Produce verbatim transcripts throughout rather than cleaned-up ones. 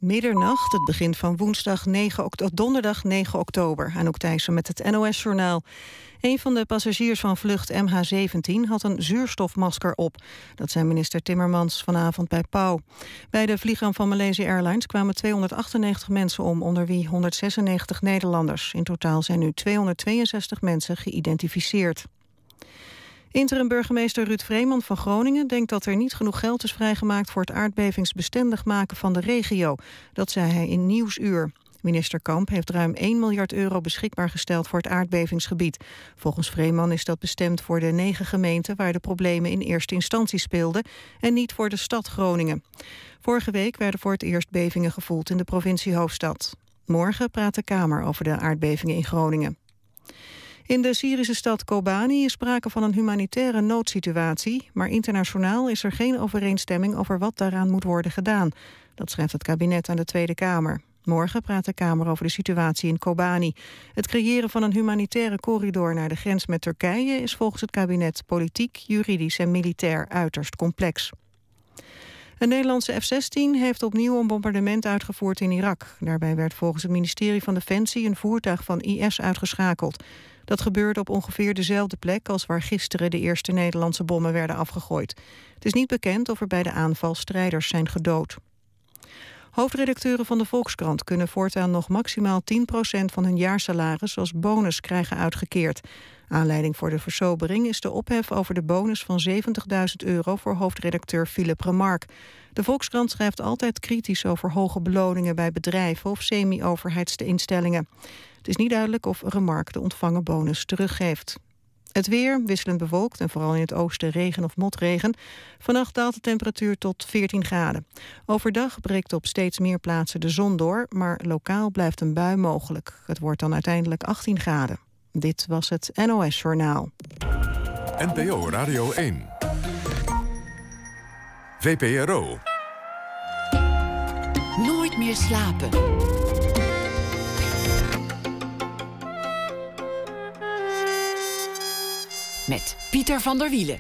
Middernacht, het begin van woensdag negen oktober, donderdag negen oktober. Anouk Thijssen met het N O S-journaal. Een van de passagiers van vlucht M H zeventien had een zuurstofmasker op. Dat zei minister Timmermans vanavond bij Pauw. Bij de vliegramp van Malaysia Airlines kwamen tweehonderdachtennegentig mensen om, onder wie honderdzesennegentig Nederlanders. In totaal zijn nu tweehonderdtweeënzestig mensen geïdentificeerd. Interim-burgemeester Ruud Vreeman van Groningen denkt dat er niet genoeg geld is vrijgemaakt voor het aardbevingsbestendig maken van de regio. Dat zei hij in Nieuwsuur. Minister Kamp heeft ruim één miljard euro beschikbaar gesteld voor het aardbevingsgebied. Volgens Vreeman is dat bestemd voor de negen gemeenten waar de problemen in eerste instantie speelden en niet voor de stad Groningen. Vorige week werden voor het eerst bevingen gevoeld in de provinciehoofdstad. Morgen praat de Kamer over de aardbevingen in Groningen. In de Syrische stad Kobani is sprake van een humanitaire noodsituatie, maar internationaal is er geen overeenstemming over wat daaraan moet worden gedaan. Dat schrijft het kabinet aan de Tweede Kamer. Morgen praat de Kamer over de situatie in Kobani. Het creëren van een humanitaire corridor naar de grens met Turkije is volgens het kabinet politiek, juridisch en militair uiterst complex. Een Nederlandse F zestien heeft opnieuw een bombardement uitgevoerd in Irak. Daarbij werd volgens het ministerie van Defensie een voertuig van I S uitgeschakeld. Dat gebeurde op ongeveer dezelfde plek als waar gisteren de eerste Nederlandse bommen werden afgegooid. Het is niet bekend of er bij de aanval strijders zijn gedood. Hoofdredacteuren van de Volkskrant kunnen voortaan nog maximaal tien procent van hun jaarsalaris als bonus krijgen uitgekeerd. Aanleiding voor de versobering is de ophef over de bonus van zeventigduizend euro voor hoofdredacteur Philip Remarque. De Volkskrant schrijft altijd kritisch over hoge beloningen bij bedrijven of semi-overheidsinstellingen. Het is niet duidelijk of Remarque de ontvangen bonus teruggeeft. Het weer, wisselend bewolkt en vooral in het oosten regen of motregen. Vannacht daalt de temperatuur tot veertien graden. Overdag breekt op steeds meer plaatsen de zon door, maar lokaal blijft een bui mogelijk. Het wordt dan uiteindelijk achttien graden. Dit was het N O S-journaal. N P O Radio één. V P R O. Nooit meer slapen. Met Pieter van der Wielen.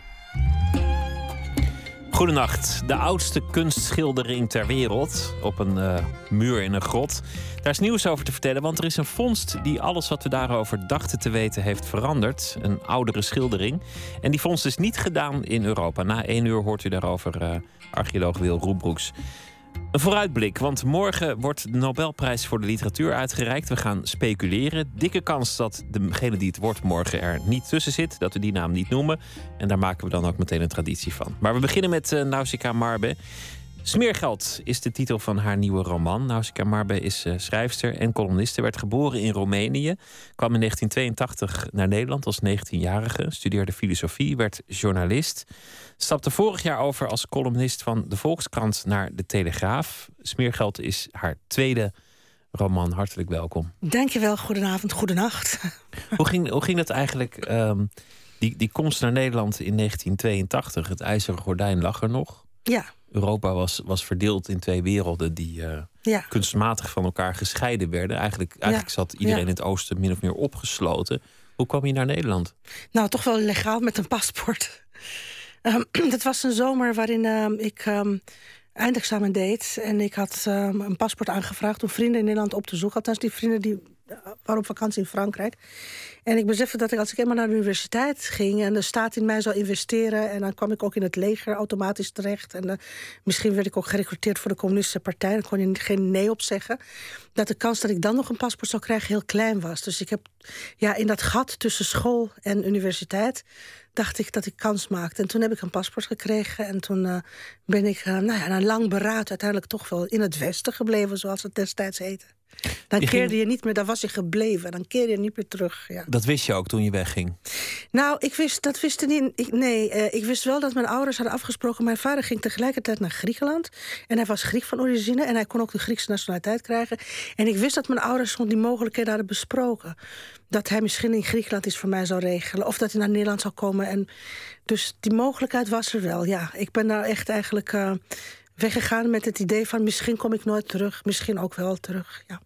Goedenacht. De oudste kunstschildering ter wereld op een uh, muur in een grot. Daar is nieuws over te vertellen, want er is een vondst die alles wat we daarover dachten te weten heeft veranderd. Een oudere schildering. En die vondst is niet gedaan in Europa. Na één uur hoort u daarover uh, archeoloog Wil Roebroeks. Een vooruitblik, want morgen wordt de Nobelprijs voor de literatuur uitgereikt. We gaan speculeren. Dikke kans dat degene die het wordt morgen er niet tussen zit. Dat we die naam niet noemen. En daar maken we dan ook meteen een traditie van. Maar we beginnen met uh, Nausicaa Marbe. Smeergeld is de titel van haar nieuwe roman. Nausicaa Marbe is uh, schrijfster en columniste. Werd geboren in Roemenië. Kwam in negentien tweeëntachtig naar Nederland als negentienjarige. Studeerde filosofie, werd journalist. Stapte vorig jaar over als columnist van de Volkskrant naar de Telegraaf. Smeergeld is haar tweede roman. Hartelijk welkom. Dankjewel, goedenavond, goedenacht. Hoe ging, hoe ging dat eigenlijk, um, die, die komst naar Nederland in negentien tweeëntachtig? Het ijzeren gordijn lag er nog. Ja. Europa was, was verdeeld in twee werelden die uh, ja. kunstmatig van elkaar gescheiden werden. Eigenlijk, eigenlijk ja. zat iedereen ja. in het oosten min of meer opgesloten. Hoe kwam je naar Nederland? Nou, toch wel legaal met een paspoort. Um, dat was een zomer waarin um, ik um, eindexamen deed. En ik had um, een paspoort aangevraagd om vrienden in Nederland op te zoeken. Althans, die vrienden die waren op vakantie in Frankrijk. En ik besefte dat ik, als ik eenmaal naar de universiteit ging en de staat in mij zou investeren, en dan kwam ik ook in het leger automatisch terecht. En uh, misschien werd ik ook gerecruiteerd voor de communistische partij. Daar kon je geen nee op zeggen. Dat de kans dat ik dan nog een paspoort zou krijgen heel klein was. Dus ik heb ja, in dat gat tussen school en universiteit dacht ik dat ik kans maakte. En toen heb ik een paspoort gekregen. En toen uh, ben ik uh, nou ja, na lang beraad uiteindelijk toch wel in het Westen gebleven, zoals het destijds heette. Dan je keerde ging... je niet meer, daar was je gebleven. Dan keerde je niet meer terug. Ja. Dat wist je ook toen je wegging? Nou, ik wist, dat wist ik niet. Ik, nee, uh, ik wist wel dat mijn ouders hadden afgesproken. Mijn vader ging tegelijkertijd naar Griekenland. En hij was Griek van origine. En hij kon ook de Griekse nationaliteit krijgen. En ik wist dat mijn ouders die mogelijkheden hadden besproken. Dat hij misschien in Griekenland iets voor mij zou regelen. Of dat hij naar Nederland zou komen. En dus die mogelijkheid was er wel, ja. Ik ben daar echt eigenlijk uh, weggegaan met het idee van misschien kom ik nooit terug. Misschien ook wel terug, ja.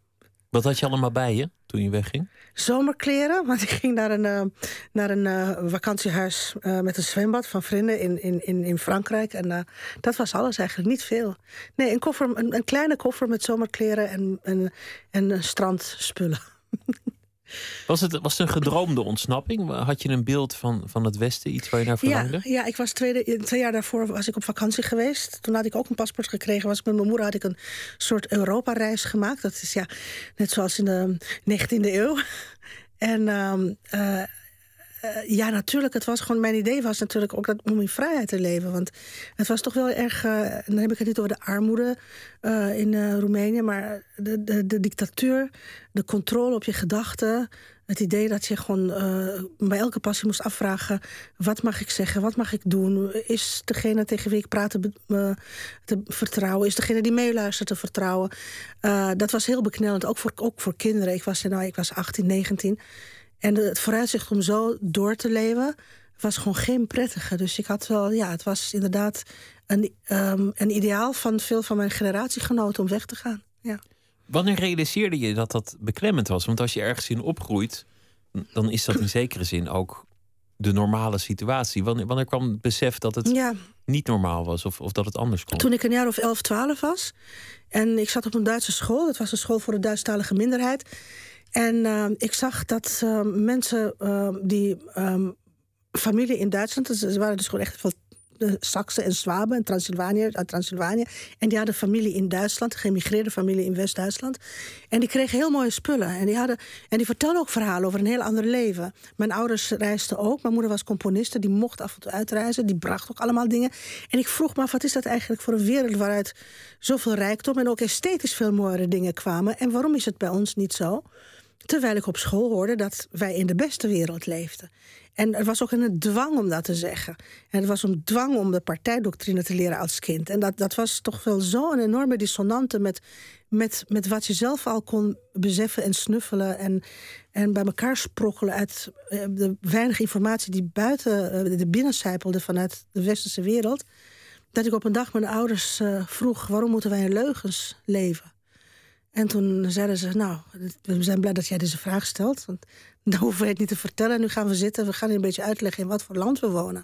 Wat had je allemaal bij je toen je wegging? Zomerkleren, want ik ging naar een, uh, naar een uh, vakantiehuis uh, met een zwembad van vrienden in, in, in, in Frankrijk. En uh, dat was alles eigenlijk, niet veel. Nee, een, koffer, een, een kleine koffer met zomerkleren en, en, en strandspullen. Was het, was het een gedroomde ontsnapping? Had je een beeld van, van het Westen, iets waar je naar verlangde? Ja, ja ik was tweede, twee jaar daarvoor was ik op vakantie geweest. Toen had ik ook een paspoort gekregen. Was ik met mijn moeder had ik een soort Europa-reis gemaakt. Dat is ja net zoals in de negentiende eeuw. En uh, uh, Uh, ja, natuurlijk. Het was gewoon, mijn idee was natuurlijk ook dat, om in vrijheid te leven. Want het was toch wel erg. Uh, dan heb ik het niet over de armoede uh, in uh, Roemenië, maar de, de, de dictatuur, de controle op je gedachten. Het idee dat je gewoon uh, bij elke passie moest afvragen: wat mag ik zeggen, wat mag ik doen? Is degene tegen wie ik praat te, uh, te vertrouwen? Is degene die meeluistert te vertrouwen? Uh, dat was heel beknellend, ook voor, ook voor kinderen. Ik was, nou, ik was achttien, negentien. En het vooruitzicht om zo door te leven was gewoon geen prettige. Dus ik had wel, ja, het was inderdaad een, um, een ideaal van veel van mijn generatiegenoten om weg te gaan. Ja. Wanneer realiseerde je dat dat beklemmend was? Want als je ergens in opgroeit, dan is dat in zekere zin ook de normale situatie. Wanneer, wanneer kwam het besef dat het ja. niet normaal was of, of dat het anders kon? Toen ik een jaar of elf, twaalf was. En ik zat op een Duitse school. Dat was een school voor de Duitsstalige minderheid. En uh, ik zag dat uh, mensen uh, die um, familie in Duitsland, dus er waren dus gewoon echt veel Saksen en Zwaben en Transylvanië, uit Transylvanië. En die hadden familie in Duitsland, geëmigreerde familie in West-Duitsland. En die kregen heel mooie spullen. En die, hadden, en die vertelden ook verhalen over een heel ander leven. Mijn ouders reisden ook. Mijn moeder was componiste, die mocht af en toe uitreizen. Die bracht ook allemaal dingen. En ik vroeg me af, wat is dat eigenlijk voor een wereld waaruit zoveel rijkdom en ook esthetisch veel mooiere dingen kwamen? En waarom is het bij ons niet zo? Terwijl ik op school hoorde dat wij in de beste wereld leefden. En er was ook een dwang om dat te zeggen. En er was een dwang om de partijdoctrine te leren als kind. En dat, dat was toch wel zo'n enorme dissonante met, met, met wat je zelf al kon beseffen en snuffelen. En, en bij elkaar sprokkelen uit de weinige informatie die buiten de binnencijpelde vanuit de westerse wereld. Dat ik op een dag mijn ouders uh, vroeg, waarom moeten wij in leugens leven? En toen zeiden ze, nou, we zijn blij dat jij deze vraag stelt. Want dan hoeven we het niet te vertellen. Nu gaan we zitten, we gaan je een beetje uitleggen in wat voor land we wonen.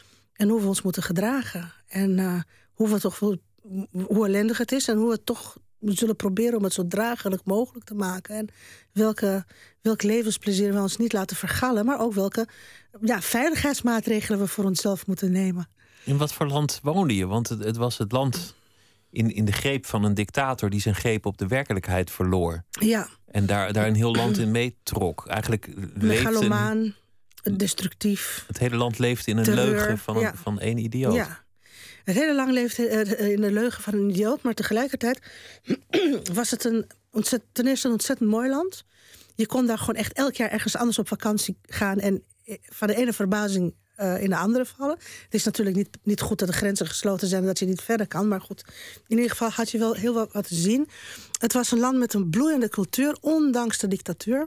En hoe we ons moeten gedragen. En uh, hoe, we toch, hoe ellendig het is en hoe we toch zullen proberen om het zo draaglijk mogelijk te maken. En welke, welk levensplezier we ons niet laten vergallen. Maar ook welke ja, veiligheidsmaatregelen we voor onszelf moeten nemen. In wat voor land woonde je? Want het, het was het land in, in de greep van een dictator die zijn greep op de werkelijkheid verloor. Ja. En daar, daar een heel land in meetrok. Eigenlijk megalomaan, destructief. Het hele land leefde in een terreur, leugen van, een, ja. van één idioot. Ja. Het hele lang leefde in de leugen van een idioot, maar tegelijkertijd was het een ontzett, ten eerste een ontzettend mooi land. Je kon daar gewoon echt elk jaar ergens anders op vakantie gaan en van de ene verbazing uh, in de andere vallen. Het is natuurlijk niet, niet goed dat de grenzen gesloten zijn en dat je niet verder kan, maar goed, in ieder geval had je wel heel wat, wat te zien. Het was een land met een bloeiende cultuur, ondanks de dictatuur.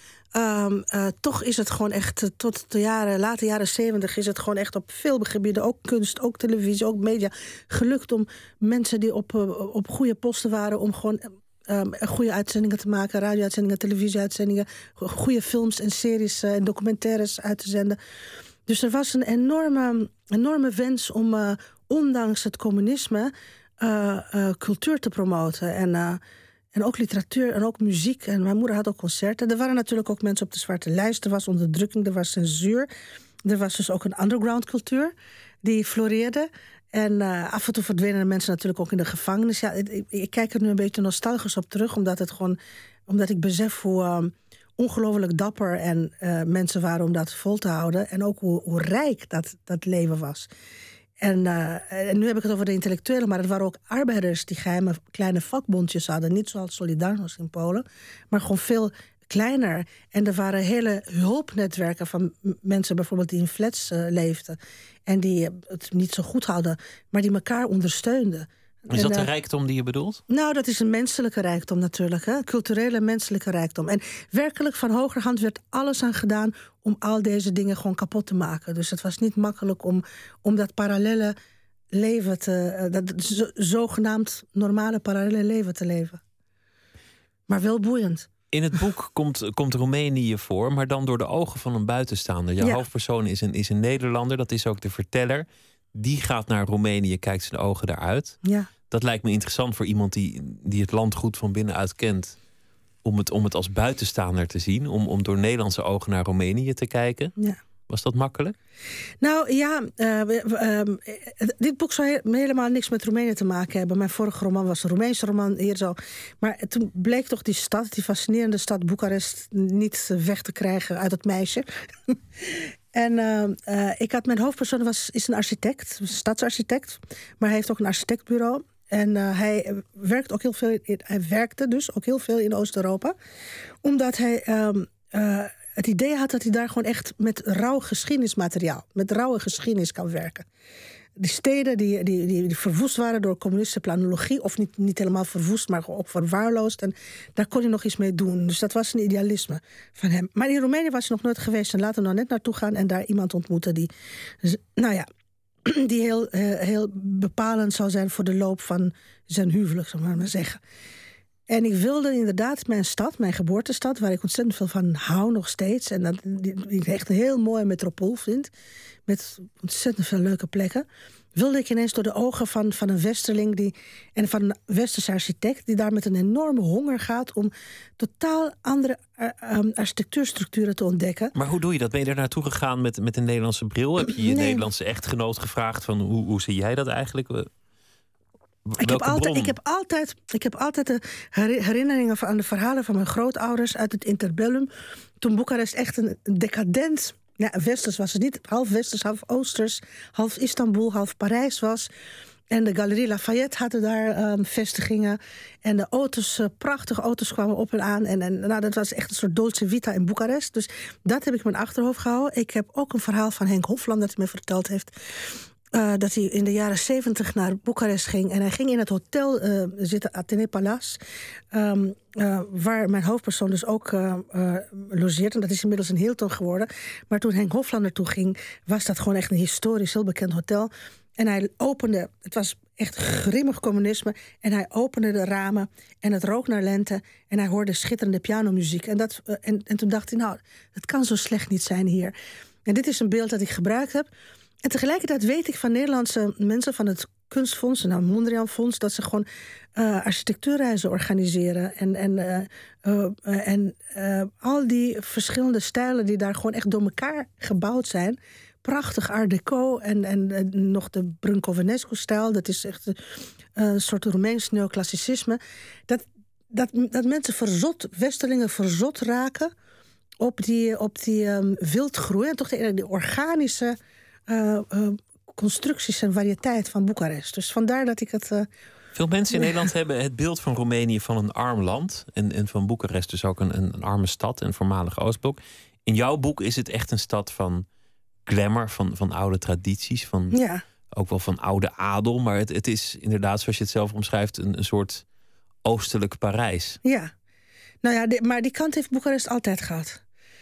Um, uh, toch is het gewoon echt, uh, tot de jaren, late jaren zeventig is het gewoon echt op veel gebieden, ook kunst, ook televisie, ook media, gelukt om mensen die op, uh, op goede posten waren, om gewoon um, goede uitzendingen te maken, radio-uitzendingen, televisieuitzendingen, goede films en series uh, en documentaires uit te zenden. Dus er was een enorme, enorme wens om, uh, ondanks het communisme, uh, uh, cultuur te promoten. En uh, En ook literatuur en ook muziek. En mijn moeder had ook concerten. Er waren natuurlijk ook mensen op de zwarte lijst. Er was onderdrukking, er was censuur. Er was dus ook een underground cultuur die floreerde. En uh, af en toe verdwenen mensen natuurlijk ook in de gevangenis. Ja, ik, ik kijk er nu een beetje nostalgisch op terug. Omdat, het gewoon, omdat ik besef hoe uh, ongelooflijk dapper en uh, mensen waren om dat vol te houden. En ook hoe, hoe rijk dat, dat leven was. En, uh, en nu heb ik het over de intellectuelen, maar er waren ook arbeiders die geheime kleine vakbondjes hadden. Niet zoals Solidarność in Polen, maar gewoon veel kleiner. En er waren hele hulpnetwerken van mensen bijvoorbeeld die in flats uh, leefden. En die het niet zo goed hadden, maar die elkaar ondersteunden. Is dat en, de uh, rijkdom die je bedoelt? Nou, dat is een menselijke rijkdom natuurlijk. Hè? Culturele menselijke rijkdom. En werkelijk van hogerhand werd alles aan gedaan om al deze dingen gewoon kapot te maken. Dus het was niet makkelijk om, om dat parallele leven te... dat zogenaamd normale parallele leven te leven. Maar wel boeiend. In het boek komt, komt Roemenië voor, maar dan door de ogen van een buitenstaander. Jouw Ja. hoofdpersoon is een, is een Nederlander, dat is ook de verteller. Die gaat naar Roemenië, kijkt zijn ogen daaruit. Ja. Dat lijkt me interessant voor iemand die, die het land goed van binnenuit kent. Om het, om het als buitenstaander te zien. Om, om door Nederlandse ogen naar Roemenië te kijken. Ja. Was dat makkelijk? Nou ja, uh, uh, uh, dit boek zou he- helemaal niks met Roemenië te maken hebben. Mijn vorige roman was een Roemeense roman, hier zo. Maar toen bleek toch die stad, die fascinerende stad Boekarest, niet weg te krijgen uit het meisje. En uh, uh, ik had, mijn hoofdpersoon was, is een architect, een stadsarchitect. Maar hij heeft ook een architectbureau. En uh, hij werkt ook heel veel. In, hij werkte dus ook heel veel in Oost-Europa, omdat hij um, uh, het idee had dat hij daar gewoon echt met rauw geschiedenismateriaal, met rauwe geschiedenis kan werken. Die steden die, die, die, die verwoest waren door communistische planologie, of niet, niet helemaal verwoest, maar ook verwaarloosd. En daar kon hij nog iets mee doen. Dus dat was een idealisme van hem. Maar in Roemenië was hij nog nooit geweest. En laten we nou net naartoe gaan en daar iemand ontmoeten die, nou ja, die heel, heel bepalend zou zijn voor de loop van zijn huwelijk, zal ik maar zeggen. En ik wilde inderdaad mijn stad, mijn geboortestad, waar ik ontzettend veel van hou nog steeds. En dat die ik echt een heel mooie metropool vind, met ontzettend veel leuke plekken. Wilde ik ineens door de ogen van, van een westerling die, en van een westerse architect, die daar met een enorme honger gaat om totaal andere uh, um, architectuurstructuren te ontdekken. Maar hoe doe je dat? Ben je daar naartoe gegaan met, met een Nederlandse bril? Heb je je Nee. Nederlandse echtgenoot gevraagd van hoe, hoe zie jij dat eigenlijk? Ik heb, altijd, ik, heb altijd, ik heb altijd de herinneringen aan de verhalen van mijn grootouders uit het interbellum. Toen Boekarest echt een decadent, ja, westers was het niet, half westers, half oosters, half Istanbul, half Parijs was. En de Galerie Lafayette hadden daar um, vestigingen. En de auto's, uh, prachtige auto's kwamen op en aan. En, en nou, dat was echt een soort Dolce Vita in Boekarest. Dus dat heb ik in mijn achterhoofd gehouden. Ik heb ook een verhaal van Henk Hofland dat hij me verteld heeft. Uh, dat hij in de jaren zeventig naar Boekarest ging. En hij ging in het hotel uh, zitten, Athene Palace. Um, uh, waar mijn hoofdpersoon dus ook uh, uh, logeert. En dat is inmiddels een Hilton geworden. Maar toen Henk Hofland naartoe ging, was dat gewoon echt een historisch, heel bekend hotel. En hij opende, het was echt grimmig communisme. En hij opende de ramen en het rook naar lente. En hij hoorde schitterende pianomuziek. En, dat, uh, en, en toen dacht hij, nou, het kan zo slecht niet zijn hier. En dit is een beeld dat ik gebruikt heb. En tegelijkertijd weet ik van Nederlandse mensen van het Kunstfonds, nou Mondriaan Fonds, dat ze gewoon uh, architectuurreizen organiseren. En, en, uh, uh, uh, en uh, al die verschillende stijlen die daar gewoon echt door elkaar gebouwd zijn. Prachtig art deco en, en, en nog de Brâncovenescu-stijl. Dat is echt een, een soort Roemeens neoclassicisme. Dat, dat, dat mensen verzot, westerlingen verzot raken op die, op die um, wildgroei. En toch die, die organische Uh, uh, constructies en variëteit van Boekarest. Dus vandaar dat ik het... Uh... Veel mensen in Nederland hebben het beeld van Roemenië van een arm land. En, en van Boekarest dus ook een, een arme stad, een voormalig Oostblok. In jouw boek is het echt een stad van glamour, van, van oude tradities. Van, ja. Ook wel van oude adel. Maar het, het is inderdaad, zoals je het zelf omschrijft, een, een soort oostelijk Parijs. Ja, nou ja, die, maar die kant heeft Boekarest altijd gehad.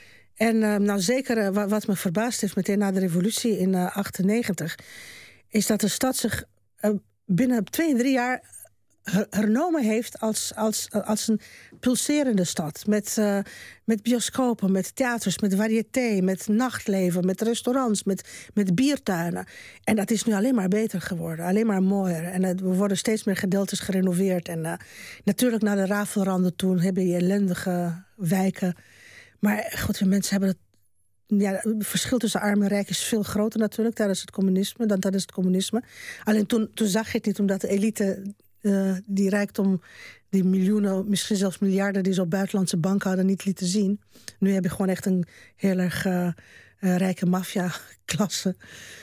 En uh, nou zeker uh, wat me verbaasd heeft meteen na de revolutie in uh, achtennegentig... is dat de stad zich uh, binnen twee, drie jaar her- hernomen heeft als, als, als een pulserende stad. Met, uh, met bioscopen, met theaters, met variété, met nachtleven, met restaurants, met, met biertuinen. En dat is nu alleen maar beter geworden, alleen maar mooier. En uh, we worden steeds meer gedeeltes gerenoveerd. En uh, natuurlijk naar de rafelranden toen hebben je ellendige wijken. Maar goed, mensen hebben het. Ja, het verschil tussen arm en rijk is veel groter natuurlijk tijdens het communisme dan tijdens het communisme. Alleen toen, toen zag je het niet, omdat de elite uh, die rijkdom, die miljoenen, misschien zelfs miljarden die ze op buitenlandse banken hadden, niet lieten zien. Nu heb je gewoon echt een heel erg uh, uh, rijke maffia-klasse.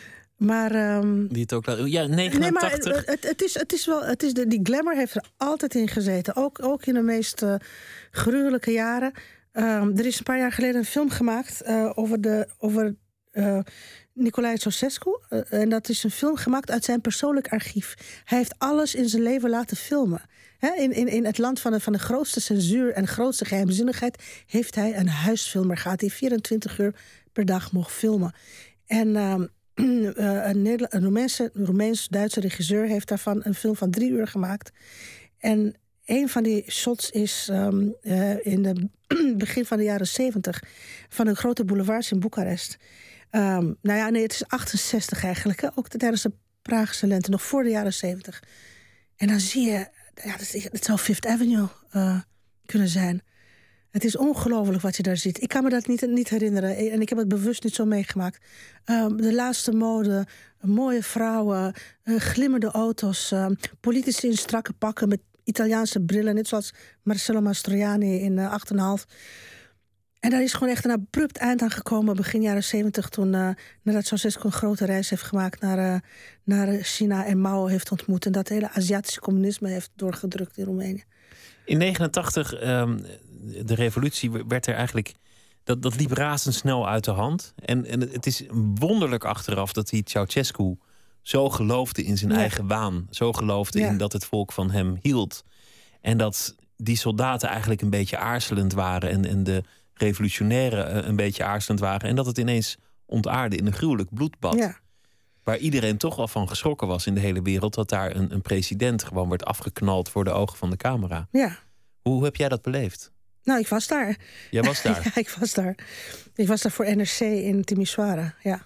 Maar um, die het ook wel. Ja, negenentachtig. Nee, maar het, het is, het is wel. Het is de, die glamour heeft er altijd in gezeten. Ook, ook in de meest uh, gruwelijke jaren. Um, er is een paar jaar geleden een film gemaakt uh, over, de, over uh, Nicolae Ceausescu. Uh, en dat is een film gemaakt uit zijn persoonlijk archief. Hij heeft alles in zijn leven laten filmen. He, in, in, in het land van de, van de grootste censuur en grootste geheimzinnigheid heeft hij een huisfilmer gehad die vierentwintig uur per dag mocht filmen. En um, uh, een, Nederla- een Roemeense, Roemeens-Duitse regisseur heeft daarvan een film van drie uur gemaakt. En een van die shots is um, uh, in het begin van de jaren zeventig... van de grote boulevards in Boekarest. Um, nou ja, nee, het is achtenzestig eigenlijk. Hè? Ook tijdens de Praagse lente, nog voor de jaren zeventig. En dan zie je, ja, het zou Fifth Avenue uh, kunnen zijn. Het is ongelooflijk wat je daar ziet. Ik kan me dat niet, niet herinneren. En ik heb het bewust niet zo meegemaakt. Um, de laatste mode, mooie vrouwen, uh, glimmende auto's... Uh, politici in strakke pakken met Italiaanse brillen... net zoals Marcello Mastroianni in uh, acht komma vijf. En daar is gewoon echt een abrupt eind aan gekomen... begin jaren zeventig, toen uh, nadat Ceausescu een grote reis heeft gemaakt... naar, uh, naar China en Mao heeft ontmoet... en dat hele Aziatische communisme heeft doorgedrukt in Roemenië. In negenentachtig, um, de revolutie, werd er eigenlijk... Dat, dat liep razendsnel uit de hand. En, en het is wonderlijk achteraf dat die Ceausescu zo geloofde in zijn ja. eigen waan. Zo geloofde ja. in dat het volk van hem hield. En dat die soldaten eigenlijk een beetje aarzelend waren... en, en de revolutionairen een beetje aarzelend waren... en dat het ineens ontaarde in een gruwelijk bloedbad. Ja. Waar iedereen toch wel van geschrokken was in de hele wereld... dat daar een, een president gewoon werd afgeknald voor de ogen van de camera. Ja. Hoe, hoe heb jij dat beleefd? Nou, ik was daar. Jij was daar? Ja, ik was daar. Ik was daar voor N R C in Timisoara, ja.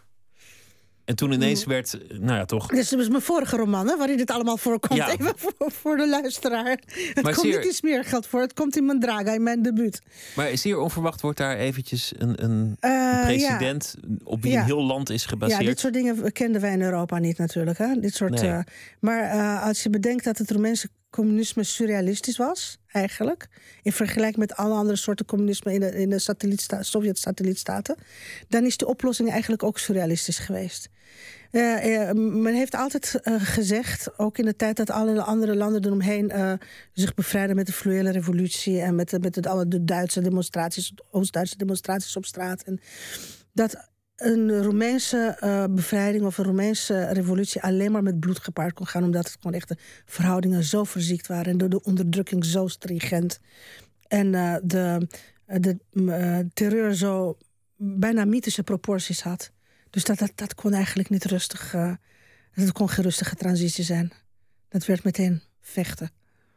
En toen ineens werd, nou ja, toch... Dit is mijn vorige roman, hè, waarin dit allemaal voorkomt. Ja. Even voor, voor de luisteraar. Het maar komt zeer... niet in Smeergeld voor, het komt in mijn Draga, in mijn debuut. Maar zeer onverwacht wordt daar eventjes een, een, uh, een president... Ja. op wie ja. een heel land is gebaseerd. Ja, dit soort dingen kenden wij in Europa niet natuurlijk. Hè? Dit soort, nee. uh, maar uh, als je bedenkt dat het Roemeense communisme surrealistisch was, eigenlijk... in vergelijking met alle andere soorten communisme in de, in de satellietsta- Sovjet-satellietstaten... dan is de oplossing eigenlijk ook surrealistisch geweest. Uh, uh, men heeft altijd uh, gezegd, ook in de tijd dat alle andere landen eromheen uh, zich bevrijden met de fluwele revolutie en met, de, met het, alle de Duitse demonstraties, Oost-Duitse demonstraties op straat. En dat een Roemeense uh, bevrijding of een Roemeense revolutie alleen maar met bloed gepaard kon gaan, omdat het gewoon echt de verhoudingen zo verziekt waren en door de onderdrukking zo stringent. En uh, de, de uh, terreur zo bijna mythische proporties had. Dus dat, dat, dat kon eigenlijk niet rustig... Uh, dat kon geen rustige transitie zijn. Dat werd meteen vechten.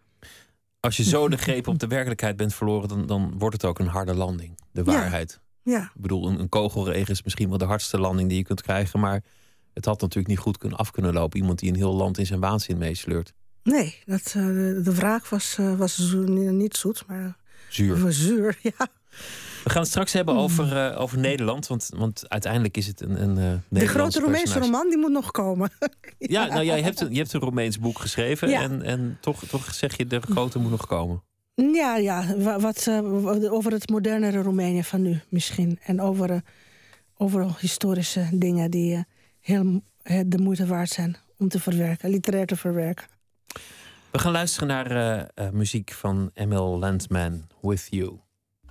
Als je zo de greep op de werkelijkheid bent verloren... dan, dan wordt het ook een harde landing. De waarheid. Ja. Ja. Ik bedoel, een, een kogelregen is misschien wel de hardste landing die je kunt krijgen... maar het had natuurlijk niet goed kunnen af kunnen lopen. Iemand die een heel land in zijn waanzin meesleurt. Nee, dat, uh, de, de wraak was, uh, was zo, niet zoet, maar... Zuur. Was zuur, ja. We gaan het straks hebben over, uh, over Nederland. Want, want uiteindelijk is het een, een uh, De grote Roemeense roman, die moet nog komen. ja, ja nou, jij hebt een, je hebt een Roemeens boek geschreven. Ja. En, en toch, toch zeg je, de grote moet nog komen. Ja, ja wat, uh, over het modernere Roemenië van nu misschien. En over, uh, over historische dingen die uh, heel uh, de moeite waard zijn om te verwerken. Literair te verwerken. We gaan luisteren naar uh, uh, muziek van Emil Landman, With You.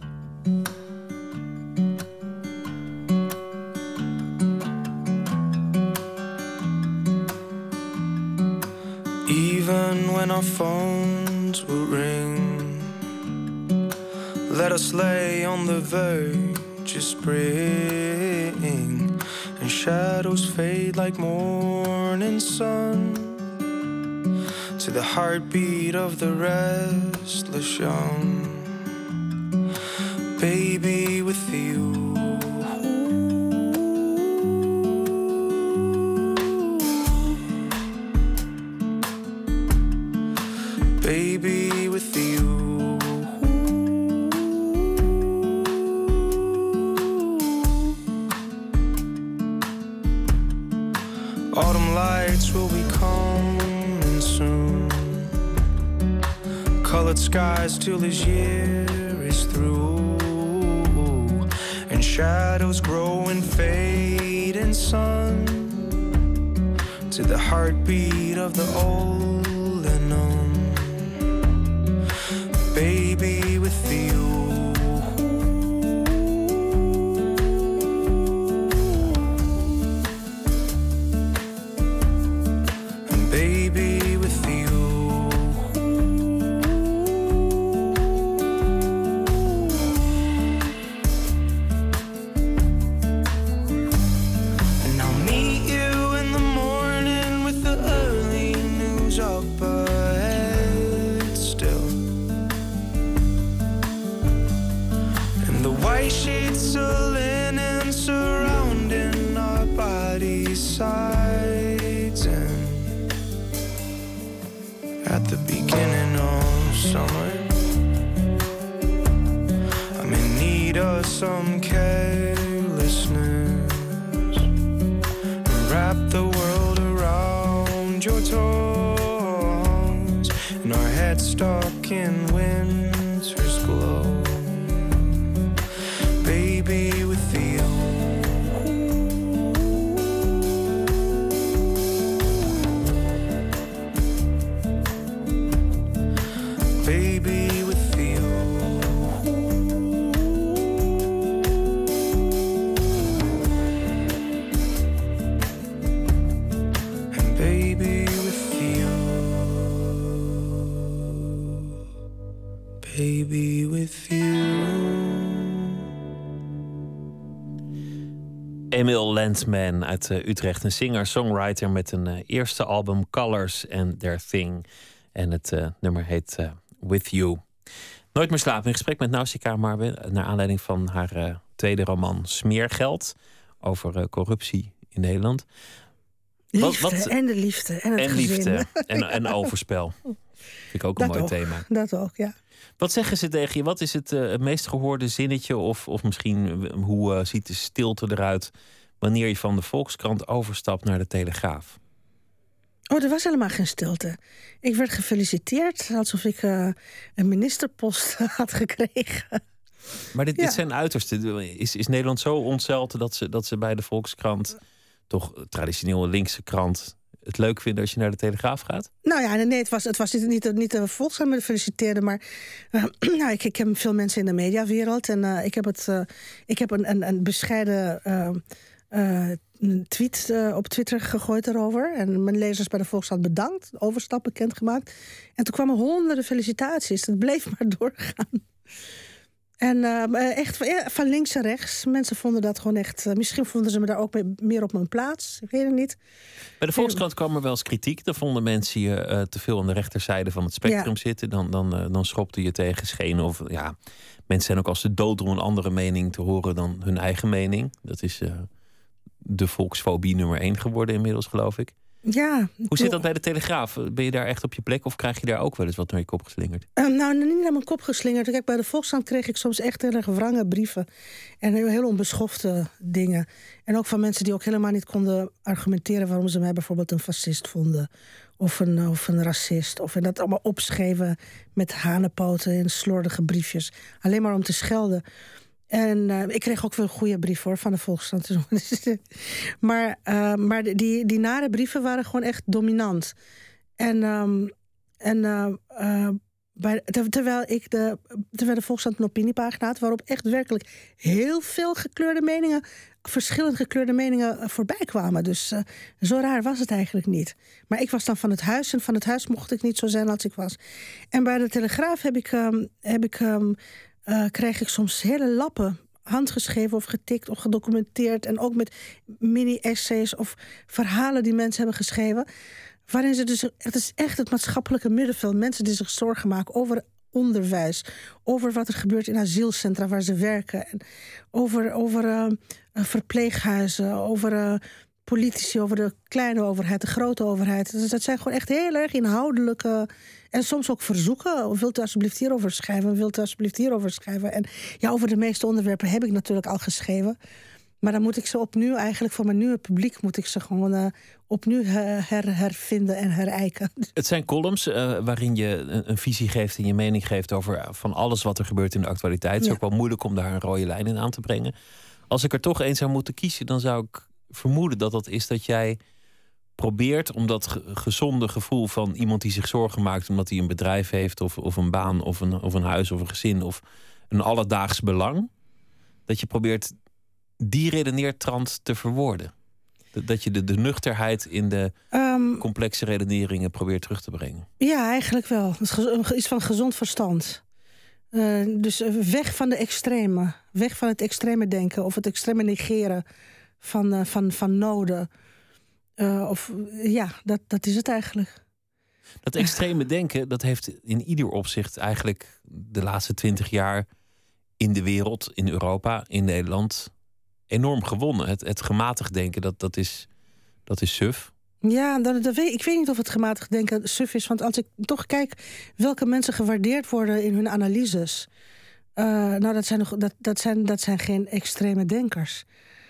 Even when our phones will ring, let us lay on the verge of spring, and shadows fade like morning sun, to the heartbeat of the restless young. Baby, with you, baby, with you, autumn lights will be coming soon, colored skies till this year is through, and shadows grow and fade in sun, to the heartbeat of the old and known. Baby, with you, and baby, with you. Up ahead still, sides, and at the beginning of summer I'm in need of some carelessness. Wrap the world around your toes, and our heads stuck in winter's glow. Baby, with you, baby, with you, and baby, with you, baby, with you. Emil Lensman uit uh, Utrecht, een singer-songwriter met een uh, eerste album Colors and Their Thing. En het uh, nummer heet uh, With You. Nooit meer slapen. In gesprek met Nausicaa Marbe naar aanleiding van haar uh, tweede roman Smeergeld over uh, corruptie in Nederland. Liefde wat, wat, en de liefde en het en gezin. liefde en, en overspel. Vind ik ook een dat mooi ook, thema. Dat ook, ja. Wat zeggen ze tegen je? Wat is het, uh, het meest gehoorde zinnetje? Of, of misschien uh, hoe uh, ziet de stilte eruit wanneer je van de Volkskrant overstapt naar de Telegraaf? Oh, er was helemaal geen stilte. Ik werd gefeliciteerd alsof ik uh, een ministerpost had gekregen. Maar dit, Ja. dit zijn uitersten. Is, is Nederland zo ontzettend dat ze, dat ze bij de Volkskrant, toch traditioneel linkse krant, het leuk vinden als je naar de Telegraaf gaat? Nou ja, nee, het was, het was niet, niet, niet de Volkskrant me feliciteerde, maar uh, nou, ik, ik heb veel mensen in de mediawereld en uh, ik heb, het, uh, ik heb een, een, een bescheiden uh, uh, een tweet uh, op Twitter gegooid daarover. En mijn lezers bij de Volkskrant bedankt, overstap bekendgemaakt. En toen kwamen honderden felicitaties. Het bleef maar doorgaan. En uh, echt van links en rechts. Mensen vonden dat gewoon echt... Uh, misschien vonden ze me daar ook mee, meer op mijn plaats. Ik weet het niet. Bij de Volkskrant kwam er wel eens kritiek. Dan vonden mensen je uh, te veel aan de rechterzijde van het spectrum Ja. zitten. Dan, dan, uh, dan schopte je tegen schenen. Of ja, mensen zijn ook als de dood om een andere mening te horen dan hun eigen mening. Dat is uh, de volksfobie nummer één geworden inmiddels, geloof ik. Ja. Hoe zit dat bij de Telegraaf? Ben je daar echt op je plek of krijg je daar ook wel eens wat naar je kop geslingerd? Uh, nou, niet naar mijn kop geslingerd. Kijk, bij de Volkskrant kreeg ik soms echt heel erg wrange brieven. En heel, heel onbeschofte dingen. En ook van mensen die ook helemaal niet konden argumenteren waarom ze mij bijvoorbeeld een fascist vonden. Of een, of een racist. Of en dat allemaal opschreven met hanenpoten en slordige briefjes. Alleen maar om te schelden. En uh, ik kreeg ook wel een goede brief hoor, van de Volkskrant. maar uh, maar die, die nare brieven waren gewoon echt dominant. En, um, en uh, uh, bij, ter, terwijl, ik de, terwijl de Volkskrant een opiniepagina had, waarop echt werkelijk heel veel gekleurde meningen, verschillend gekleurde meningen voorbij kwamen. Dus uh, zo raar was het eigenlijk niet. Maar ik was dan van het huis en van het huis mocht ik niet zo zijn als ik was. En bij de Telegraaf heb ik... Um, heb ik um, Uh, krijg ik soms hele lappen, handgeschreven of getikt of gedocumenteerd. En ook met mini-essays of verhalen die mensen hebben geschreven. Waarin ze dus, het is echt het maatschappelijke middenveld. Mensen die zich zorgen maken over onderwijs. Over wat er gebeurt in asielcentra waar ze werken. En over, over uh, verpleeghuizen, over... Uh, politici, over de kleine overheid, de grote overheid. Dus dat zijn gewoon echt heel erg inhoudelijke... en soms ook verzoeken. Wilt u alsjeblieft hierover schrijven? Wilt u alsjeblieft hierover schrijven? En ja, over de meeste onderwerpen heb ik natuurlijk al geschreven. Maar dan moet ik ze opnieuw eigenlijk... voor mijn nieuwe publiek moet ik ze gewoon uh, opnieuw her, hervinden en herijken. Het zijn columns uh, waarin je een, een visie geeft en je mening geeft... over van alles wat er gebeurt in de actualiteit. Het is Ja. ook wel moeilijk om daar een rode lijn in aan te brengen. Als ik er toch één zou moeten kiezen, dan zou ik vermoeden dat dat is dat jij probeert om dat ge- gezonde gevoel van iemand die zich zorgen maakt omdat hij een bedrijf heeft of, of een baan of een, of een huis of een gezin of een alledaags belang, dat je probeert die redeneertrand te verwoorden. Dat, dat je de, de nuchterheid in de Um, complexe redeneringen probeert terug te brengen. Ja, eigenlijk wel. Het is ge- iets van gezond verstand. Uh, dus weg van de extreme. Weg van het extreme denken of het extreme negeren van, uh, van, van noden. Uh, of, ja, dat, dat is het eigenlijk. Dat extreme denken, dat heeft in ieder opzicht eigenlijk de laatste twintig jaar in de wereld, in Europa, in Nederland, enorm gewonnen. Het, het gematigd denken, dat, dat, is, dat is suf. Ja, dat, dat weet, ik weet niet of het gematigd denken suf is. Want als ik toch kijk welke mensen gewaardeerd worden in hun analyses. Uh, nou, dat zijn, nog, dat, dat, zijn, dat zijn geen extreme denkers.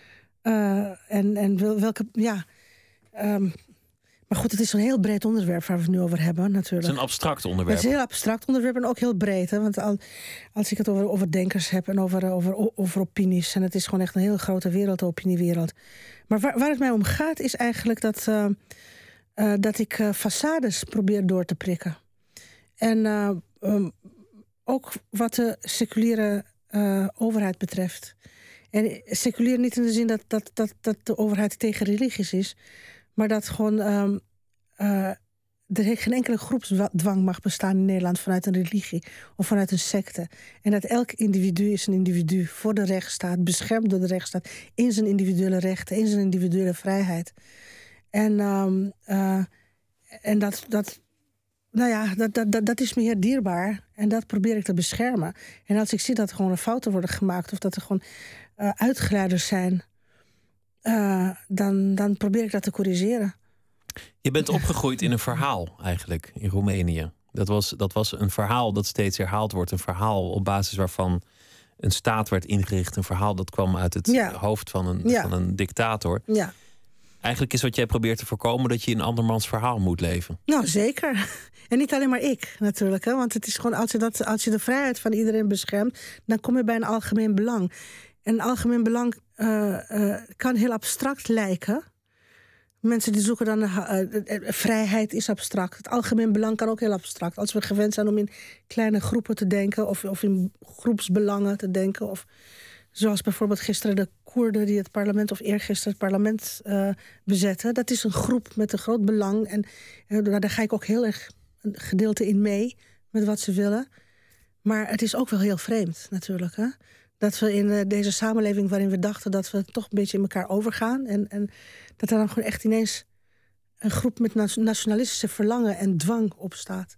Uh, en, en welke, ja... Um, maar goed, het is een heel breed onderwerp waar we het nu over hebben, natuurlijk. Het is een abstract onderwerp. Het is een heel abstract onderwerp en ook heel breed. Hè? Want al, als ik het over, over denkers heb en over, over, over opinies... en het is gewoon echt een heel grote wereld, de opiniewereld. Maar waar, waar het mij om gaat is eigenlijk dat, uh, uh, dat ik uh, façades probeer door te prikken. En uh, um, ook wat de seculiere uh, overheid betreft. En seculier niet in de zin dat, dat, dat, dat de overheid tegen religies is... maar dat gewoon um, uh, er geen enkele groepsdwang mag bestaan in Nederland vanuit een religie of vanuit een secte. En dat elk individu is een individu voor de rechtsstaat, beschermd door de rechtsstaat, in zijn individuele rechten, in zijn individuele vrijheid. En, um, uh, en dat, dat, nou ja, dat, dat, dat, dat is me heel dierbaar en dat probeer ik te beschermen. En als ik zie dat er gewoon fouten worden gemaakt of dat er gewoon uh, uitglijders zijn... Uh, dan, dan probeer ik dat te corrigeren. Je bent opgegroeid in een verhaal eigenlijk, in Roemenië. Dat was, dat was een verhaal dat steeds herhaald wordt. Een verhaal op basis waarvan een staat werd ingericht. Een verhaal dat kwam uit het ja. hoofd van een, ja. van een dictator. Ja. Eigenlijk is wat jij probeert te voorkomen... dat je in andermans verhaal moet leven. Nou, zeker. En niet alleen maar ik, natuurlijk. Hè? Want het is gewoon, als je, dat, als je de vrijheid van iedereen beschermt... dan kom je bij een algemeen belang. En een algemeen belang uh, uh, kan heel abstract lijken. Mensen die zoeken dan... Uh, uh, vrijheid is abstract. Het algemeen belang kan ook heel abstract. Als we gewend zijn om in kleine groepen te denken... of, of in groepsbelangen te denken... of zoals bijvoorbeeld gisteren de Koerden die het parlement... of eergisteren het parlement uh, bezetten. Dat is een groep met een groot belang. En uh, daar ga ik ook heel erg een gedeelte in mee... met wat ze willen. Maar het is ook wel heel vreemd, natuurlijk, hè? Dat we in uh, deze samenleving waarin we dachten... dat we toch een beetje in elkaar overgaan... en, en dat er dan gewoon echt ineens... een groep met nationalistische verlangen en dwang opstaat.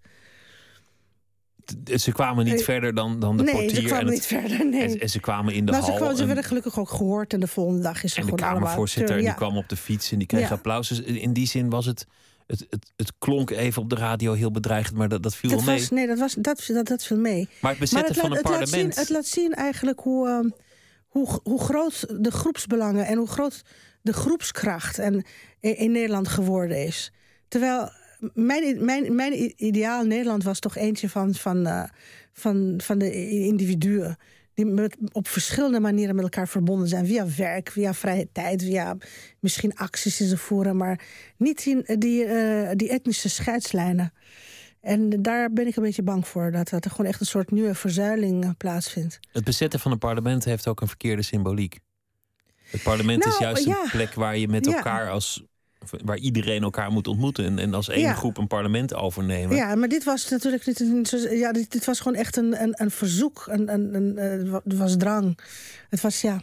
Ze kwamen niet uh, verder dan, dan de nee, portier. Nee, ze kwamen en niet het, verder, nee. En, en ze kwamen in de maar hal. Ze, kwamen, ze en, werden gelukkig ook gehoord... en de volgende dag is ze en gewoon de Kamervoorzitter allemaal, ja. die kwam op de fiets en die kreeg ja. applaus. Dus in die zin was het... Het, het, het klonk even op de radio heel bedreigend, maar dat, dat viel dat wel mee. Was, nee, dat, was, dat, dat, dat viel mee. Maar het bezetten maar het, van een het parlement... Laat zien, het laat zien eigenlijk hoe... Um, Hoe, hoe groot de groepsbelangen en hoe groot de groepskracht en, in, in Nederland geworden is. Terwijl mijn, mijn, mijn ideaal Nederland was toch eentje van, van, uh, van, van de individuen. Die met, op verschillende manieren met elkaar verbonden zijn. Via werk, via vrije tijd, via misschien acties die ze voeren. Maar niet die, die, uh, die etnische scheidslijnen. En daar ben ik een beetje bang voor. Dat, dat er gewoon echt een soort nieuwe verzuiling uh, plaatsvindt. Het bezetten van een parlement heeft ook een verkeerde symboliek. Het parlement nou, is juist ja. een plek waar je met elkaar ja. als... waar iedereen elkaar moet ontmoeten. En, en als één ja. groep een parlement overnemen. Ja, maar dit was natuurlijk niet... Een, ja, dit, dit was gewoon echt een, een, een verzoek. Een, een, een, uh, het was drang. Het was, ja...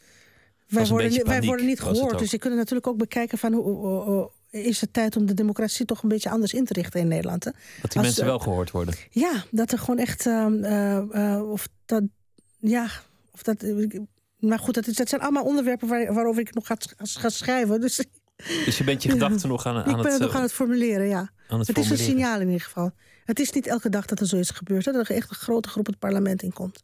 Wij, was worden, paniek, wij worden niet gehoord. Dus je kunt natuurlijk ook bekijken van... hoe, hoe, hoe is het tijd om de democratie toch een beetje anders in te richten in Nederland. Hè? Dat die Als, mensen wel gehoord worden. Ja, dat er gewoon echt... Uh, uh, of dat... Ja, of dat... Maar goed, dat, is, dat zijn allemaal onderwerpen waar, waarover ik nog ga, ga schrijven. Dus, dus je bent je gedachten nog aan, aan ik ben het... nog aan het formuleren, ja. Het, het is een signaal in ieder geval. Het is niet elke dag dat er zoiets gebeurt. Hè, dat er echt een grote groep het parlement in komt.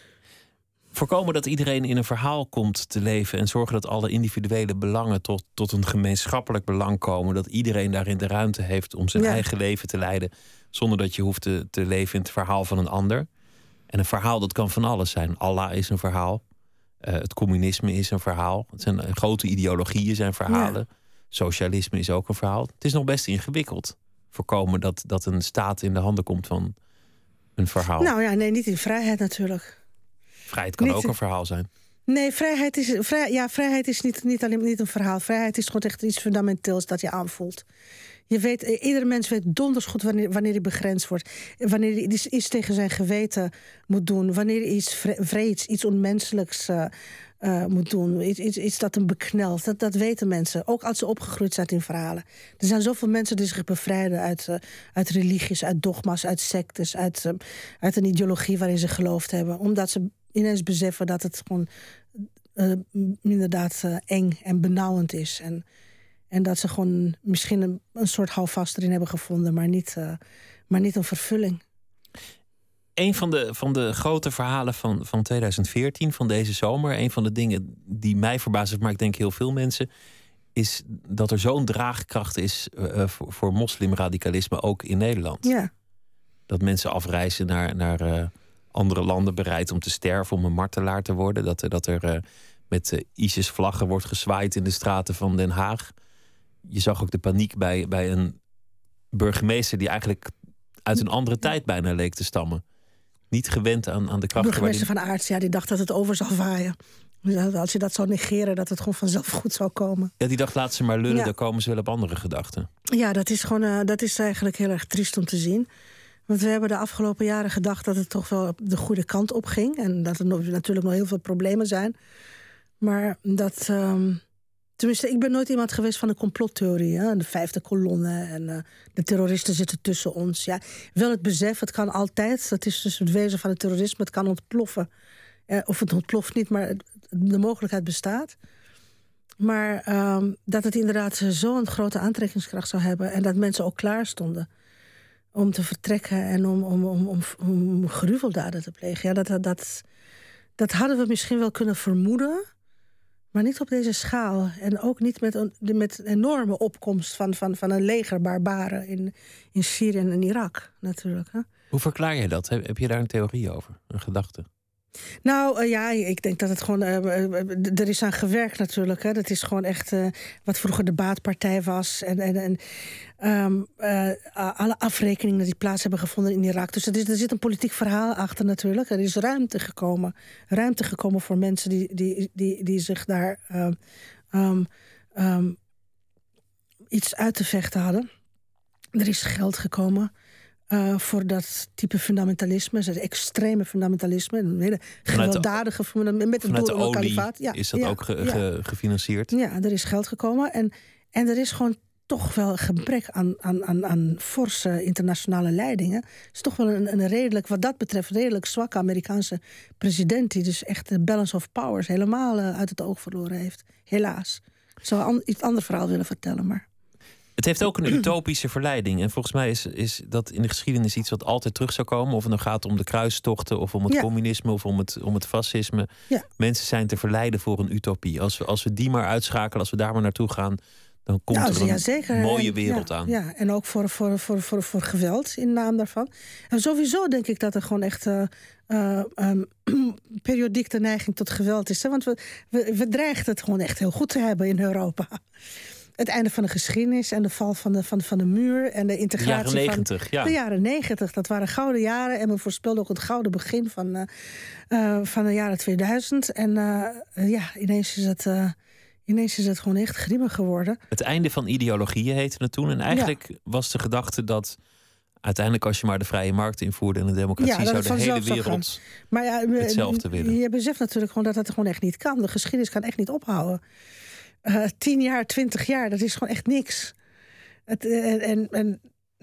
Voorkomen dat iedereen in een verhaal komt te leven... en zorgen dat alle individuele belangen tot, tot een gemeenschappelijk belang komen. Dat iedereen daarin de ruimte heeft om zijn ja. eigen leven te leiden... zonder dat je hoeft te, te leven in het verhaal van een ander. En een verhaal, dat kan van alles zijn. Allah is een verhaal. Uh, het communisme is een verhaal. Het zijn uh, grote ideologieën zijn verhalen. Ja. Socialisme is ook een verhaal. Het is nog best ingewikkeld. Voorkomen dat, dat een staat in de handen komt van een verhaal. Nou ja, nee, niet in vrijheid natuurlijk. Vrijheid kan niet, ook een verhaal zijn. Nee, vrijheid is, vrij, ja, vrijheid is niet, niet alleen niet een verhaal. Vrijheid is gewoon echt iets fundamenteels dat je aanvoelt. Je weet, iedere mens weet donders goed wanneer, wanneer hij begrensd wordt. Wanneer hij iets, iets tegen zijn geweten moet doen. Wanneer hij iets vreeds, iets onmenselijks uh, uh, moet doen. Iets, iets, iets dat hem beknelt. Dat, dat weten mensen. Ook als ze opgegroeid zijn in verhalen. Er zijn zoveel mensen die zich bevrijden uit, uh, uit religies, uit dogma's, uit sectes, uit, uh, uit een ideologie waarin ze geloofd hebben. Omdat ze ineens beseffen dat het gewoon uh, inderdaad uh, eng en benauwend is. En, En dat ze gewoon misschien een, een soort houvast erin hebben gevonden, maar niet, uh, maar niet een vervulling. Een van de, van de grote verhalen van, van twintig veertien, van deze zomer, een van de dingen die mij verbaast, maar ik denk heel veel mensen, is dat er zo'n draagkracht is uh, voor, voor moslimradicalisme ook in Nederland. Ja. Dat mensen afreizen naar, naar uh, andere landen bereid om te sterven, om een martelaar te worden. Dat, dat er uh, met uh, ISIS-vlaggen wordt gezwaaid in de straten van Den Haag. Je zag ook de paniek bij, bij een burgemeester die eigenlijk uit een andere tijd bijna leek te stammen. Niet gewend aan, aan de krachten. Burgemeester die... van Aerts, ja, die dacht dat het over zou waaien. Als je dat zou negeren, dat het gewoon vanzelf goed zou komen. Ja, die dacht, laat ze maar lullen, ja. Dan komen ze wel op andere gedachten. Ja, dat is, gewoon, uh, dat is eigenlijk heel erg triest om te zien. Want we hebben de afgelopen jaren gedacht dat het toch wel de goede kant op ging. En dat er nog, natuurlijk nog heel veel problemen zijn. Maar dat... Um, tenminste, ik ben nooit iemand geweest van de complottheorie. Hè? De vijfde kolonne en uh, de terroristen zitten tussen ons. Ja, wel het besef, het kan altijd. Dat is dus het wezen van het terrorisme. Het kan ontploffen. Uh, of het ontploft niet, maar de mogelijkheid bestaat. Maar um, dat het inderdaad zo'n grote aantrekkingskracht zou hebben. En dat mensen ook klaar stonden om te vertrekken en om, om, om, om, om gruweldaden te plegen. Ja, dat, dat, dat, dat hadden we misschien wel kunnen vermoeden, maar niet op deze schaal. En ook niet met een, met een enorme opkomst van, van, van een leger barbaren in, in Syrië en in Irak natuurlijk. Hè? Hoe verklaar je dat? Heb, heb je daar een theorie over, een gedachte? Nou uh, ja, ik denk dat het gewoon... Uh, uh, er is aan gewerkt natuurlijk. Hè. Dat is gewoon echt uh, wat vroeger de baatpartij was. En, en, en um, uh, alle afrekeningen die plaats hebben gevonden in Irak. Dus er, is, er zit een politiek verhaal achter natuurlijk. Er is ruimte gekomen. Ruimte gekomen voor mensen die, die, die, die zich daar uh, um, um, iets uit te vechten hadden. Er is geld gekomen. Uh, voor dat type fundamentalisme, het extreme fundamentalisme, een hele gewelddadige fundamentalisme met vanuit het de olie kalifaat. Ja, is dat ja, ook ge, ja. ge, gefinancierd? Ja, er is geld gekomen en, en er is gewoon toch wel gebrek aan, aan, aan, aan forse internationale leidingen. Het is toch wel een, een redelijk, wat dat betreft, redelijk zwakke Amerikaanse president die dus echt de balance of powers helemaal uh, uit het oog verloren heeft. Helaas. Ik zou een iets ander verhaal willen vertellen, maar... Het heeft ook een utopische verleiding. En volgens mij is, is dat in de geschiedenis iets wat altijd terug zou komen. Of het nou gaat om de kruistochten, of om het ja. communisme, of om het, om het fascisme. Ja. Mensen zijn te verleiden voor een utopie. Als we, als we die maar uitschakelen, als we daar maar naartoe gaan, dan komt nou, er een ja, zeker. mooie wereld ja, aan. Ja, en ook voor, voor, voor, voor, voor geweld in naam daarvan. En sowieso denk ik dat er gewoon echt uh, uh, um, periodiek de neiging tot geweld is. Hè? Want we, we, we dreigen het gewoon echt heel goed te hebben in Europa. Het einde van de geschiedenis en de val van de, van, van de muur en de integratie de jaren negentig, van ja. de jaren negentig. Dat waren gouden jaren en men voorspelde ook het gouden begin van, uh, uh, van de jaren tweeduizend. En uh, uh, ja, ineens is het... Uh, Ineens is het gewoon echt grimmig geworden. Het einde van ideologieën heette het toen. En eigenlijk ja. was de gedachte dat uiteindelijk als je maar de vrije markt invoerde en de democratie, ja, zou de hele wereld maar ja, hetzelfde willen. Je beseft natuurlijk gewoon dat dat gewoon echt niet kan. De geschiedenis kan echt niet ophouden. Uh, tien jaar, twintig jaar, dat is gewoon echt niks. Het, en en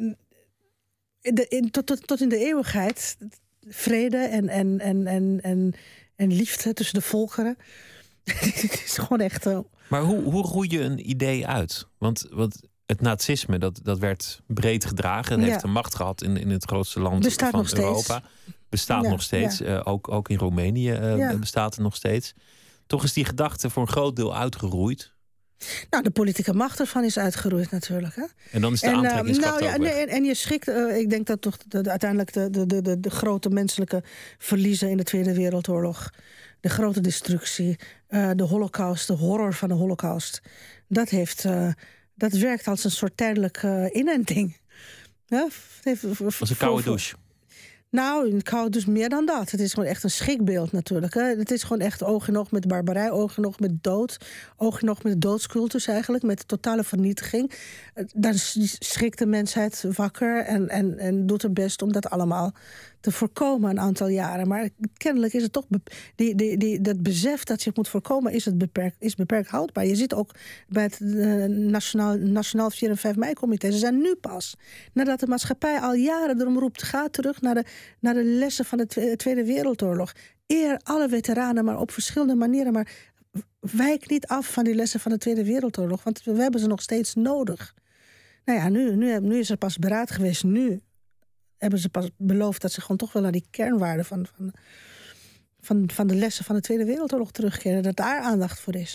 de, in, tot, tot, tot in de eeuwigheid vrede en, en, en, en, en, en liefde tussen de volkeren. Het is gewoon echt... Uh... Maar hoe, hoe roei je een idee uit? Want, want het nazisme, dat, dat werd breed gedragen. Het ja. heeft een macht gehad in, in het grootste land bestaat van nog Europa. Steeds. Bestaat ja, nog steeds. Ja. Uh, ook, ook in Roemenië uh, ja. bestaat het nog steeds. Toch is die gedachte voor een groot deel uitgeroeid. Nou, de politieke macht ervan is uitgeroeid natuurlijk. Hè? En dan is de en, aantrekkingskracht uh, nou, ook ja, weg. en, en je schikt, uh, ik denk dat toch de, de, uiteindelijk de, de, de, de grote menselijke verliezen in de Tweede Wereldoorlog, de grote destructie, uh, de holocaust, de horror van de holocaust, dat, heeft, uh, dat werkt als een soort tijdelijke uh, inenting. Ja, als een koude douche. Nou, een koude douche meer dan dat. Het is gewoon echt een schrikbeeld natuurlijk. Hè. Het is gewoon echt oog in oog met barbarij, oog in oog met dood, oog in oog met doodscultus eigenlijk, met totale vernietiging. Dan schrikt de mensheid wakker en, en, en doet haar best om dat allemaal te voorkomen een aantal jaren. Maar kennelijk is het toch... Be- die, die, die, dat besef dat zich moet voorkomen is, het beperkt, is beperkt houdbaar. Je ziet ook bij het uh, Nationaal, Nationaal vier en vijf mei-comité. Ze zijn nu pas, nadat de maatschappij al jaren erom roept, ga terug naar de, naar de lessen van de Tweede Wereldoorlog. Eer alle veteranen, maar op verschillende manieren, maar wijk niet af van die lessen van de Tweede Wereldoorlog, want we hebben ze nog steeds nodig. Nou ja, nu, nu, nu is er pas beraad geweest. Nu hebben ze pas beloofd dat ze gewoon toch wel naar die kernwaarden van, van, van, van de lessen van de Tweede Wereldoorlog terugkeren. Dat daar aandacht voor is.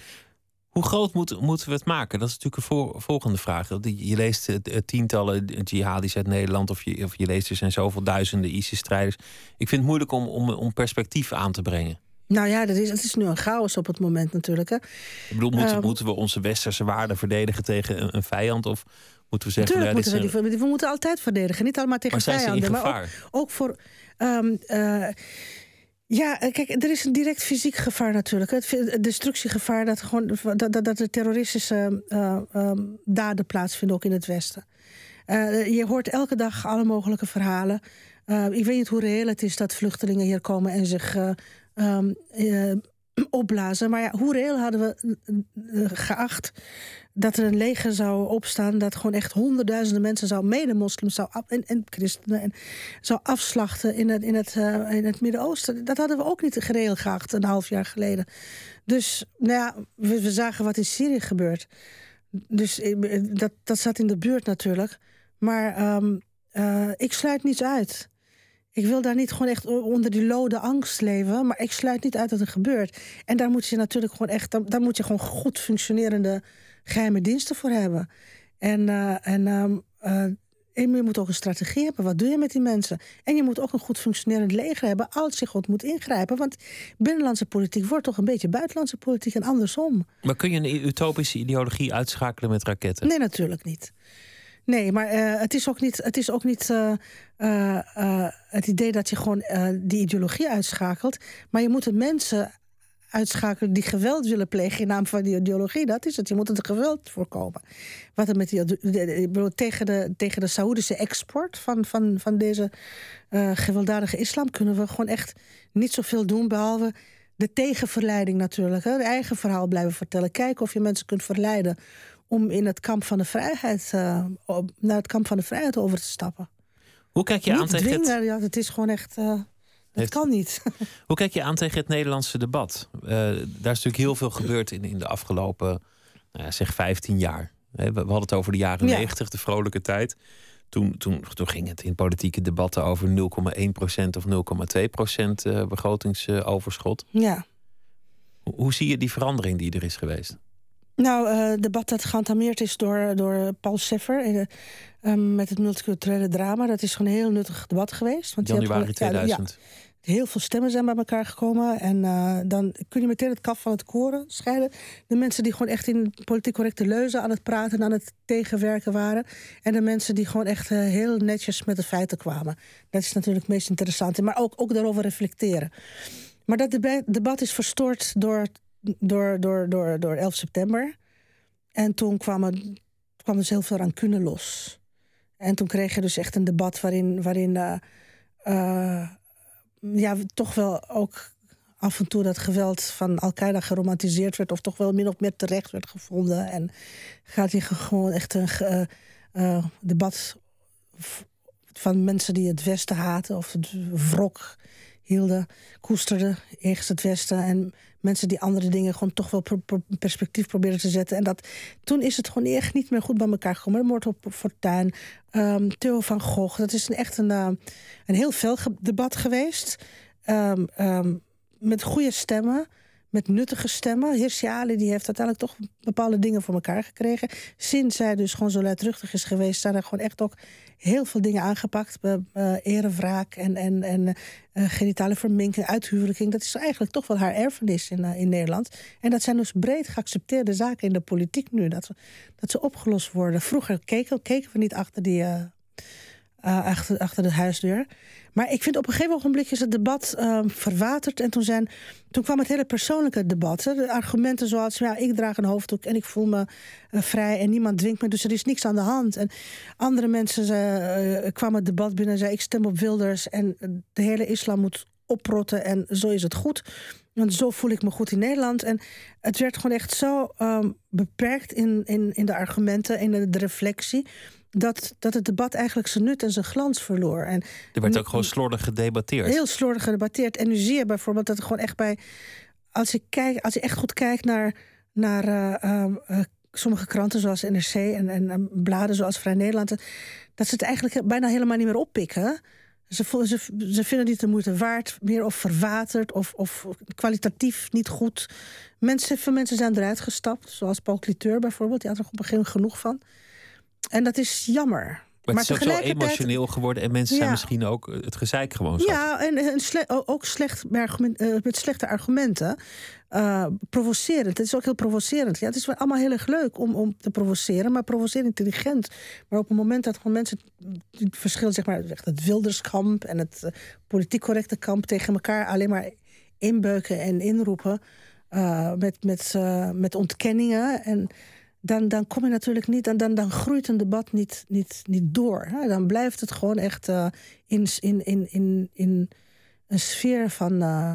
Hoe groot moet, moeten we het maken? Dat is natuurlijk een voor, volgende vraag. Je leest uh, tientallen jihadis uit Nederland, of je, of je leest er zijn zoveel duizenden ISIS-strijders. Ik vind het moeilijk om, om, om perspectief aan te brengen. Nou ja, dat is, het is nu een chaos op het moment natuurlijk. Hè. Ik bedoel, moeten, um, moeten we onze westerse waarden verdedigen tegen een, een vijand? Of moeten we zeggen... Tuurlijk ja, moeten we, zijn... die, we moeten altijd verdedigen. Niet allemaal tegen maar vijanden. Maar ook, ook voor... Um, uh, ja, kijk, er is een direct fysiek gevaar natuurlijk. Het destructiegevaar dat, gewoon, dat, dat, dat er terroristische uh, um, daden plaatsvinden ook in het Westen. Uh, je hoort elke dag alle mogelijke verhalen. Uh, ik weet niet hoe reëel het is dat vluchtelingen hier komen en zich... Uh, Um, uh, opblazen. Maar ja, hoe reëel hadden we uh, geacht dat er een leger zou opstaan dat gewoon echt honderdduizenden mensen zou, mede-moslims zou af, en, en christenen en zou afslachten in het, in het, uh, in het Midden-Oosten. Dat hadden we ook niet gereëeld geacht een half jaar geleden. Dus nou ja, we, we zagen wat in Syrië gebeurt. Dus uh, dat, dat zat in de buurt natuurlijk. Maar um, uh, ik sluit niets uit. Ik wil daar niet gewoon echt onder die lode angst leven, maar ik sluit niet uit dat het gebeurt. En daar moet je natuurlijk gewoon echt, daar moet je gewoon goed functionerende geheime diensten voor hebben. En, uh, en, um, uh, en je moet ook een strategie hebben. Wat doe je met die mensen? En je moet ook een goed functionerend leger hebben als je goed moet ingrijpen. Want binnenlandse politiek wordt toch een beetje buitenlandse politiek en andersom. Maar kun je een utopische ideologie uitschakelen met raketten? Nee, natuurlijk niet. Nee, maar uh, het is ook niet, het, is ook niet uh, uh, uh, het idee dat je gewoon uh, die ideologie uitschakelt. Maar je moet de mensen uitschakelen die geweld willen plegen in naam van die ideologie. Dat is het. Je moet het geweld voorkomen. Wat er met die, de, de, de, tegen de, tegen de Saoedische export van, van, van deze uh, gewelddadige islam kunnen we gewoon echt niet zoveel doen, behalve de tegenverleiding natuurlijk. Hè. De eigen verhaal blijven vertellen. Kijken of je mensen kunt verleiden om in het kamp van de vrijheid, uh, naar het kamp van de vrijheid over te stappen. Hoe kijk je niet aan tegen dwingen, het... Ja, het is gewoon echt... Uh, dat Heeft... kan niet. Hoe kijk je aan tegen het Nederlandse debat? Uh, daar is natuurlijk heel veel gebeurd in, in de afgelopen, nou ja, zeg vijftien jaar. We, we hadden het over de jaren Ja. negentig, de vrolijke tijd. Toen, toen, toen ging het in politieke debatten over nul komma één procent of nul komma twee procent uh, begrotingsoverschot. Ja. Hoe, hoe zie je die verandering die er is geweest? Nou, het uh, debat dat geantameerd is door, door Paul Seffer uh, um, met het multiculturele drama. Dat is gewoon een heel nuttig debat geweest. Want Januari tweeduizend. Ja, ja, heel veel stemmen zijn bij elkaar gekomen. En uh, dan kun je meteen het kaf van het koren scheiden. De mensen die gewoon echt in politiek correcte leuzen aan het praten en aan het tegenwerken waren. En de mensen die gewoon echt uh, heel netjes met de feiten kwamen. Dat is natuurlijk het meest interessante. Maar ook, ook daarover reflecteren. Maar dat debat is verstoord door... Door, door, door, door elf september. En toen kwam er, kwam dus heel veel rancune los. En toen kreeg je dus echt een debat waarin, waarin uh, uh, ja, toch wel ook af en toe dat geweld van Al-Qaeda geromantiseerd werd, of toch wel min of meer terecht werd gevonden. En gaat hier gewoon echt een uh, uh, debat van mensen die het Westen haten of het wrok hielden, koesterden ergens het Westen. En mensen die andere dingen gewoon toch wel pro- pro- perspectief proberen te zetten. En dat, toen is het gewoon echt niet meer goed bij elkaar gekomen. De moord op Fortuyn, um, Theo van Gogh. Dat is een, echt een, uh, een heel fel ge- debat geweest. Um, um, met goede stemmen. Met nuttige stemmen. Hirsi Ali die heeft uiteindelijk toch bepaalde dingen voor elkaar gekregen. Sinds zij dus gewoon zo luidruchtig is geweest, zijn er gewoon echt ook heel veel dingen aangepakt. Uh, uh, erewraak en, en, en uh, genitale verminking, uithuwelijking. Dat is eigenlijk toch wel haar erfenis in, uh, in Nederland. En dat zijn dus breed geaccepteerde zaken in de politiek nu. Dat, dat ze opgelost worden. Vroeger keken, keken we niet achter die... Uh, Uh, achter, achter de huisdeur. Maar ik vind op een gegeven ogenblik is het debat uh, verwaterd. En toen, zijn, toen kwam het hele persoonlijke debat. Hè. De argumenten zoals, ja, ik draag een hoofddoek en ik voel me uh, vrij en niemand dwingt me, dus er is niks aan de hand. En andere mensen uh, kwamen het debat binnen en zeiden, ik stem op Wilders en de hele islam moet oprotten en zo is het goed. Want zo voel ik me goed in Nederland. En het werd gewoon echt zo um, beperkt in, in, in de argumenten, in de, de reflectie, Dat, dat het debat eigenlijk zijn nut en zijn glans verloor. En er werd ook gewoon slordig gedebatteerd. Heel slordig gedebatteerd. En nu zie je bijvoorbeeld dat er gewoon echt bij als ik kijk, als ik echt goed kijk naar, naar uh, uh, uh, sommige kranten zoals N R C en, en, en bladen zoals Vrij Nederland, dat ze het eigenlijk bijna helemaal niet meer oppikken. Ze, ze, ze vinden het niet de moeite waard, meer of verwaterd of, of kwalitatief niet goed. Mensen, veel mensen zijn eruit gestapt, zoals Paul Cliteur bijvoorbeeld. Die had er op een gegeven moment genoeg van. En En dat is jammer. Maar het maar is ook zo emotioneel geworden en mensen ja. zijn misschien ook het gezeik gewoon zat. Ja, en, en sle- ook slecht, met slechte argumenten. Uh, provocerend. Het is ook heel provocerend. Ja, het is wel allemaal heel erg leuk om, om te provoceren, maar provoceren intelligent. Maar op het moment dat gewoon mensen het verschil, zeg maar, het Wilderskamp en het uh, politiek correcte kamp tegen elkaar alleen maar inbeuken en inroepen uh, met, met, uh, met ontkenningen. En Dan, dan kom je natuurlijk niet, dan, dan, dan groeit een debat niet, niet, niet door. Hè? Dan blijft het gewoon echt uh, in, in, in, in, in een sfeer van uh,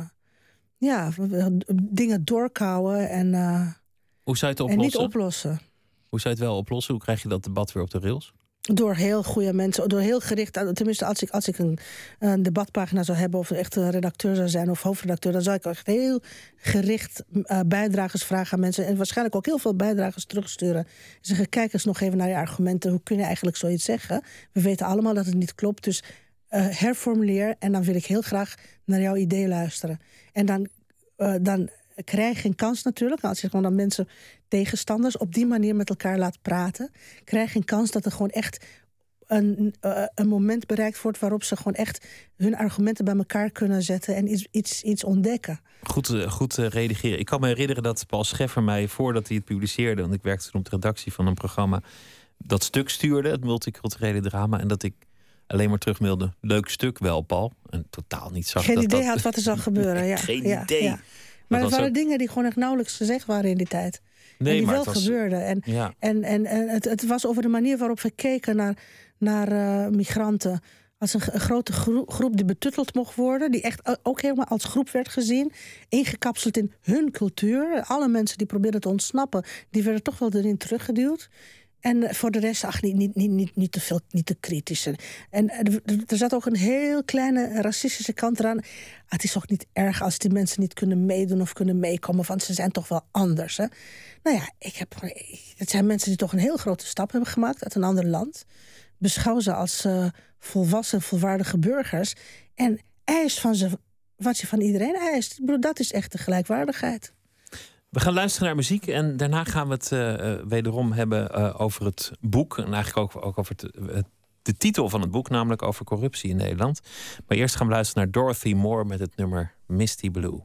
ja, dingen doorkouwen en, uh, Hoe zou je het en oplossen? niet oplossen. Hoe zou je het wel oplossen? Hoe krijg je dat debat weer op de rails? Door heel goede mensen, door heel gericht, tenminste als ik, als ik een, een debatpagina zou hebben of echt een redacteur zou zijn of hoofdredacteur, dan zou ik echt heel gericht uh, bijdragers vragen aan mensen en waarschijnlijk ook heel veel bijdragers terugsturen. Zeggen, kijk eens nog even naar je argumenten, hoe kun je eigenlijk zoiets zeggen? We weten allemaal dat het niet klopt, dus uh, herformuleer en dan wil ik heel graag naar jouw idee luisteren. En dan, uh, dan krijg je een kans natuurlijk, als je gewoon dan mensen, tegenstanders, op die manier met elkaar laat praten, krijg je een kans dat er gewoon echt een, uh, een moment bereikt wordt waarop ze gewoon echt hun argumenten bij elkaar kunnen zetten en iets, iets, iets ontdekken. Goed, uh, goed uh, redigeren. Ik kan me herinneren dat Paul Scheffer mij, voordat hij het publiceerde, want ik werkte toen op de redactie van een programma, dat stuk stuurde, het multiculturele drama, en dat ik alleen maar terugmailde, leuk stuk wel, Paul. En totaal niet zag Geen dat idee dat... had wat er zou gebeuren. Ja. Geen ja, idee. Ja. Maar het waren ook dingen die gewoon echt nauwelijks gezegd waren in die tijd. Nee, en die maar wel het was... gebeurden. En, ja. en, en, en het, het was over de manier waarop we keken naar, naar uh, migranten. Als een, een grote groep, groep die betutteld mocht worden. Die echt ook helemaal als groep werd gezien. Ingekapseld in hun cultuur. Alle mensen die probeerden te ontsnappen, die werden toch wel erin teruggeduwd. En voor de rest, ach, niet, niet, niet, niet, niet te veel, niet te kritisch. En er, er zat ook een heel kleine racistische kant eraan. Het is toch niet erg als die mensen niet kunnen meedoen of kunnen meekomen, want ze zijn toch wel anders. Hè? Nou ja, ik heb, het zijn mensen die toch een heel grote stap hebben gemaakt uit een ander land. Beschouw ze als uh, volwassen, volwaardige burgers. En eis van ze wat je van iedereen eist. Ik bedoel, dat is echt de gelijkwaardigheid. We gaan luisteren naar muziek en daarna gaan we het uh, wederom hebben uh, over het boek. En eigenlijk ook, ook over het, uh, de titel van het boek, namelijk over corruptie in Nederland. Maar eerst gaan we luisteren naar Dorothy Moore met het nummer Misty Blue.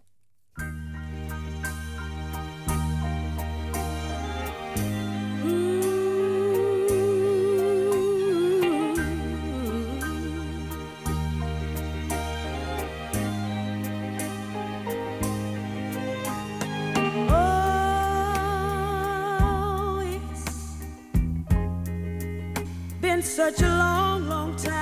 Such a long, long time.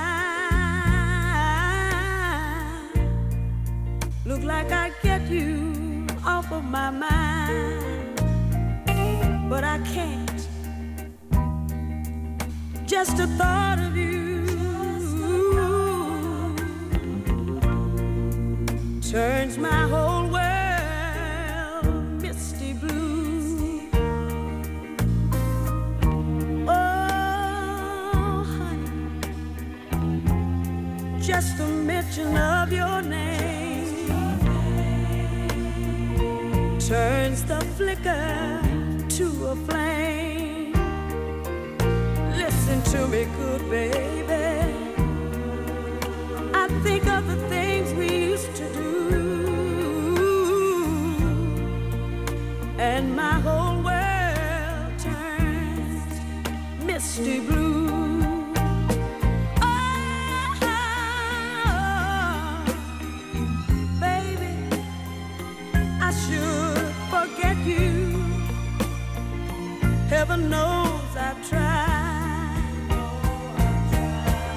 Look like I get you off of my mind, but I can't. Just the thought of you turns my whole world misty blue. Just the mention of your name turns the flicker to a flame. Listen to me, good baby. I think of the things we used to do, and my whole world turns misty blue. Heaven knows I've tried,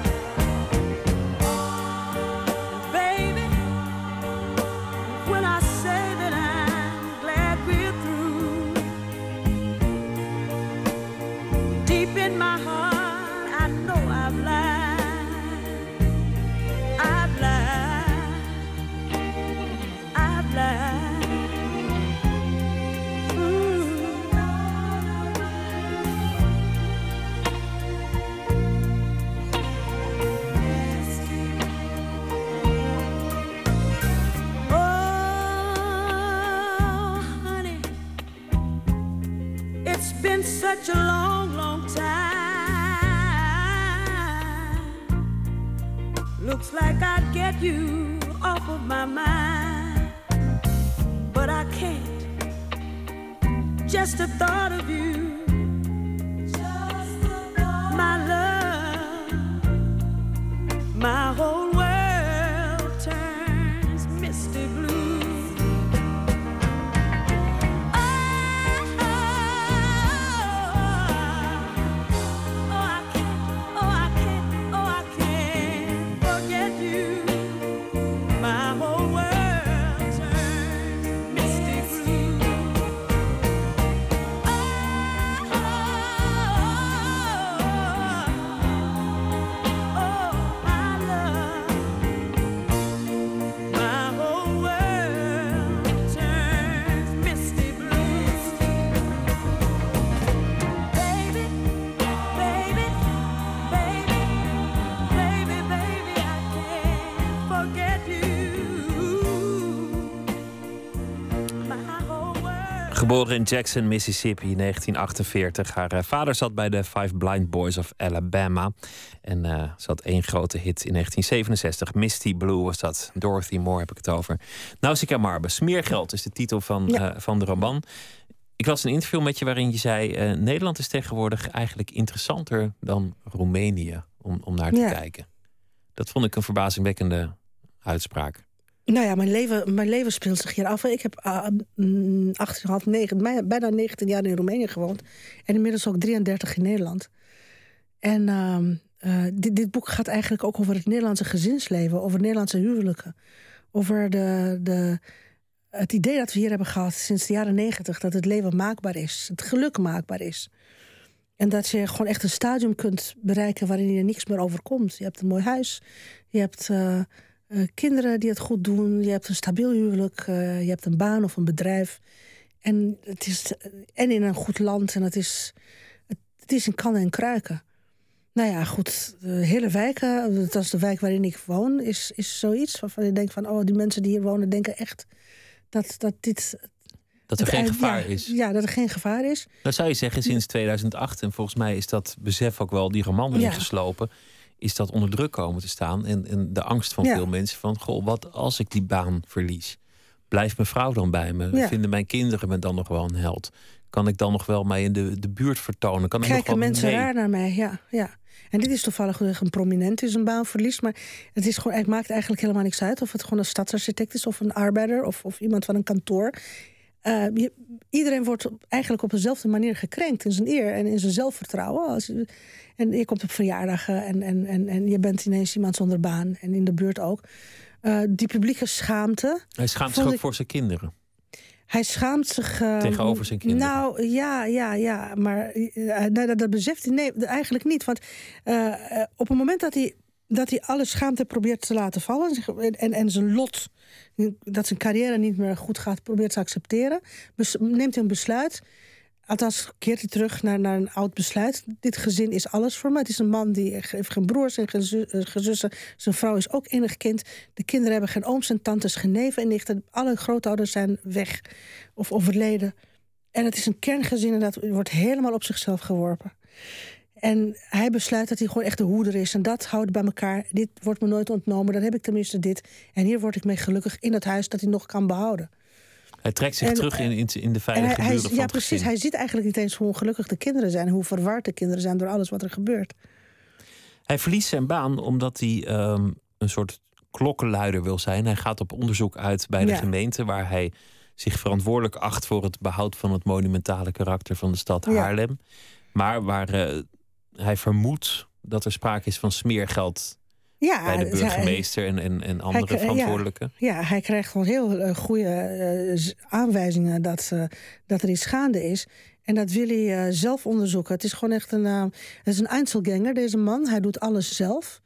such a long, long time. Looks like I'd get you off of my mind, but I can't. Just the thought of you, just the thought. My love, my whole world turns misty blue. Oh, oh, oh, I can't, oh, I can't, oh, I can't forget you. My whole world turns misty blue. Oh, oh, oh, my love, my whole world turns misty blue. Baby, baby, baby, baby, baby, I can't forget you. My whole world. Geboren in Jackson, Mississippi, negentien achtenveertig. Haar eh, vader zat bij de Five Blind Boys of Alabama. En eh, ze had één grote hit in negentien zevenenzestig. Misty Blue was dat. Dorothy Moore heb ik het over. Nausicaa Marbe, Smeergeld is de titel van, Ja. eh, van de roman. Ik las een interview met je waarin je zei... eh, Nederland is tegenwoordig eigenlijk interessanter dan Roemenië om, om naar te Ja. kijken. Dat vond ik een verbazingwekkende uitspraak. Nou ja, mijn leven, mijn leven speelt zich hier af. Ik heb uh, mm, achttien, half negen, mij- bijna negentien jaar in Roemenië gewoond. En inmiddels ook drieëndertig in Nederland. En ehm, eh, dit, dit boek gaat eigenlijk ook over het Nederlandse gezinsleven. Over Nederlandse huwelijken. Over de, de, het idee dat we hier hebben gehad sinds de jaren negentig. Dat het leven maakbaar is. Het geluk maakbaar is. En dat je gewoon echt een stadium kunt bereiken waarin je niks meer overkomt. Je hebt een mooi huis. Je hebt uh, uh, kinderen die het goed doen. Je hebt een stabiel huwelijk. Uh, je hebt een baan of een bedrijf. En het is en in een goed land. En het is, het, het is in kannen en kruiken. Nou ja, goed. De hele wijken, dat is de wijk waarin ik woon, is, is zoiets waarvan je denkt van, oh, die mensen die hier wonen denken echt dat, dat dit... Dat er het geen eind- gevaar ja, is. Ja, dat er geen gevaar is. Dat zou je zeggen sinds tweeduizend acht. En volgens mij is dat besef ook wel die roman erin Ja. geslopen. Is dat onder druk komen te staan. En, en de angst van Ja. veel mensen van... Goh, wat als ik die baan verlies? Blijft mijn vrouw dan bij me? Ja. Vinden mijn kinderen me dan nog wel een held? Kan ik dan nog wel mij in de, de buurt vertonen? Kan ik nog Kijken wel mensen mee? raar naar mij, ja, ja. En dit is toevallig een prominent die zijn baan verliest. Maar het, is gewoon, het maakt eigenlijk helemaal niks uit of het gewoon een stadsarchitect is of een arbeider of, of iemand van een kantoor. Uh, je, iedereen wordt eigenlijk op dezelfde manier gekrenkt in zijn eer en in zijn zelfvertrouwen. Als je, en je komt op verjaardagen en, en, en, en je bent ineens iemand zonder baan en in de buurt ook. Uh, die publieke schaamte. Hij schaamt zich vond ook ik- voor zijn kinderen. Hij schaamt zich... uh, Tegenover zijn kinderen. Nou, ja, ja, ja. Maar uh, nee, dat, dat beseft hij nee, eigenlijk niet. Want uh, uh, op het moment dat hij, dat hij alle schaamte probeert te laten vallen... zich- en, en zijn lot, dat zijn carrière niet meer goed gaat... probeert te accepteren, bes- neemt hij een besluit... Althans, keert hij terug naar, naar een oud besluit. Dit gezin is alles voor me. Het is een man die heeft geen broers en geen zu- eh, geen zussen. Zijn vrouw is ook enig kind. De kinderen hebben geen ooms en tantes, geen neven en nichten. Alle grootouders zijn weg of overleden. En het is een kerngezin en dat wordt helemaal op zichzelf geworpen. En hij besluit dat hij gewoon echt de hoeder is. En dat houdt bij elkaar. Dit wordt me nooit ontnomen. Dan heb ik tenminste dit. En hier word ik mee gelukkig in het huis dat hij nog kan behouden. Hij trekt zich En- terug in, in, in de En veilige hij, hij, buren van ja, het precies. gezin. Hij ziet eigenlijk niet eens hoe ongelukkig de kinderen zijn. Hoe verward de kinderen zijn door alles wat er gebeurt. Hij verliest zijn baan omdat hij ehm, een soort klokkenluider wil zijn. Hij gaat op onderzoek uit bij de Ja. gemeente... waar hij zich verantwoordelijk acht voor het behoud van het monumentale karakter van de stad Ja. Haarlem. Maar waar eh, hij vermoedt dat er sprake is van smeergeld Ja, bij de dus hij- burgemeester en, en, en andere Hij- ja. verantwoordelijken. Ja, hij krijgt gewoon heel uh, goede uh, z- aanwijzingen dat, uh, dat er iets gaande is. En dat wil hij uh, zelf onderzoeken. Het is gewoon echt een, uh, het is een Einzelganger, deze man. Hij doet alles zelf.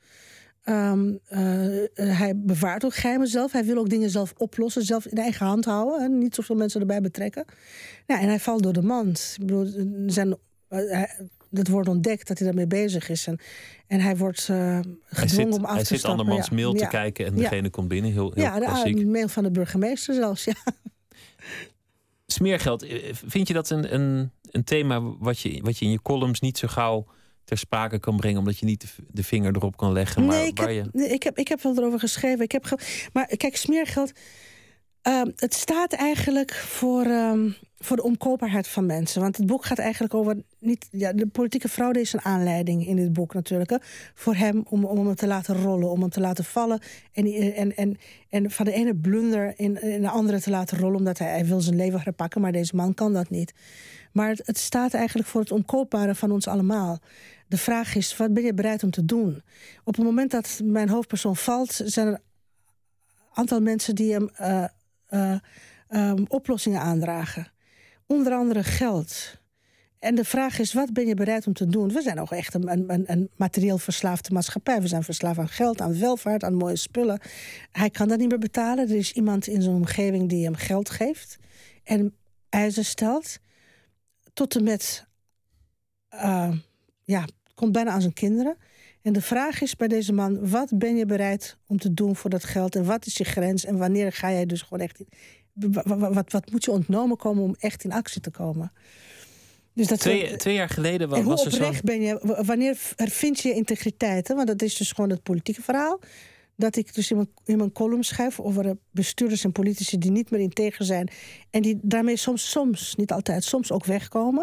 Um, uh, uh, hij bewaart ook geheimen zelf. Hij wil ook dingen zelf oplossen, zelf in eigen hand houden. En niet zoveel mensen erbij betrekken. Ja, en hij valt door de mand. Ik bedoel, er zijn, uh, hij, het wordt ontdekt dat hij daarmee bezig is. En, en hij wordt uh, gedwongen Hij zit, om af hij te zit stappen. andermans Ja. mail te Ja. kijken en Ja. degene komt binnen. Heel, heel Ja, de klassiek. uh, mail van de burgemeester zelfs, ja. Smeergeld, eh, vind je dat een, een, een thema wat je, wat je in je columns niet zo gauw ter sprake kan brengen, omdat je niet de, de vinger erop kan leggen? Maar Nee, ik waar heb, je... nee ik, heb, ik heb wel erover geschreven. Ik heb ge- maar kijk, smeergeld, uh, het staat eigenlijk voor, um, voor de omkoopbaarheid van mensen. Want het boek gaat eigenlijk over... Niet, ja, de politieke fraude is een aanleiding in dit boek natuurlijk. Hè, voor hem om, om hem te laten rollen, om hem te laten vallen. En, en, en, en van de ene blunder in, in de andere te laten rollen, omdat hij, hij wil zijn leven herpakken. Maar deze man kan dat niet. Maar het, het staat eigenlijk voor het omkoopbare van ons allemaal. De vraag is, wat ben je bereid om te doen? Op het moment dat mijn hoofdpersoon valt, zijn er een aantal mensen die hem uh, uh, um, oplossingen aandragen. Onder andere geld. En de vraag is, wat ben je bereid om te doen? We zijn ook echt een, een, een materieel verslaafde maatschappij. We zijn verslaafd aan geld, aan welvaart, aan mooie spullen. Hij kan dat niet meer betalen. Er is iemand in zijn omgeving die hem geld geeft en eisen stelt. Tot en met, uh, ja, komt bijna aan zijn kinderen. En de vraag is bij deze man, wat ben je bereid om te doen voor dat geld? En wat is je grens? En wanneer ga jij dus gewoon echt... In, wat, wat, wat moet je ontnomen komen om echt in actie te komen? Dus dat twee, we, twee jaar geleden was, en hoe was er zo'n... oprecht ben je? Wanneer hervind je je integriteit? Hè? Want dat is dus gewoon het politieke verhaal. Dat ik dus in mijn, in mijn column schrijf over bestuurders en politici die niet meer integer zijn. En die daarmee soms, soms, niet altijd, soms ook wegkomen.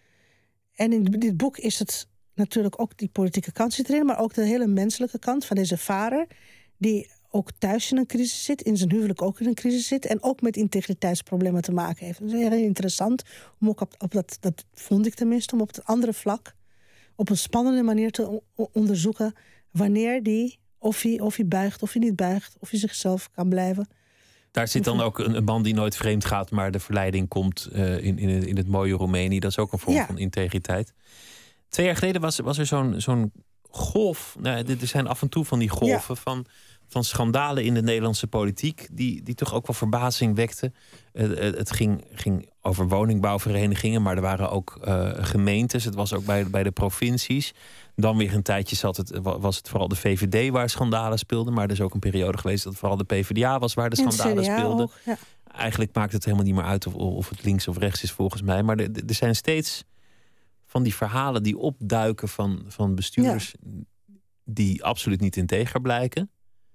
En in dit boek is het natuurlijk ook die politieke kant zit erin, maar ook de hele menselijke kant van deze vader, die ook thuis in een crisis zit, in zijn huwelijk ook in een crisis zit en ook met integriteitsproblemen te maken heeft. Dat is heel interessant om ook op, op dat, dat vond ik tenminste, om op het andere vlak op een spannende manier te o- onderzoeken wanneer die, of hij, of hij buigt, of hij niet buigt, of hij zichzelf kan blijven. Daar zit dan ook een, een man die nooit vreemd gaat, maar de verleiding komt uh, in, in, het, in het mooie Roemenië. Dat is ook een vorm ja. van integriteit. Twee jaar geleden was, was er zo'n, zo'n golf. Nou, er zijn af en toe van die golven ja. van, van schandalen in de Nederlandse politiek, die, die toch ook wel verbazing wekten. Uh, het ging, ging over woningbouwverenigingen, maar er waren ook uh, gemeentes. Het was ook bij, bij de provincies. Dan weer een tijdje zat het, was het vooral de V V D waar schandalen speelden. Maar er is ook een periode geweest dat het vooral de P v d A was waar de schandalen speelden. Ook, ja. Eigenlijk maakt het helemaal niet meer uit of, of het links of rechts is volgens mij. Maar er, er zijn steeds van die verhalen die opduiken van, van bestuurders ja. die absoluut niet integer blijken.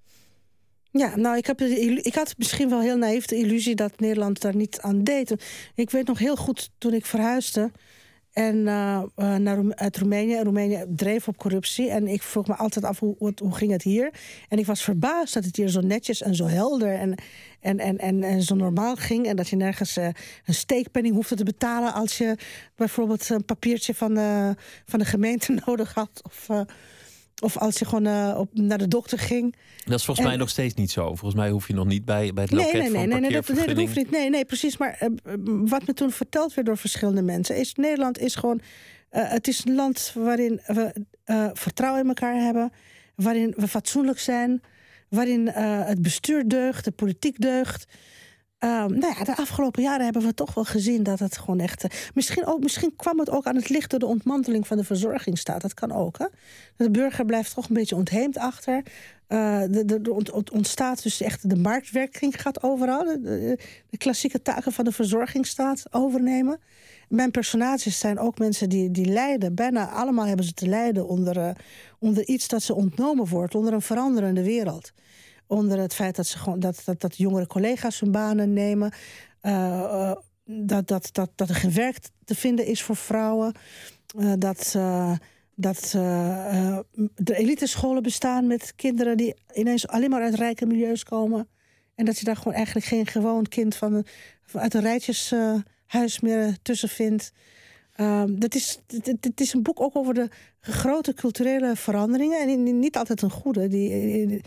Ja, nou, ik, heb, ik had misschien wel heel naïef de illusie dat Nederland daar niet aan deed. Ik weet nog heel goed toen ik verhuisde en uh, uh, naar, uit Roemenië. En Roemenië dreef op corruptie. En ik vroeg me altijd af, hoe, hoe, hoe ging het hier? En ik was verbaasd dat het hier zo netjes en zo helder en, en, en, en, en zo normaal ging. En dat je nergens uh, een steekpenning hoefde te betalen als je bijvoorbeeld een papiertje van, uh, van de gemeente nodig had. Of, uh, of als je gewoon uh, op, naar de dokter ging. Dat is volgens en, mij nog steeds niet zo. Volgens mij hoef je nog niet bij, bij het nee, loket nee, van nee, nee, dat, nee, dat hoeft niet. Nee, nee, precies. Maar uh, wat me toen verteld werd door verschillende mensen is, Nederland is gewoon, uh, het is een land waarin we uh, vertrouwen in elkaar hebben, waarin we fatsoenlijk zijn, waarin uh, het bestuur deugt, de politiek deugt. Uh, nou ja, de afgelopen jaren hebben we toch wel gezien dat het gewoon echt... Uh, misschien, ook, misschien kwam het ook aan het licht door de ontmanteling van de verzorgingsstaat. Dat kan ook, hè? De burger blijft toch een beetje ontheemd achter. Uh, de, de, de ont, ontstaat dus echt de marktwerking gaat overal. De, de, de klassieke taken van de verzorgingsstaat overnemen. Mijn personages zijn ook mensen die, die lijden. Bijna allemaal hebben ze te lijden onder, uh, onder iets dat ze ontnomen wordt. Onder een veranderende wereld. Onder het feit dat, ze gewoon, dat, dat, dat jongere collega's hun banen nemen. Uh, uh, dat, dat, dat, dat er geen werk te vinden is voor vrouwen. Uh, dat uh, dat uh, uh, de elitescholen bestaan met kinderen die ineens alleen maar uit rijke milieus komen. En dat je daar gewoon eigenlijk geen gewoon kind van, van uit een rijtjeshuis uh, meer tussen vindt. Uh, dat is, het is een boek ook over de grote culturele veranderingen. En niet altijd een goede, die in,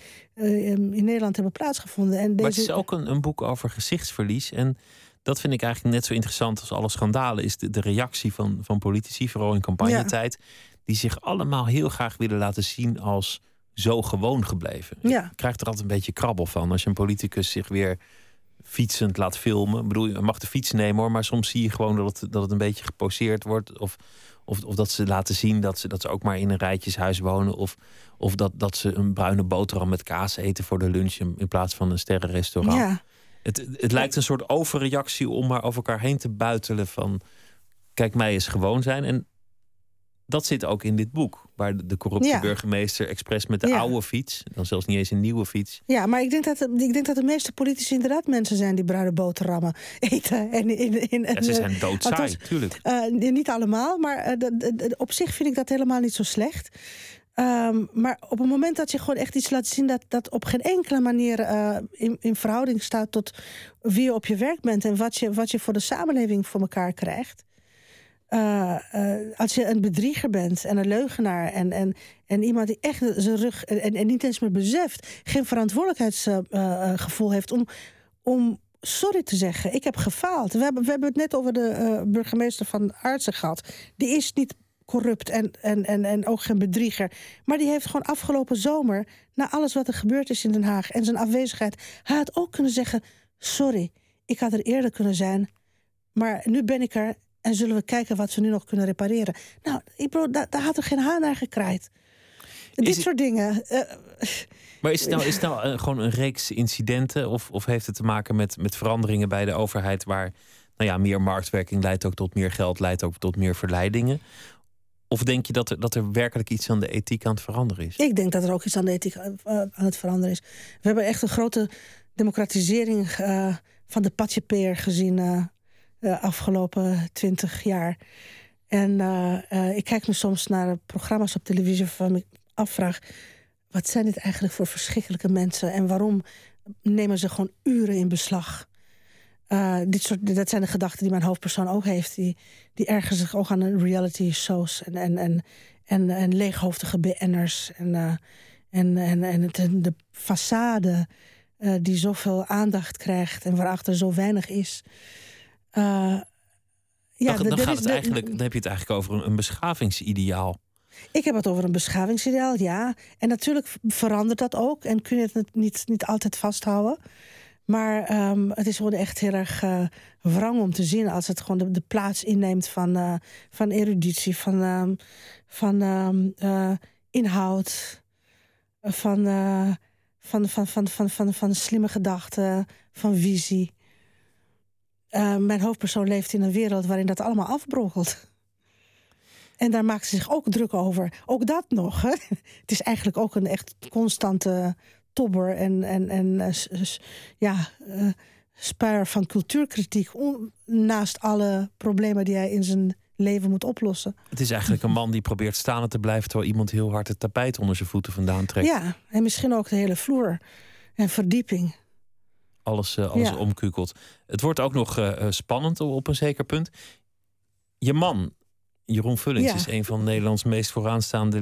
in Nederland hebben plaatsgevonden. En deze... Maar het is ook een, een boek over gezichtsverlies. En dat vind ik eigenlijk net zo interessant als alle schandalen. Is de, de reactie van, van politici, vooral in campagnetijd. Ja. Die zich allemaal heel graag willen laten zien als zo gewoon gebleven. Ja. Je krijgt er altijd een beetje krabbel van. Als je een politicus zich weer fietsend laat filmen. Ik bedoel, je mag de fiets nemen hoor, maar soms zie je gewoon dat het, dat het een beetje geposeerd wordt. Of, of, of dat ze laten zien dat ze, dat ze ook maar in een rijtjeshuis wonen. Of, of dat, dat ze een bruine boterham met kaas eten voor de lunch in, in plaats van een sterrenrestaurant. Ja. Het, het lijkt een soort overreactie om maar over elkaar heen te buitelen van... kijk, mij eens gewoon zijn. En dat zit ook in dit boek. Waar de, de corrupte Ja. burgemeester expres met de Ja. oude fiets... dan zelfs niet eens een nieuwe fiets... Ja, maar ik denk, dat, ik denk dat de meeste politici inderdaad mensen zijn... die bruine boterhammen eten. En, in, in, Ja, ze en, zijn eh, doodsaai, althans, tuurlijk. Uh, niet allemaal, maar uh, de, de, de, op zich vind ik dat helemaal niet zo slecht. Um, maar op het moment dat je gewoon echt iets laat zien... dat, dat op geen enkele manier uh, in, in verhouding staat... tot wie je op je werk bent... en wat je, wat je voor de samenleving voor elkaar krijgt... Uh, uh, als je een bedrieger bent en een leugenaar... en, en, en iemand die echt zijn rug en, en niet eens meer beseft... geen verantwoordelijkheidsgevoel uh, uh, heeft om... om sorry te zeggen, ik heb gefaald. We hebben, we hebben het net over de uh, burgemeester van Aartsen gehad. Die is niet corrupt en, en, en, en ook geen bedrieger. Maar die heeft gewoon afgelopen zomer... na alles wat er gebeurd is in Den Haag en zijn afwezigheid... hij had ook kunnen zeggen... sorry, ik had er eerder kunnen zijn... maar nu ben ik er en zullen we kijken wat we nu nog kunnen repareren. Nou, ik bedoel, daar, daar had er geen haan naar gekraaid. Dit het... soort dingen... Uh, Maar is het nou, is het nou uh, gewoon een reeks incidenten... Of, of heeft het te maken met, met veranderingen bij de overheid... waar nou ja, meer marktwerking leidt ook tot meer geld... leidt ook tot meer verleidingen? Of denk je dat er, dat er werkelijk iets aan de ethiek aan het veranderen is? Ik denk dat er ook iets aan de ethiek uh, aan het veranderen is. We hebben echt een grote democratisering uh, van de patjepeer gezien... Uh, de afgelopen twintig jaar. En uh, uh, ik kijk me soms naar programma's op televisie... waarvan ik afvraag... wat zijn dit eigenlijk voor verschrikkelijke mensen... en waarom nemen ze gewoon uren in beslag? Uh, dit soort, dat zijn de gedachten die mijn hoofdpersoon ook heeft. Die, die ergeren zich ook aan de reality shows... en, en, en, en, en leeghoofdige B N'ers. En, uh, en, en, en het, de façade uh, die zoveel aandacht krijgt... en waarachter zo weinig is... Uh, ja, dan, dan, er gaat is, het eigenlijk, dan heb je het eigenlijk over een, een beschavingsideaal. Ik heb het over een beschavingsideaal, ja. En natuurlijk verandert dat ook. En kun je het niet, niet altijd vasthouden. Maar um, het is gewoon echt heel erg uh, wrang om te zien... als het gewoon de, de plaats inneemt van, uh, van eruditie, van, um, van um, uh, inhoud... Van, uh, van, van, van, van, van, van slimme gedachten, van visie... Uh, mijn hoofdpersoon leeft in een wereld waarin dat allemaal afbrokkelt. En daar maakt ze zich ook druk over. Ook dat nog. Hè? Het is eigenlijk ook een echt constante tobber... en, en, en uh, s- ja, uh, spuier van cultuurkritiek... On, naast alle problemen die hij in zijn leven moet oplossen. Het is eigenlijk een man die probeert staande te blijven... terwijl iemand heel hard het tapijt onder zijn voeten vandaan trekt. Ja, en misschien ook de hele vloer en verdieping. Alles, uh, alles Ja. omkukelt. Het wordt ook nog uh, spannend op een zeker punt. Je man, Jeroen Vullings, Ja. is een van Nederlands meest vooraanstaande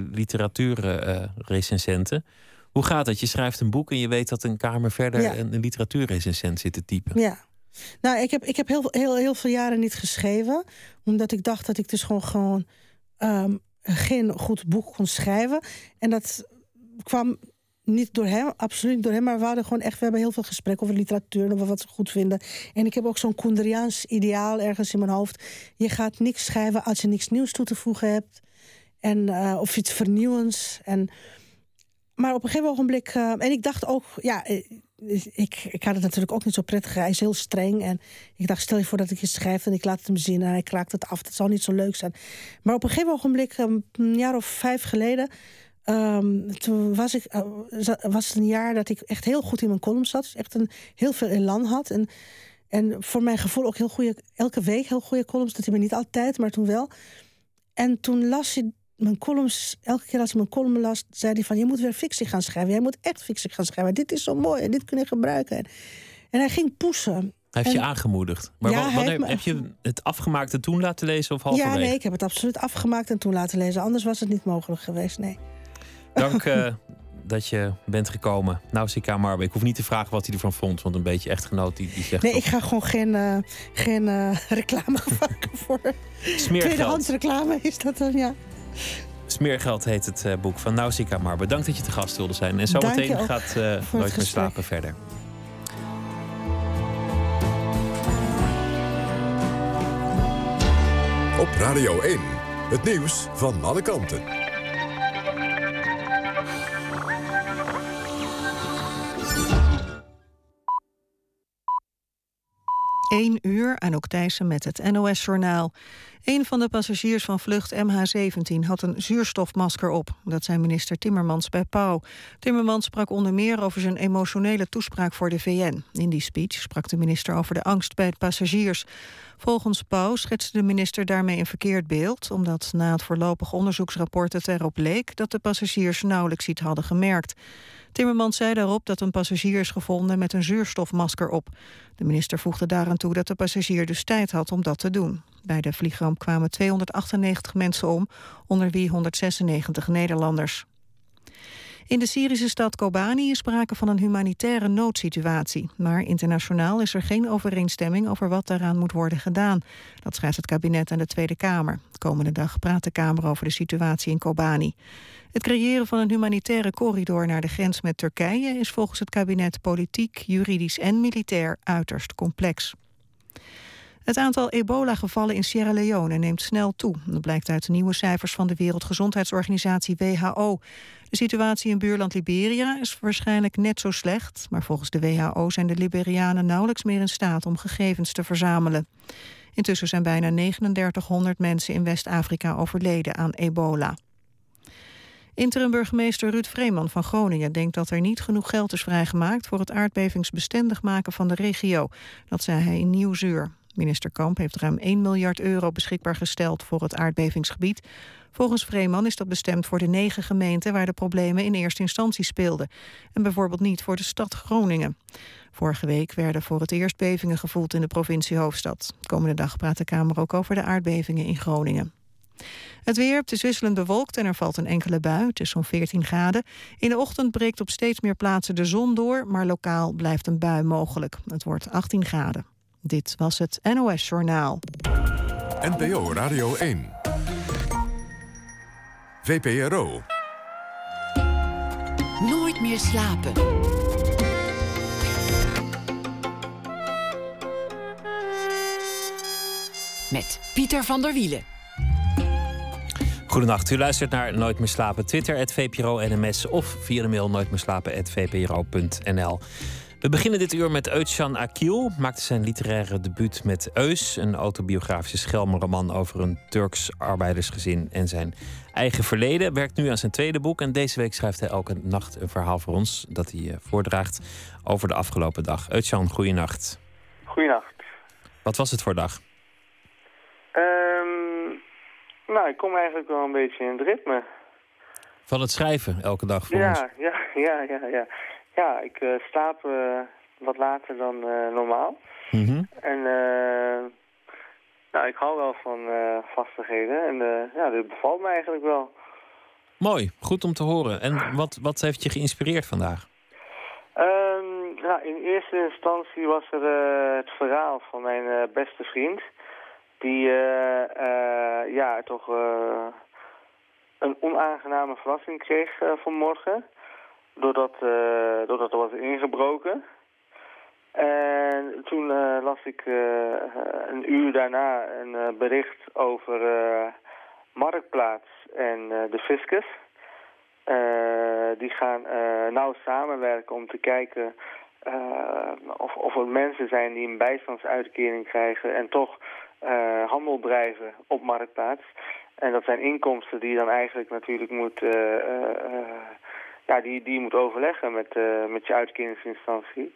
literatuurrecensenten. Hoe gaat het? Je schrijft een boek en je weet dat een kamer verder... Ja. een, een literatuurrecensent zit te typen. Ja. Nou, ik heb, ik heb heel, heel, heel veel jaren niet geschreven. Omdat ik dacht dat ik dus gewoon, gewoon um, geen goed boek kon schrijven. En dat kwam... niet door hem, absoluut niet door hem, maar we hadden gewoon echt, we hebben heel veel gesprekken over literatuur en over wat ze goed vinden. En ik heb ook zo'n Kunderiaans ideaal ergens in mijn hoofd. Je gaat niks schrijven als je niks nieuws toe te voegen hebt. En, uh, of iets vernieuwends. En, maar op een gegeven ogenblik, uh, en ik dacht ook, ja, ik, ik had het natuurlijk ook niet zo prettig. Hij is heel streng. En ik dacht, stel je voor dat ik iets schrijf en ik laat het hem zien en hij kraakt het af. Dat zou niet zo leuk zijn. Maar op een gegeven ogenblik, um, een jaar of vijf geleden, Um, toen was, ik, uh, was het een jaar dat ik echt heel goed in mijn column zat. Dus echt een, heel veel elan had. En, en voor mijn gevoel ook heel goede, elke week heel goede columns. Dat hij me niet altijd, maar toen wel. En toen las hij mijn columns. Elke keer als hij mijn column las, zei hij van... je moet weer fictie gaan schrijven. Jij moet echt fictie gaan schrijven. Dit is zo mooi en dit kun je gebruiken. En, en hij ging pushen. Hij heeft en, je aangemoedigd. Maar ja, wanneer, me, heb je het afgemaakt en toen laten lezen of halverwege? Ja, nee, ik heb het absoluut afgemaakt en toen laten lezen. Anders was het niet mogelijk geweest, nee. Dank uh, dat je bent gekomen. Nausicaa Marbe. Ik hoef niet te vragen wat hij ervan vond. Want een beetje echtgenoot die, die zegt... Nee, toch... ik ga gewoon geen, uh, geen uh, reclame maken voor... Smeergeld. Tweedehands reclame is dat dan, ja. Smeergeld heet het uh, boek van Nausicaa Marbe. Dank dat je te gast wilde zijn. En zometeen gaat uh, Nooit meer slapen verder. Op Radio één, het nieuws van alle kanten. één uur, Anouk Thijssen met het N O S-journaal. Een van de passagiers van vlucht M H zeventien had een zuurstofmasker op. Dat zei minister Timmermans bij Pauw. Timmermans sprak onder meer over zijn emotionele toespraak voor de V N. In die speech sprak de minister over de angst bij de passagiers. Volgens Pauw schetste de minister daarmee een verkeerd beeld, omdat na het voorlopig onderzoeksrapport het erop leek dat de passagiers nauwelijks iets hadden gemerkt. Timmermans zei daarop dat een passagier is gevonden met een zuurstofmasker op. De minister voegde daaraan toe dat de passagier dus tijd had om dat te doen. Bij de vliegramp kwamen tweehonderdachtennegentig mensen om, onder wie honderdzesennegentig Nederlanders. In de Syrische stad Kobani is sprake van een humanitaire noodsituatie. Maar internationaal is er geen overeenstemming over wat daaraan moet worden gedaan. Dat schrijft het kabinet aan de Tweede Kamer. De komende dag praat de Kamer over de situatie in Kobani. Het creëren van een humanitaire corridor naar de grens met Turkije is volgens het kabinet politiek, juridisch en militair uiterst complex. Het aantal ebola-gevallen in Sierra Leone neemt snel toe. Dat blijkt uit de nieuwe cijfers van de Wereldgezondheidsorganisatie W H O. De situatie in buurland Liberia is waarschijnlijk net zo slecht, maar volgens de W H O zijn de Liberianen nauwelijks meer in staat om gegevens te verzamelen. Intussen zijn bijna negenendertighonderd mensen in West-Afrika overleden aan ebola. Interim-burgemeester Ruud Vreeman van Groningen denkt dat er niet genoeg geld is vrijgemaakt voor het aardbevingsbestendig maken van de regio. Dat zei hij in Nieuwsuur. Minister Kamp heeft ruim één miljard euro beschikbaar gesteld voor het aardbevingsgebied. Volgens Vreeman is dat bestemd voor de negen gemeenten waar de problemen in eerste instantie speelden. En bijvoorbeeld niet voor de stad Groningen. Vorige week werden voor het eerst bevingen gevoeld in de provinciehoofdstad. Komende dag praat de Kamer ook over de aardbevingen in Groningen. Het weer, het is wisselend bewolkt en er valt een enkele bui. Het is zo'n veertien graden. In de ochtend breekt op steeds meer plaatsen de zon door, maar lokaal blijft een bui mogelijk. Het wordt achttien graden. Dit was het N O S-journaal. N P O Radio één. V P R O. Nooit meer slapen. Met Pieter van der Wielen. Goedenacht, u luistert naar Nooit meer slapen. Twitter, at V P R O N M S of via de mail nooitmeerslapen at v p r o punt n l. We beginnen dit uur met Özcan Akil. Maakte zijn literaire debuut met Eus, een autobiografische schelmenroman over een Turks arbeidersgezin en zijn eigen verleden. Werkt nu aan zijn tweede boek en deze week schrijft hij elke nacht een verhaal voor ons dat hij uh, voordraagt over de afgelopen dag. Özcan, goeienacht. Goeienacht. Wat was het voor dag? Um, nou, ik kom eigenlijk wel een beetje in het ritme. Van het schrijven elke dag voor ja, ons? Ja, ja, ja, ja. Ja, ik uh, slaap uh, wat later dan uh, normaal. Mm-hmm. En uh, nou, ik hou wel van uh, vastigheden. En uh, ja, dit bevalt me eigenlijk wel. Mooi, goed om te horen. En wat, wat heeft je geïnspireerd vandaag? Um, nou, in eerste instantie was er uh, het verhaal van mijn uh, beste vriend. Die uh, uh, ja, toch uh, een onaangename verrassing kreeg uh, vanmorgen. Doordat, uh, doordat er was ingebroken. En toen uh, las ik uh, een uur daarna een uh, bericht over uh, Marktplaats en uh, de fiscus. Uh, die gaan uh, nauw samenwerken om te kijken uh, of, of er mensen zijn die een bijstandsuitkering krijgen en toch uh, handel drijven op Marktplaats. En dat zijn inkomsten die je dan eigenlijk natuurlijk moet... Uh, uh, uh, Ja, die, die je moet overleggen met, uh, met je uitkeringsinstantie.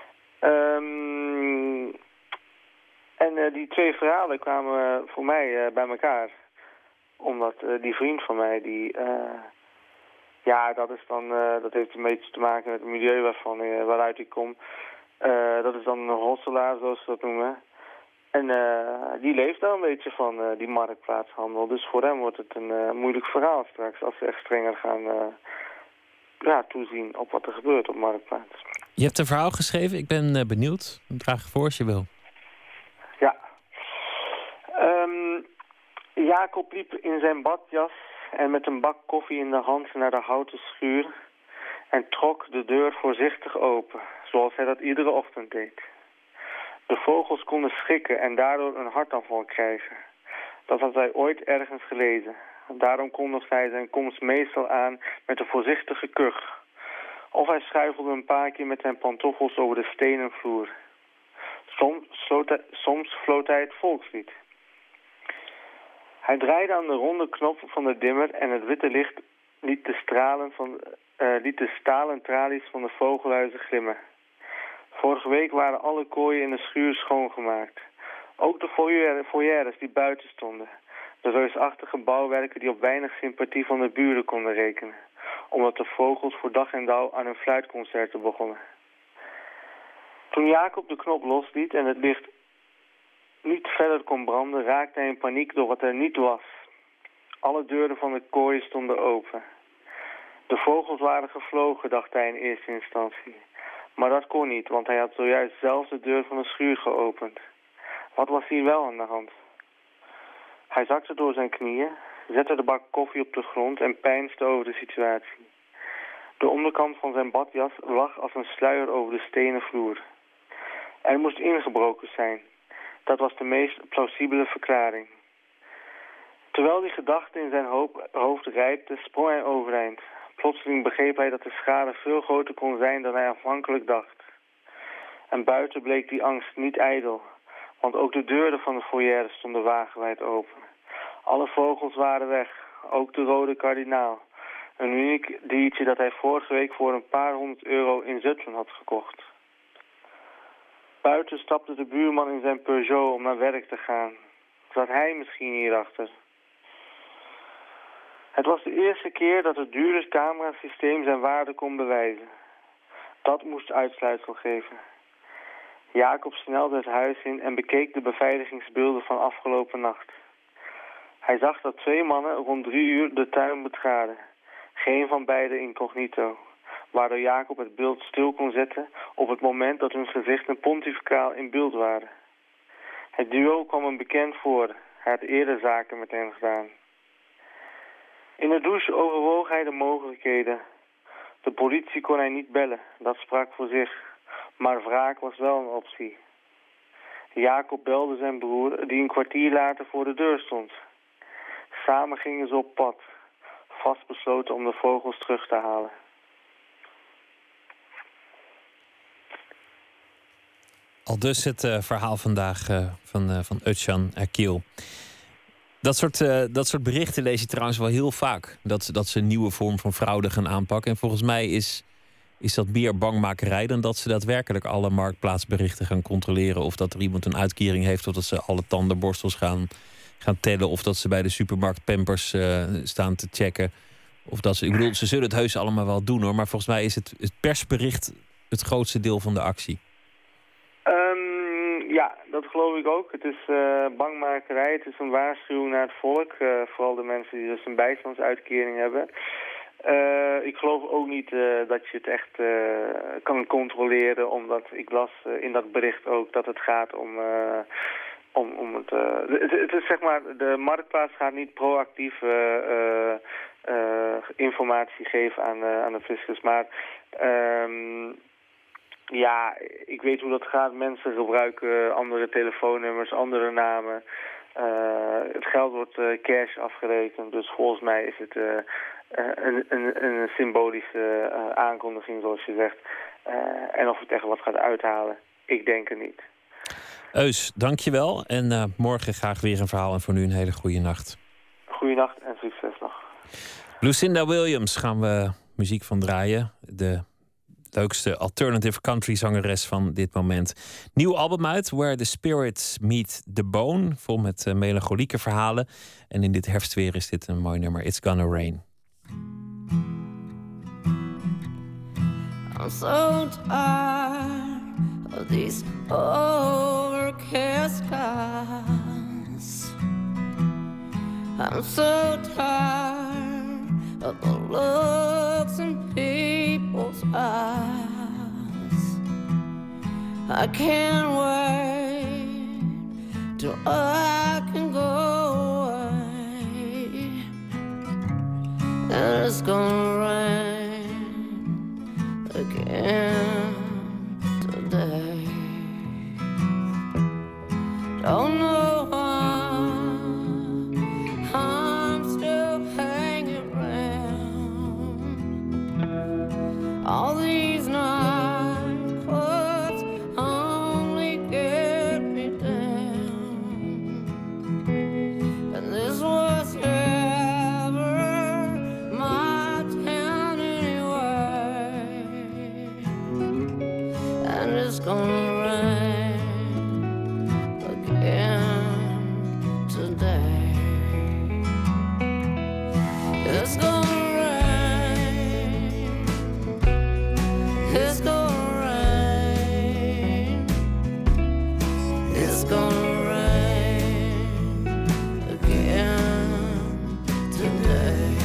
Um, en uh, die twee verhalen kwamen voor mij uh, bij elkaar. Omdat uh, die vriend van mij, die... Uh, ja, dat is dan... Uh, dat heeft een beetje te maken met het milieu waarvan, uh, waaruit ik kom. Uh, dat is dan een hosselaar, zoals ze dat noemen. En uh, die leeft dan een beetje van uh, die marktplaatshandel. Dus voor hem wordt het een uh, moeilijk verhaal straks, als ze echt strenger gaan... Uh, Ja, toezien op wat er gebeurt op Marktplaats. Je hebt een verhaal geschreven. Ik ben uh, benieuwd. Draag voor als je wil. Ja. Um, Jacob liep in zijn badjas en met een bak koffie in de hand naar de houten schuur en trok de deur voorzichtig open, zoals hij dat iedere ochtend deed. De vogels konden schrikken en daardoor een hartaanval krijgen. Dat had hij ooit ergens gelezen. Daarom kondigde hij zijn komst meestal aan met een voorzichtige kuch. Of hij schuifelde een paar keer met zijn pantoffels over de stenen vloer. Soms floot hij, soms floot hij het volkslied. Hij draaide aan de ronde knop van de dimmer en het witte licht liet de, stralen van, uh, liet de stalen tralies van de vogelhuizen glimmen. Vorige week waren alle kooien in de schuur schoongemaakt. Ook de foyer, foyeres die buiten stonden. De reusachtige bouwwerken die op weinig sympathie van de buren konden rekenen. Omdat de vogels voor dag en dauw aan hun fluitconcerten begonnen. Toen Jacob de knop losliet en het licht niet verder kon branden, raakte hij in paniek door wat er niet was. Alle deuren van de kooien stonden open. De vogels waren gevlogen, dacht hij in eerste instantie. Maar dat kon niet, want hij had zojuist zelf de deur van de schuur geopend. Wat was hier wel aan de hand? Hij zakte door zijn knieën, zette de bak koffie op de grond en peinsde over de situatie. De onderkant van zijn badjas lag als een sluier over de stenen vloer. Er moest ingebroken zijn. Dat was de meest plausibele verklaring. Terwijl die gedachte in zijn hoofd rijpte, sprong hij overeind. Plotseling begreep hij dat de schade veel groter kon zijn dan hij afhankelijk dacht. En buiten bleek die angst niet ijdel, want ook de deuren van de foyer stonden wagenwijd open. Alle vogels waren weg, ook de rode kardinaal. Een uniek diertje dat hij vorige week voor een paar honderd euro in Zutphen had gekocht. Buiten stapte de buurman in zijn Peugeot om naar werk te gaan. Zat hij misschien hierachter? Het was de eerste keer dat het dure camerasysteem zijn waarde kon bewijzen. Dat moest uitsluitsel geven. Jacob snelde het huis in en bekeek de beveiligingsbeelden van afgelopen nacht. Hij zag dat twee mannen rond drie uur de tuin betraden. Geen van beiden incognito, waardoor Jacob het beeld stil kon zetten op het moment dat hun gezichten pontificaal in beeld waren. Het duo kwam hem bekend voor. Hij had eerder zaken met hen gedaan. In de douche overwoog hij de mogelijkheden. De politie kon hij niet bellen, dat sprak voor zich. Maar wraak was wel een optie. Jacob belde zijn broer, die een kwartier later voor de deur stond. Samen gingen ze op pad, vastbesloten om de vogels terug te halen. Al dus het uh, verhaal vandaag uh, van, uh, van Özcan Erkil. Dat soort, uh, dat soort berichten lees je trouwens wel heel vaak. Dat, dat ze een nieuwe vorm van fraude gaan aanpakken. En volgens mij is, is dat meer bangmakerij dan dat ze daadwerkelijk alle marktplaatsberichten gaan controleren. Of dat er iemand een uitkering heeft, of dat ze alle tandenborstels gaan, gaan tellen. Of dat ze bij de supermarkt Pampers uh, staan te checken. Of dat ze, ik bedoel, ze zullen het heus allemaal wel doen hoor. Maar volgens mij is het, het persbericht het grootste deel van de actie. Um, ja, dat geloof ik ook. Het is uh, bangmakerij, het is een waarschuwing naar het volk. Uh, vooral de mensen die dus een bijstandsuitkering hebben. Uh, ik geloof ook niet uh, dat je het echt uh, kan controleren. Omdat ik las uh, in dat bericht ook dat het gaat om... Uh, om, om het, uh, het, het is zeg maar, de marktplaats gaat niet proactief uh, uh, uh, informatie geven aan, uh, aan de fiscus. Maar... Um, Ja, ik weet hoe dat gaat. Mensen gebruiken andere telefoonnummers, andere namen. Uh, het geld wordt uh, cash afgerekend. Dus volgens mij is het uh, een, een, een symbolische uh, aankondiging, zoals je zegt. Uh, en of het echt wat gaat uithalen, ik denk het niet. Eus, dankjewel. En uh, morgen graag weer een verhaal. En voor nu een hele goede nacht. Goeienacht en succes nog. Lucinda Williams gaan we muziek van draaien. De leukste alternative country zangeres van dit moment. Nieuw album uit, Where the Spirits Meet the Bone. Vol met uh, melancholieke verhalen. En in dit herfstweer is dit een mooi nummer. It's Gonna Rain. I'm so tired of these overcast skies. I'm so tired of the looks in people's eyes. I can't wait till I can go away. And it's gonna rain again today. Don't know why I'm still hanging around. All these nightclubs only get me gonna rain again today.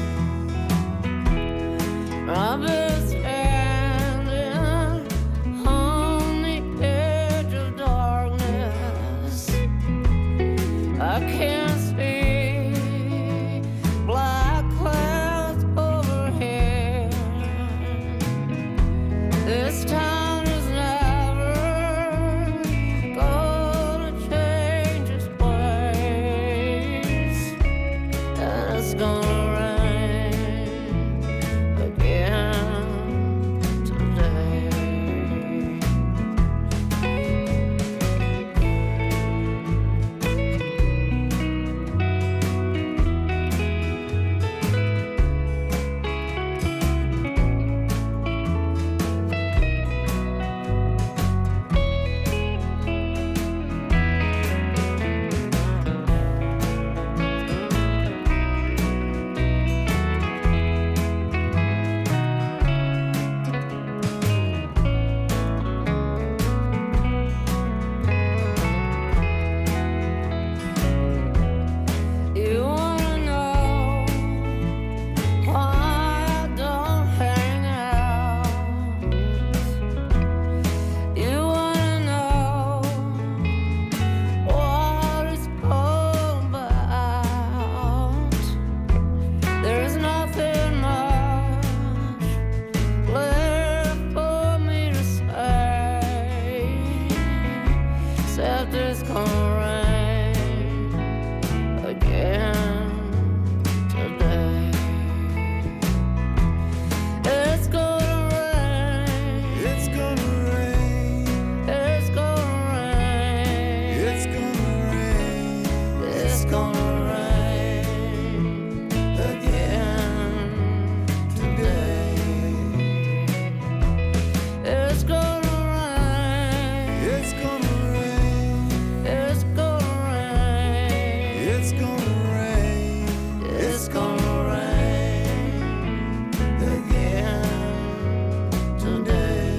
I've been standing on the edge of darkness. I can't see black clouds overhead. This town is never gonna change its ways, and it's gonna rain again today. You wanna know why I don't hang out? You wanna know what it's all about? There's nothing much left for me to say, except it's gonna rain again today. It's gonna rain. It's gonna rain. It's gonna rain. It's gonna rain. It's gonna rain again today. It's gonna rain. It's gonna rain. It's gonna rain. It's gonna rain. It's gonna rain again today.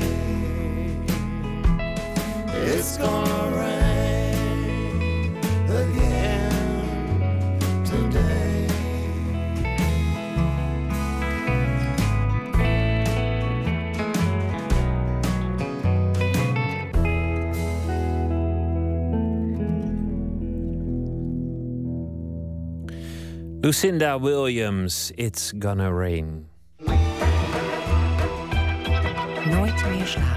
It's gonna rain again today. Lucinda Williams, It's Gonna Rain. Nooit meer slapen.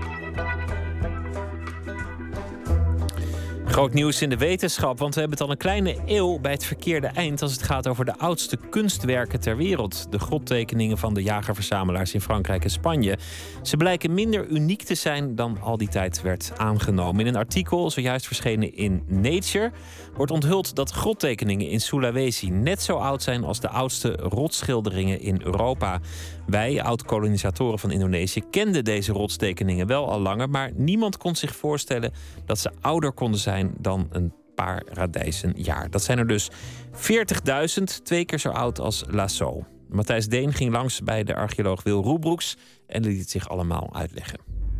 Groot nieuws in de wetenschap, want we hebben het al een kleine eeuw bij het verkeerde eind als het gaat over de oudste kunstwerken ter wereld. De grottekeningen van de jagerverzamelaars in Frankrijk en Spanje. Ze blijken minder uniek te zijn dan al die tijd werd aangenomen. In een artikel, zojuist verschenen in Nature, wordt onthuld dat grottekeningen in Sulawesi net zo oud zijn als de oudste rotsschilderingen in Europa. Wij, oud-kolonisatoren van Indonesië, kenden deze rotstekeningen wel al langer, maar niemand kon zich voorstellen dat ze ouder konden zijn dan een paar radijzen jaar. Dat zijn er dus veertigduizend, twee keer zo oud als Lascaux. Matthijs Deen ging langs bij de archeoloog Wil Roebroeks en liet het zich allemaal uitleggen.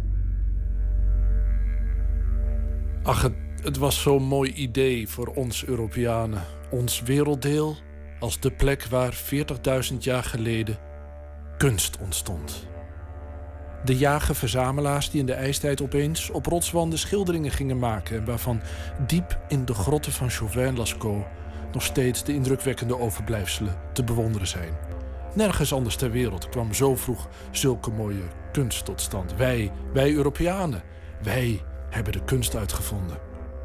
Ach, het, het was zo'n mooi idee voor ons Europeanen. Ons werelddeel als de plek waar veertigduizend jaar geleden kunst ontstond. De jager-verzamelaars die in de ijstijd opeens op rotswanden schilderingen gingen maken en waarvan diep in de grotten van Chauvet-Lascaux nog steeds de indrukwekkende overblijfselen te bewonderen zijn. Nergens anders ter wereld kwam zo vroeg zulke mooie kunst tot stand. Wij, wij Europeanen, wij hebben de kunst uitgevonden.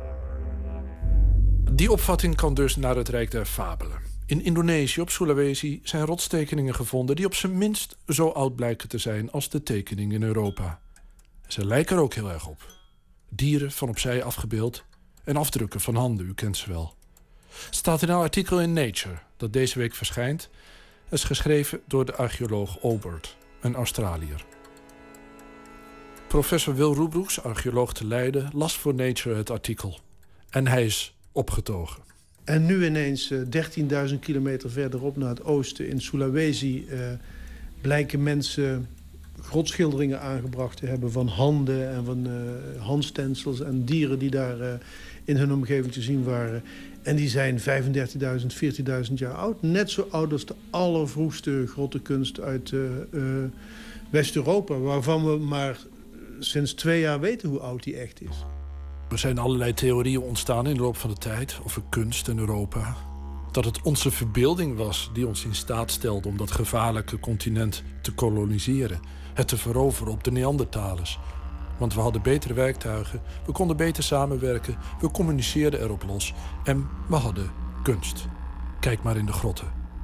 Die opvatting kan dus naar het Rijk der Fabelen. In Indonesië, op Sulawesi, zijn rotstekeningen gevonden die op zijn minst zo oud blijken te zijn als de tekeningen in Europa. Ze lijken er ook heel erg op. Dieren van opzij afgebeeld en afdrukken van handen, u kent ze wel. Het staat in een artikel in Nature dat deze week verschijnt. Het is geschreven door de archeoloog Obert, een Australiër. Professor Wil Roebroeks, archeoloog te Leiden, las voor Nature het artikel. En hij is opgetogen. En nu ineens uh, dertienduizend kilometer verderop naar het oosten in Sulawesi uh, blijken mensen grotschilderingen aangebracht te hebben van handen en van uh, handstensels en dieren die daar uh, in hun omgeving te zien waren. En die zijn vijfendertigduizend, veertigduizend jaar oud. Net zo oud als de allervroegste grottenkunst uit uh, uh, West-Europa, waarvan we maar sinds twee jaar weten hoe oud die echt is. Er zijn allerlei theorieën ontstaan in de loop van de tijd over kunst in Europa. Dat het onze verbeelding was die ons in staat stelde om dat gevaarlijke continent te koloniseren. Het te veroveren op de Neandertalers. Want we hadden betere werktuigen, we konden beter samenwerken, we communiceerden erop los en we hadden kunst. Kijk maar in de grotten.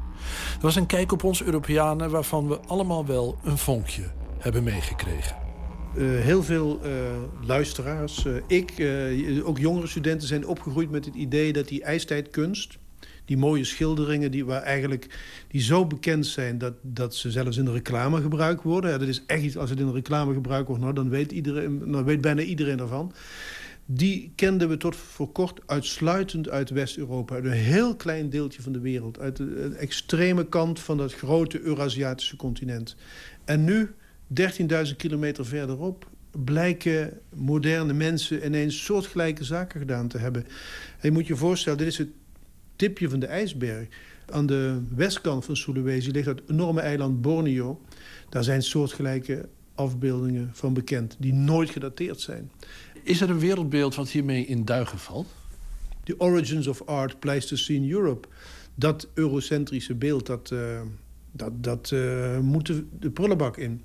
Er was een kijk op ons Europeanen waarvan we allemaal wel een vonkje hebben meegekregen. Uh, heel veel uh, luisteraars, uh, ik, uh, ook jongere studenten zijn opgegroeid met het idee dat die ijstijdkunst, die mooie schilderingen die, waar eigenlijk, die zo bekend zijn dat, dat ze zelfs in de reclame gebruikt worden. Ja, dat is echt iets, als het in de reclame gebruikt wordt, nou, dan, weet iedereen, dan weet bijna iedereen ervan. Die kenden we tot voor kort uitsluitend uit West-Europa. Uit een heel klein deeltje van de wereld. Uit de, de extreme kant van dat grote Eurasiatische continent. En nu, dertienduizend kilometer verderop, blijken moderne mensen ineens soortgelijke zaken gedaan te hebben. En je moet je voorstellen, dit is het tipje van de ijsberg. Aan de westkant van Sulawesi ligt het enorme eiland Borneo. Daar zijn soortgelijke afbeeldingen van bekend, die nooit gedateerd zijn. Is er een wereldbeeld wat hiermee in duigen valt? The Origins of Art, Pleistocene Europe. Dat eurocentrische beeld, dat, uh, dat, dat uh, moet de, de prullenbak in.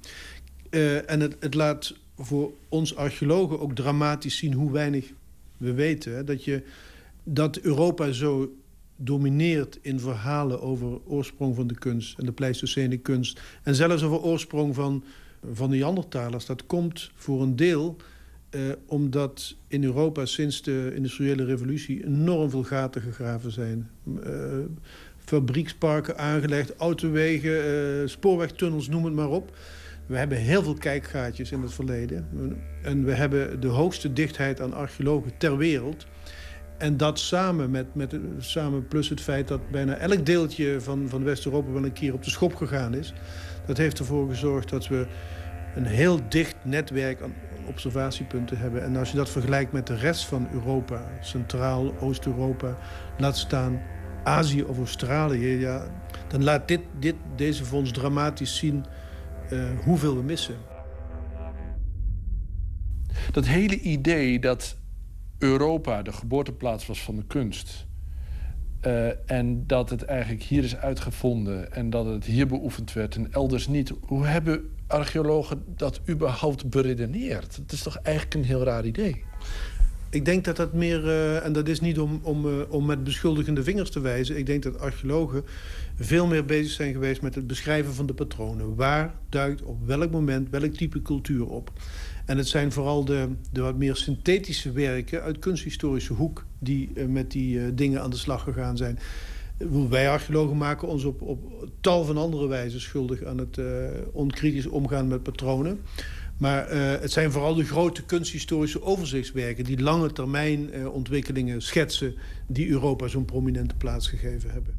Uh, en het, het laat voor ons archeologen ook dramatisch zien hoe weinig we weten. Hè? Dat, je, dat Europa zo domineert in verhalen over oorsprong van de kunst en de Pleistocene kunst. En zelfs over oorsprong van, van de Neandertalers. Dat komt voor een deel uh, omdat in Europa sinds de industriële revolutie enorm veel gaten gegraven zijn. Uh, fabrieksparken aangelegd, autowegen, uh, spoorwegtunnels, noem het maar op. We hebben heel veel kijkgaatjes in het verleden. En we hebben de hoogste dichtheid aan archeologen ter wereld. En dat samen, met, met, samen plus het feit dat bijna elk deeltje van, van West-Europa wel een keer op de schop gegaan is. Dat heeft ervoor gezorgd dat we een heel dicht netwerk aan observatiepunten hebben. En als je dat vergelijkt met de rest van Europa, Centraal, Oost-Europa, laat staan Azië of Australië, ja, dan laat dit, dit, deze vondst dramatisch zien uh, hoeveel we missen. Dat hele idee dat Europa de geboorteplaats was van de kunst. Uh, en dat het eigenlijk hier is uitgevonden en dat het hier beoefend werd en elders niet. Hoe hebben archeologen dat überhaupt beredeneerd? Het is toch eigenlijk een heel raar idee? Ik denk dat dat meer, uh, en dat is niet om, om, uh, om met beschuldigende vingers te wijzen. Ik denk dat archeologen veel meer bezig zijn geweest met het beschrijven van de patronen. Waar duikt op welk moment welk type cultuur op? En het zijn vooral de, de wat meer synthetische werken uit kunsthistorische hoek die uh, met die uh, dingen aan de slag gegaan zijn. Wij archeologen maken ons op, op tal van andere wijzen schuldig aan het uh, onkritisch omgaan met patronen. Maar uh, het zijn vooral de grote kunsthistorische overzichtswerken die lange termijn uh, ontwikkelingen schetsen die Europa zo'n prominente plaats gegeven hebben.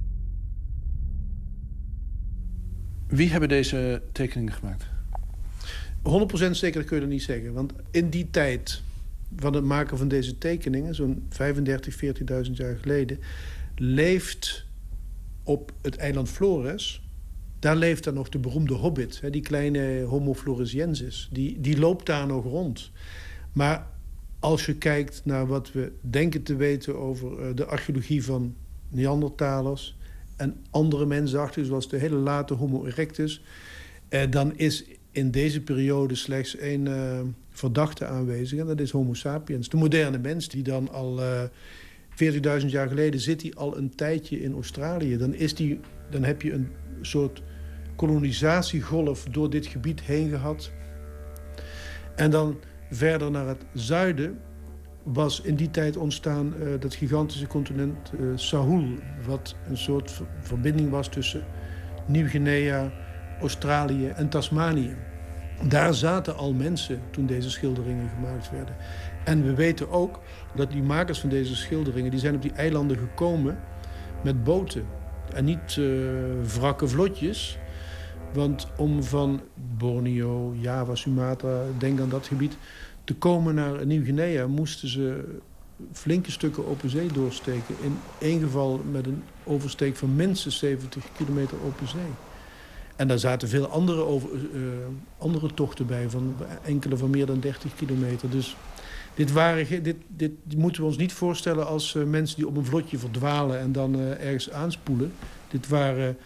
Wie hebben deze tekeningen gemaakt? honderd procent zeker kun je dat niet zeggen. Want in die tijd van het maken van deze tekeningen, zo'n vijfendertig, veertigduizend jaar geleden, leeft op het eiland Flores, daar leeft dan nog de beroemde hobbit, die kleine Homo floresiensis. Die, die loopt daar nog rond. Maar als je kijkt naar wat we denken te weten over de archeologie van Neandertalers en andere mensenarten, zoals de hele late Homo erectus, dan is in deze periode slechts één uh, verdachte aanwezig. En dat is Homo sapiens. De moderne mens die dan al uh, veertigduizend jaar geleden zit hij al een tijdje in Australië. Dan, is die, dan heb je een soort kolonisatiegolf door dit gebied heen gehad. En dan verder naar het zuiden was in die tijd ontstaan uh, dat gigantische continent uh, Sahul. Wat een soort verbinding was tussen Nieuw-Guinea, Australië en Tasmanië. Daar zaten al mensen toen deze schilderingen gemaakt werden. En we weten ook dat die makers van deze schilderingen, die zijn op die eilanden gekomen met boten. En niet uh, wrakke vlotjes, Want om van Borneo, Java, Sumatra, denk aan dat gebied, te komen naar Nieuw-Guinea moesten ze flinke stukken open zee doorsteken. In één geval met een oversteek van minstens zeventig kilometer open zee. En daar zaten veel andere, over, uh, andere tochten bij, van enkele van meer dan dertig kilometer. Dus dit, waren, dit, dit moeten we ons niet voorstellen als uh, mensen die op een vlotje verdwalen en dan uh, ergens aanspoelen. Dit waren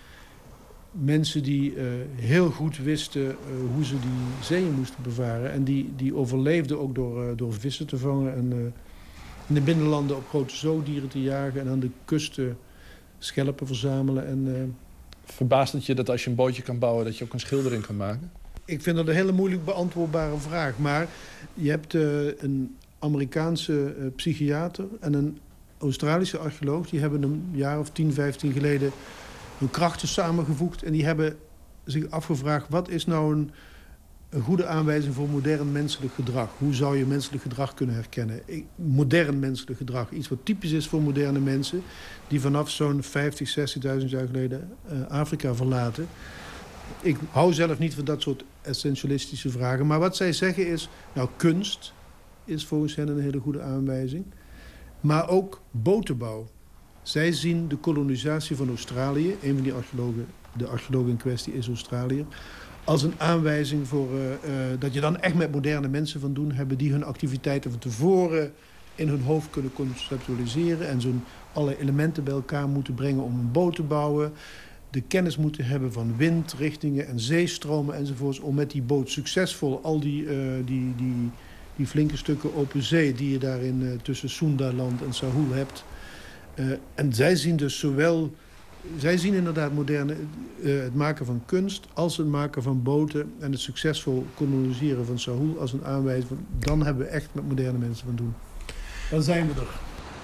mensen die uh, heel goed wisten uh, hoe ze die zeeën moesten bevaren. En die, die overleefden ook door, uh, door vissen te vangen en uh, in de binnenlanden op grote zoogdieren te jagen en aan de kusten schelpen verzamelen. En, uh, Verbaast het je dat als je een bootje kan bouwen, dat je ook een schildering kan maken? Ik vind dat een hele moeilijk beantwoordbare vraag. Maar je hebt uh, een Amerikaanse uh, psychiater en een Australische archeoloog. Die hebben een jaar of tien, vijftien geleden hun krachten samengevoegd. En die hebben zich afgevraagd, wat is nou een, een goede aanwijzing voor modern menselijk gedrag? Hoe zou je menselijk gedrag kunnen herkennen? Modern menselijk gedrag, iets wat typisch is voor moderne mensen die vanaf zo'n vijftig, zestigduizend jaar geleden uh, Afrika verlaten. Ik hou zelf niet van dat soort essentialistische vragen. Maar wat zij zeggen is, nou, kunst is volgens hen een hele goede aanwijzing. Maar ook botenbouw. Zij zien de kolonisatie van Australië, een van die archeologen, de archeoloog in kwestie is Australiër, als een aanwijzing voor uh, uh, dat je dan echt met moderne mensen van doen hebben die hun activiteiten van tevoren in hun hoofd kunnen conceptualiseren en zo'n alle elementen bij elkaar moeten brengen om een boot te bouwen. De kennis moeten hebben van windrichtingen en zeestromen enzovoorts, om met die boot succesvol al die, uh, die, die, die flinke stukken open zee die je daarin uh, tussen Sundaland en Sahul hebt. Uh, en zij zien dus zowel, zij zien inderdaad moderne, uh, het maken van kunst als het maken van boten en het succesvol koloniseren van Sahul als een aanwijzing van, dan hebben we echt met moderne mensen van doen. Dan zijn we er.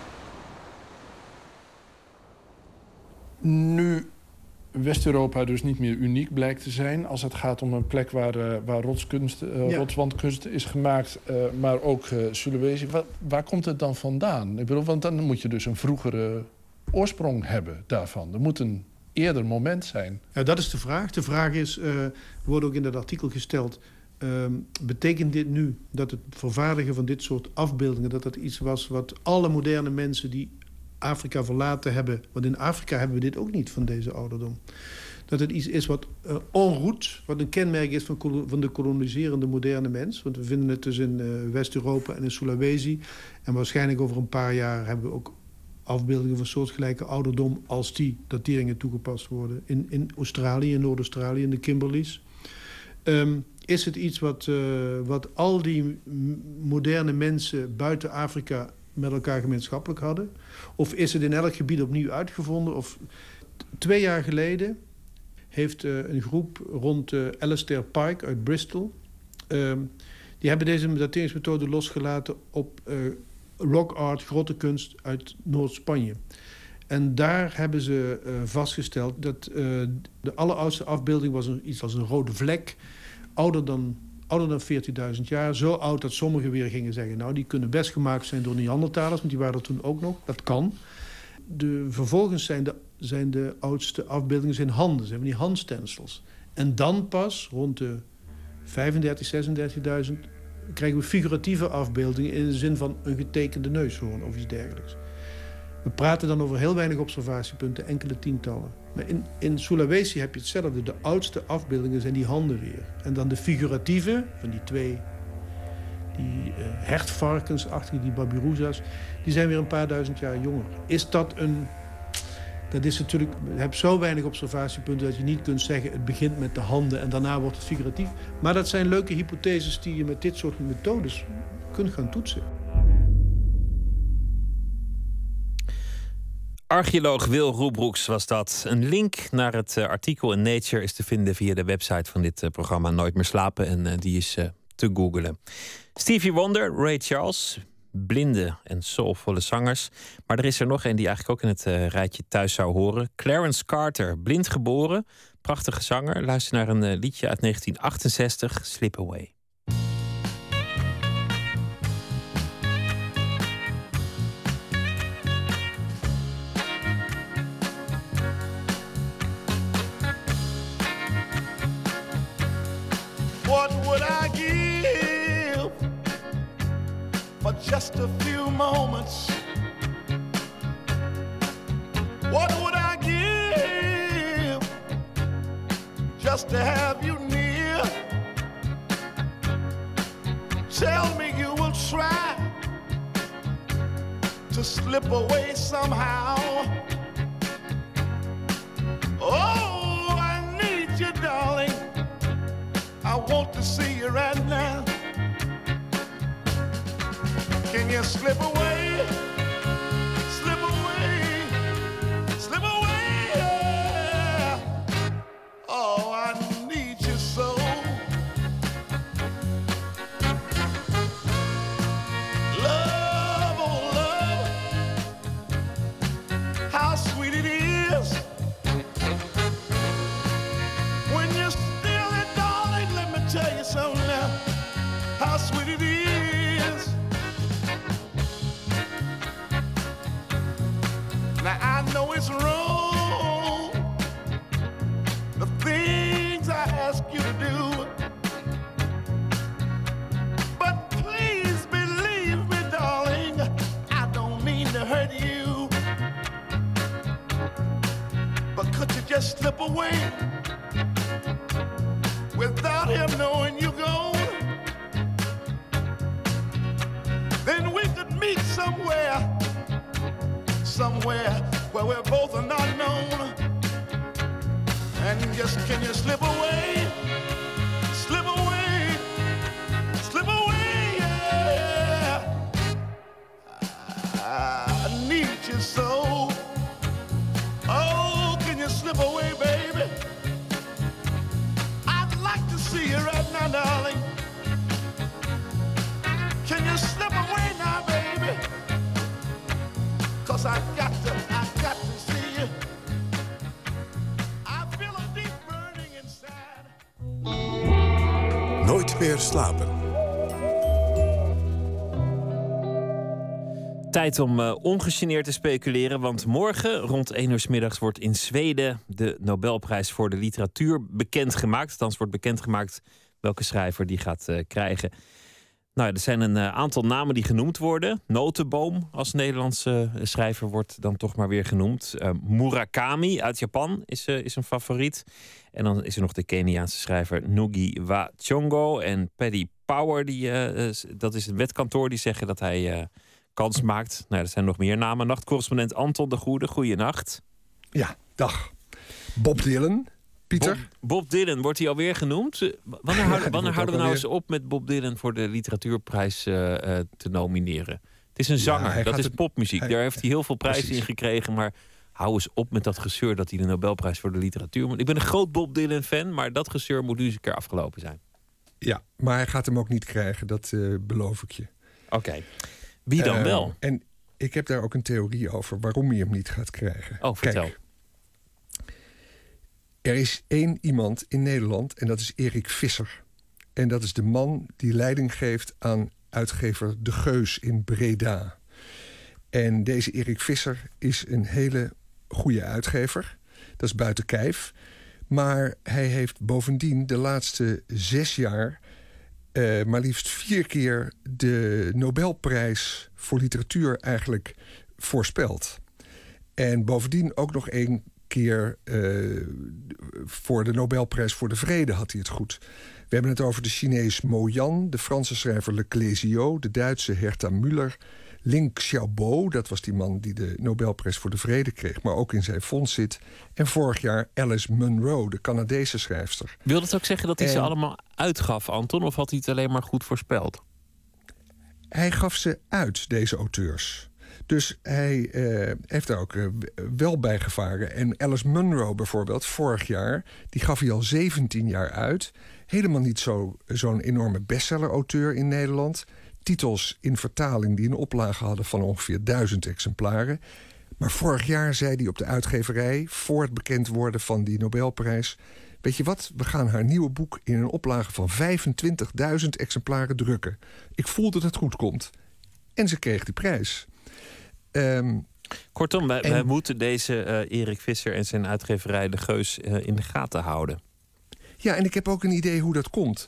Nu West-Europa dus niet meer uniek blijkt te zijn als het gaat om een plek waar, uh, waar rotskunst, uh, ja. rotswandkunst is gemaakt, uh, maar ook uh, Sulawesi. Waar, waar komt het dan vandaan? Ik bedoel, want dan moet je dus een vroegere oorsprong hebben daarvan. Er moet een eerder moment zijn. Ja, dat is de vraag. De vraag is, uh, wordt ook in dat artikel gesteld, Uh, betekent dit nu dat het vervaardigen van dit soort afbeeldingen, dat dat iets was wat alle moderne mensen die Afrika verlaten hebben, want in Afrika hebben we dit ook niet van deze ouderdom, dat het iets is wat uh, en route, wat een kenmerk is van, van de koloniserende moderne mens, want we vinden het dus in uh, West-Europa en in Sulawesi en waarschijnlijk over een paar jaar hebben we ook afbeeldingen van soortgelijke ouderdom als die dateringen toegepast worden in, in Australië, in Noord-Australië, in de Kimberleys. Um, Is het iets wat, uh, wat al die moderne mensen buiten Afrika met elkaar gemeenschappelijk hadden? Of is het in elk gebied opnieuw uitgevonden? Of twee jaar geleden heeft uh, een groep rond uh, Alastair Pike uit Bristol, Uh, die hebben deze dateringsmethode losgelaten op uh, rock art, grottenkunst uit Noord-Spanje. En daar hebben ze uh, vastgesteld dat uh, de alleroudste afbeelding was een, iets als een rode vlek, ouder dan, ouder dan veertienduizend jaar. Zo oud dat sommigen weer gingen zeggen, nou, die kunnen best gemaakt zijn door Neandertalers, want die waren er toen ook nog. Dat kan. De, vervolgens zijn de, zijn de oudste afbeeldingen zijn handen, zijn van die handstensels. En dan pas, rond de vijfendertig, zesendertigduizend, krijgen we figuratieve afbeeldingen in de zin van een getekende neushoorn of iets dergelijks. We praten dan over heel weinig observatiepunten, enkele tientallen. Maar in, in Sulawesi heb je hetzelfde. De oudste afbeeldingen zijn die handen weer. En dan de figuratieve, van die twee, die uh, hertvarkensachtige, die babirusa's, die zijn weer een paar duizend jaar jonger. Is dat een... Dat is natuurlijk... Je hebt zo weinig observatiepunten dat je niet kunt zeggen, het begint met de handen en daarna wordt het figuratief. Maar dat zijn leuke hypotheses die je met dit soort methodes kunt gaan toetsen. Archeoloog Wil Roebroeks was dat. Een link naar het uh, artikel in Nature is te vinden via de website van dit uh, programma Nooit meer slapen. En uh, die is uh, te googlen. Stevie Wonder, Ray Charles, blinde en soulvolle zangers. Maar er is er nog een die eigenlijk ook in het uh, rijtje thuis zou horen. Clarence Carter, blind geboren, prachtige zanger. Luister naar een uh, liedje uit negentien achtenzestig, Slip Away. just a few moments, what would I give just to have you near? Tell me you will try to slip away somehow. Oh, I need you, darling. I want to see you right now. Can you slip away? Slip away. Slip away. Yeah. Oh, I need you so. Love, oh love, how sweet it is when you're still it, darling. Let me tell you something now. How sweet it is. Now I know it's wrong, the things I ask you to do, but please believe me, darling, I don't mean to hurt you. But could you just slip away without him knowing you're gone? Then we could meet somewhere, somewhere where we're both are not known. And just can you slip away, slip away, slip away, yeah. I need you so. Oh, can you slip away, baby? I'd like to see you right now, darling. Can you slip away now, baby? Cause I got to, I got to see you. I feel a deep burning inside. Nooit meer slapen. Tijd om uh, ongegeneerd te speculeren, want morgen rond één uur 's middags wordt in Zweden de Nobelprijs voor de literatuur bekendgemaakt. Althans wordt bekendgemaakt welke schrijver die gaat uh, krijgen. Nou, er zijn een uh, aantal namen die genoemd worden. Notenboom als Nederlandse uh, schrijver wordt dan toch maar weer genoemd. Uh, Murakami uit Japan is, uh, is een favoriet. En dan is er nog de Keniaanse schrijver Ngugi wa Thiong'o en Paddy Power. Die, uh, uh, dat is een wetkantoor die zeggen dat hij uh, kans maakt. Nou, er zijn nog meer namen. Nachtcorrespondent Anton de Goede, goeienacht. Ja, dag. Bob Dylan. Pieter? Bob, Bob Dylan, wordt hij alweer genoemd? Wanneer, Ja, houden, wanneer houden we nou alweer... eens op met Bob Dylan voor de literatuurprijs uh, uh, te nomineren? Het is een zanger, Ja, dat is het... popmuziek. Hij... Daar heeft hij heel veel prijzen Precies. in gekregen. Maar hou eens op met dat gezeur dat hij de Nobelprijs voor de literatuur moet. Ik ben een groot Bob Dylan fan, maar dat gezeur moet nu eens een keer afgelopen zijn. Ja, maar hij gaat hem ook niet krijgen, dat uh, beloof ik je. Oké. Okay. Wie dan uh, wel? En ik heb daar ook een theorie over waarom hij hem niet gaat krijgen. Oh, vertel. Kijk, er is één iemand in Nederland en dat is Erik Visser. En dat is de man die leiding geeft aan uitgever De Geus in Breda. En deze Erik Visser is een hele goede uitgever. Dat is buiten kijf. Maar hij heeft bovendien de laatste zes jaar uh, maar liefst vier keer de Nobelprijs voor literatuur eigenlijk voorspeld. En bovendien ook nog één keer uh, voor de Nobelprijs voor de Vrede had hij het goed. We hebben het over de Chinees Mo Yan, de Franse schrijver Le Clésio, de Duitse Herta Müller, Ling Xiaobo, dat was die man die de Nobelprijs voor de Vrede kreeg, maar ook in zijn fonds zit. En vorig jaar Alice Munro, de Canadese schrijfster. Wil dat ook zeggen dat hij en... ze allemaal uitgaf, Anton? Of had hij het alleen maar goed voorspeld? Hij gaf ze uit, deze auteurs. Dus hij uh, heeft daar ook uh, wel bij gevaren. En Alice Munro bijvoorbeeld, vorig jaar, die gaf hij al zeventien jaar uit. Helemaal niet zo, zo'n enorme bestseller-auteur in Nederland. Titels in vertaling die een oplage hadden van ongeveer duizend exemplaren. Maar vorig jaar zei hij op de uitgeverij, voor het bekend worden van die Nobelprijs, weet je wat, we gaan haar nieuwe boek in een oplage van vijfentwintigduizend exemplaren drukken. Ik voel dat het goed komt. En ze kreeg die prijs. Um, Kortom, wij, en... wij moeten deze uh, Erik Visser en zijn uitgeverij De Geus uh, in de gaten houden. Ja, en ik heb ook een idee hoe dat komt.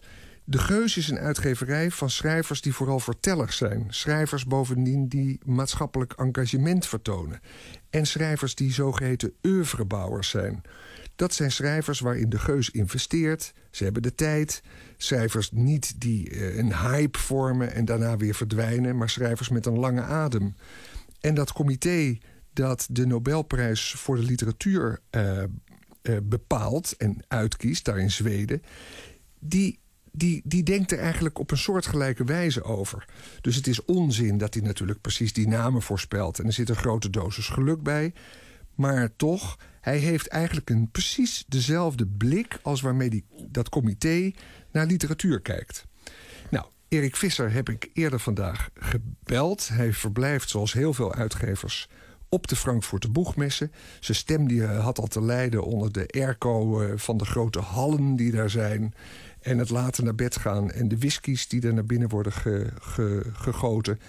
De Geus is een uitgeverij van schrijvers die vooral vertellers zijn. Schrijvers bovendien die maatschappelijk engagement vertonen. En schrijvers die zogeheten oeuvrebouwers zijn. Dat zijn schrijvers waarin de Geus investeert. Ze hebben de tijd. Schrijvers niet die uh, een hype vormen en daarna weer verdwijnen, maar schrijvers met een lange adem. En dat comité dat de Nobelprijs voor de literatuur uh, uh, bepaalt en uitkiest, daar in Zweden, die, die, die denkt er eigenlijk op een soortgelijke wijze over. Dus het is onzin dat hij natuurlijk precies die namen voorspelt. En er zit een grote dosis geluk bij. Maar toch, hij heeft eigenlijk een precies dezelfde blik als waarmee die, dat comité naar literatuur kijkt. Nou, Erik Visser heb ik eerder vandaag gebeld. Hij verblijft, zoals heel veel uitgevers, op de Frankfurter Boegmessen. Zijn stem die had al te lijden onder de airco van de grote hallen die daar zijn. En het later naar bed gaan en de whiskies die er naar binnen worden ge, ge, gegoten.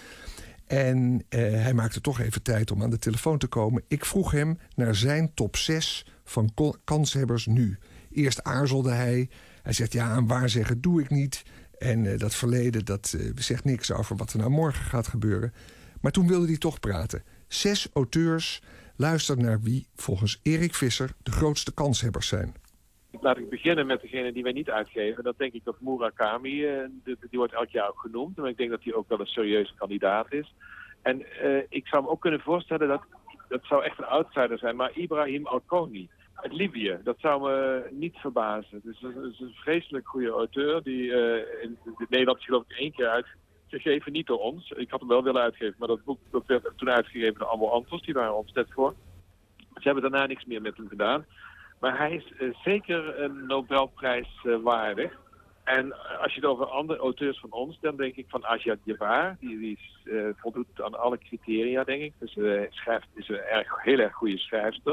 En eh, hij maakte toch even tijd om aan de telefoon te komen. Ik vroeg hem naar zijn top zes van ko- kanshebbers nu. Eerst aarzelde hij. Hij zegt, ja, een waarzeggen doe ik niet. En uh, dat verleden, dat uh, zegt niks over wat er nou morgen gaat gebeuren. Maar toen wilde hij toch praten. Zes auteurs, luister naar wie volgens Erik Visser de grootste kanshebbers zijn. Laat ik beginnen met degene die wij niet uitgeven. Dat denk ik dat Murakami, uh, die, die wordt elk jaar ook genoemd. Maar ik denk dat hij ook wel een serieuze kandidaat is. En uh, ik zou me ook kunnen voorstellen dat, dat zou echt een outsider zijn, maar Ibrahim Al-Koni uit Libië, dat zou me niet verbazen. Dus dat is een vreselijk goede auteur die uh, in het Nederlands geloof ik één keer uitgegeven, niet door ons. Ik had hem wel willen uitgeven, maar dat boek dat werd toen uitgegeven door Ambo Antos, die waren ons net voor. Ze hebben daarna niks meer met hem gedaan. Maar hij is uh, zeker een Nobelprijs uh, waardig. En als je het over andere auteurs van ons, dan denk ik van Asia Djebar. Die, die uh, voldoet aan alle criteria, denk ik. Dus uh, schrijft, is een erg, heel erg goede schrijfster.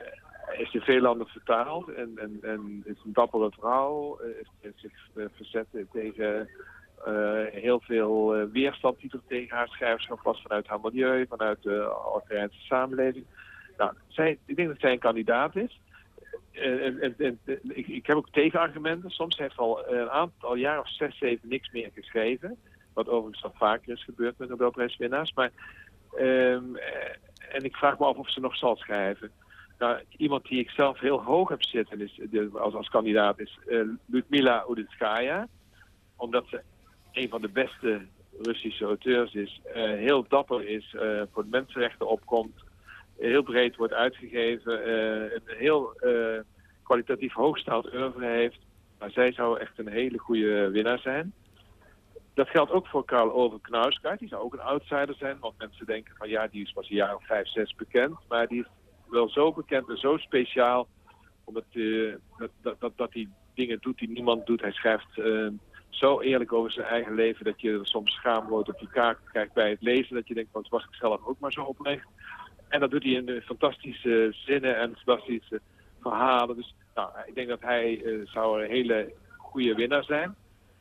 Uh, is in veel landen vertaald en, en, en is een dappere vrouw. Uh, heeft zich uh, verzet tegen uh, heel veel uh, weerstand die er tegen haar schrijverschap was vanuit haar milieu, vanuit de Algerijnse samenleving. Nou, zij, ik denk dat zij een kandidaat is. Uh, en, en, en, ik, ik heb ook tegenargumenten. Soms heeft al een aantal jaar of zes, zeven niks meer geschreven. Wat overigens dan vaker is gebeurd met Nobelprijswinnaars. Maar, um, en ik vraag me af of ze nog zal schrijven. Nou, iemand die ik zelf heel hoog heb zitten is, de, als, als kandidaat is uh, Ludmila Udinskaya. Omdat ze een van de beste Russische auteurs is. Uh, heel dapper is, uh, voor de mensenrechten opkomt. Heel breed wordt uitgegeven, uh, een heel uh, kwalitatief hoogstaand oeuvre heeft. Maar zij zou echt een hele goede winnaar zijn. Dat geldt ook voor Karl Ove Knausgaard. Die zou ook een outsider zijn, want mensen denken van ja, die is pas een jaar of vijf, zes bekend. Maar die is wel zo bekend en zo speciaal, omdat uh, dat, dat, dat, dat hij dingen doet die niemand doet. Hij schrijft uh, zo eerlijk over zijn eigen leven dat je soms schaamrood op je kaak krijgt bij het lezen. Dat je denkt, wat was ik zelf ook maar zo oprecht. En dat doet hij in fantastische zinnen en fantastische verhalen. Dus nou, ik denk dat hij uh, zou een hele goede winnaar zijn.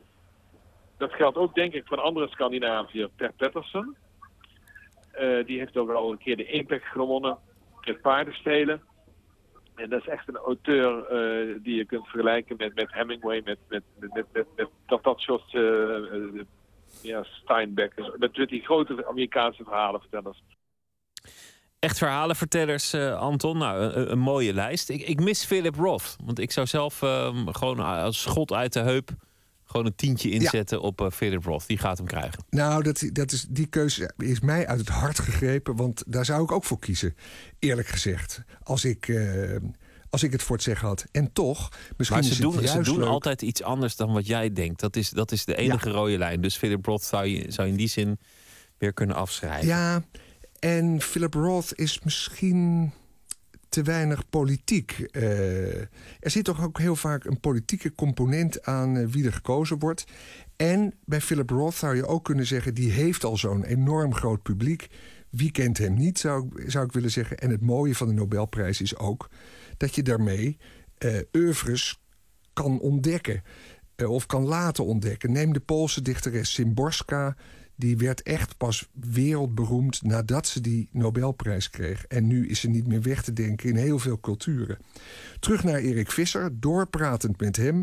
Dat geldt ook denk ik voor een andere Scandinaviër, Per Pettersson. Uh, die heeft ook al een keer de Impact gewonnen met paardenstelen. En dat is echt een auteur uh, die je kunt vergelijken met, met Hemingway, met, met, met, met, met, met dat, dat soort uh, uh, ja, Steinbeck. Met, met die grote Amerikaanse verhalenvertellers. Echt verhalenvertellers, uh, Anton. Nou, een, een mooie lijst. Ik, ik mis Philip Roth. Want ik zou zelf uh, gewoon als schot uit de heup gewoon een tientje inzetten ja. op uh, Philip Roth. Die gaat hem krijgen. Nou, dat, dat is, die keuze is mij uit het hart gegrepen. Want daar zou ik ook voor kiezen. Eerlijk gezegd. Als ik, uh, als ik het voor het zeggen had. En toch, misschien maar ze is doen, het juist ze doen leuk. altijd iets anders dan wat jij denkt. Dat is, dat is de enige ja. rode lijn. Dus Philip Roth zou je, zou je in die zin weer kunnen afschrijven. Ja. En Philip Roth is misschien te weinig politiek. Uh, er zit toch ook heel vaak een politieke component aan uh, wie er gekozen wordt. En bij Philip Roth zou je ook kunnen zeggen, die heeft al zo'n enorm groot publiek. Wie kent hem niet, zou, zou ik willen zeggen. En het mooie van de Nobelprijs is ook dat je daarmee uh, oeuvres kan ontdekken. Uh, of kan laten ontdekken. Neem de Poolse dichteres Szymborska. Die werd echt pas wereldberoemd nadat ze die Nobelprijs kreeg. En nu is ze niet meer weg te denken in heel veel culturen. Terug naar Erik Visser, doorpratend met hem.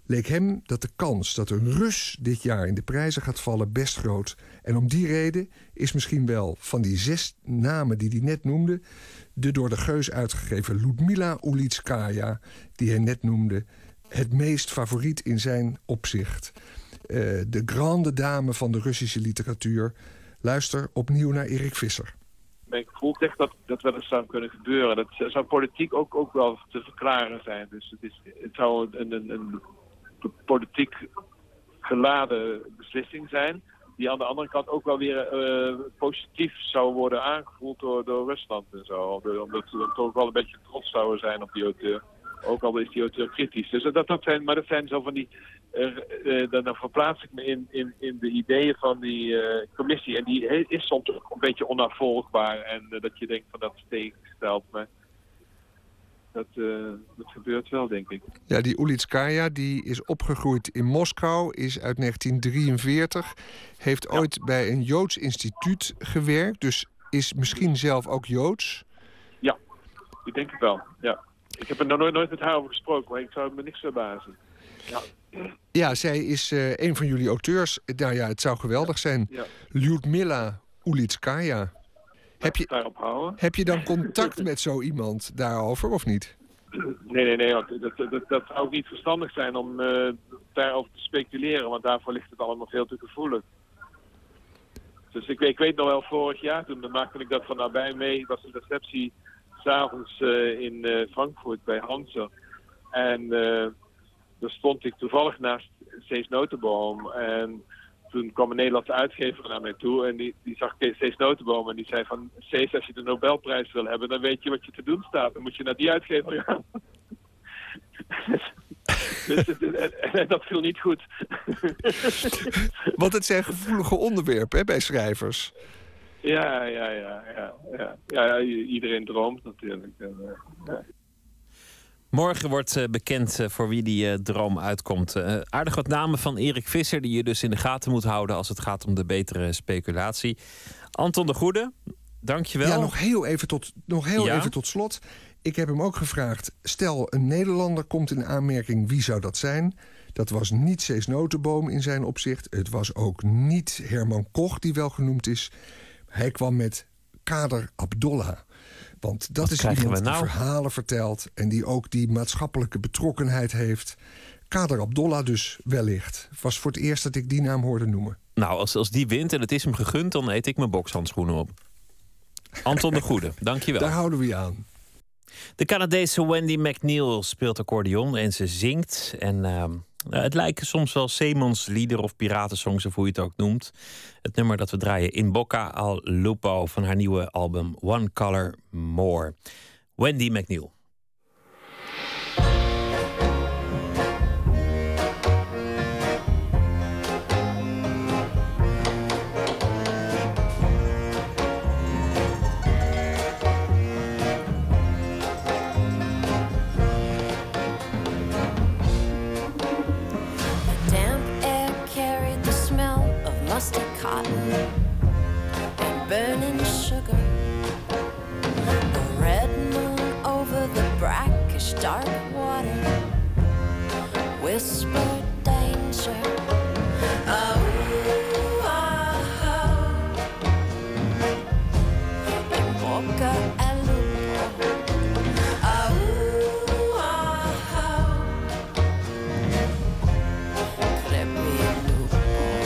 leek hem dat de kans dat een Rus dit jaar in de prijzen gaat vallen best groot. En om die reden is misschien wel van die zes namen die hij net noemde, de door de Geus uitgegeven Ludmila Ulitskaya, die hij net noemde, het meest favoriet in zijn opzicht. Uh, de grande dame van de Russische literatuur. Luister opnieuw naar Erik Visser. Mijn gevoel zegt dat dat wel eens zou kunnen gebeuren. Dat zou politiek ook, ook wel te verklaren zijn. Dus het, is, het zou een, een, een politiek geladen beslissing zijn, die aan de andere kant ook wel weer uh, positief zou worden aangevoeld door, door Rusland en zo. Omdat ze dan toch wel een beetje trots zouden zijn op die auteur. Ook al is die auteur kritisch. Dus dat, dat zijn, maar dat zijn zo van die... Uh, uh, dan, dan verplaats ik me in, in, in de ideeën van die uh, commissie. En die is soms ook een beetje onafvolgbaar. En uh, dat je denkt van dat is tegengesteld. Maar dat, uh, dat gebeurt wel, denk ik. Ja, die Ulitskaya die is opgegroeid in Moskou, is uit negentien drieënveertig. Heeft ja. ooit bij een Joods instituut gewerkt. Dus is misschien zelf ook Joods. Ja, ik denk het wel, ja. Ik heb er nog nooit, nooit met haar over gesproken, maar ik zou me niks verbazen. Ja. Ja, zij is uh, een van jullie auteurs. Nou ja, het zou geweldig zijn. Ja. Lyudmila Ulitskaya. Heb je, daarop houden. heb je dan contact met zo iemand daarover, of niet? Nee, nee, nee. Want dat, dat, dat zou ook niet verstandig zijn om uh, daarover te speculeren. Want daarvoor ligt het allemaal veel te gevoelig. Dus ik, ik weet nog wel, vorig jaar, toen maakte ik dat van nabij mee. Ik was een receptie s'avonds uh, in uh, Frankfurt bij Hanser. En... Uh, daar stond ik toevallig naast Cees Notenboom. En toen kwam een Nederlandse uitgever naar mij toe. En die, die zag Cees Notenboom en die zei van... Cees, als je de Nobelprijs wil hebben, dan weet je wat je te doen staat. Dan moet je naar die uitgever gaan. dus, en dat viel niet goed. Want het zijn gevoelige onderwerpen, hè, bij schrijvers. Ja, ja, ja. ja, ja. ja iedereen droomt natuurlijk. En, uh, ja. Morgen wordt uh, bekend uh, voor wie die uh, droom uitkomt. Uh, aardig wat namen van Erik Visser die je dus in de gaten moet houden als het gaat om de betere speculatie. Anton de Goede, dankjewel. Ja, nog heel even tot, nog heel ja? even tot slot. Ik heb hem ook gevraagd, stel een Nederlander komt in aanmerking, wie zou dat zijn? Dat was niet Cees Notenboom in zijn opzicht. Het was ook niet Herman Koch, die wel genoemd is. Hij kwam met Kader Abdollah. Want dat Wat is iemand nou? die verhalen vertelt en die ook die maatschappelijke betrokkenheid heeft. Kader Abdollah dus wellicht. Het was voor het eerst dat ik die naam hoorde noemen. Nou, als, als die wint en het is hem gegund, dan eet ik mijn bokshandschoenen op. Anton de Goede, dankjewel. Daar houden we je aan. De Canadese Wendy McNeil speelt accordeon en ze zingt. En uh, het lijken soms wel zeemanslieder of piratensongs, of hoe je het ook noemt. Het nummer dat we draaien, In Bocca al Lupo, van haar nieuwe album One Color More. Wendy McNeil. Mustard cotton and burning sugar. The red moon over the brackish dark water whispered danger. Oh, oh, oh. In Bocca al Lupo. Oh, oh, oh. Creepy Lupo.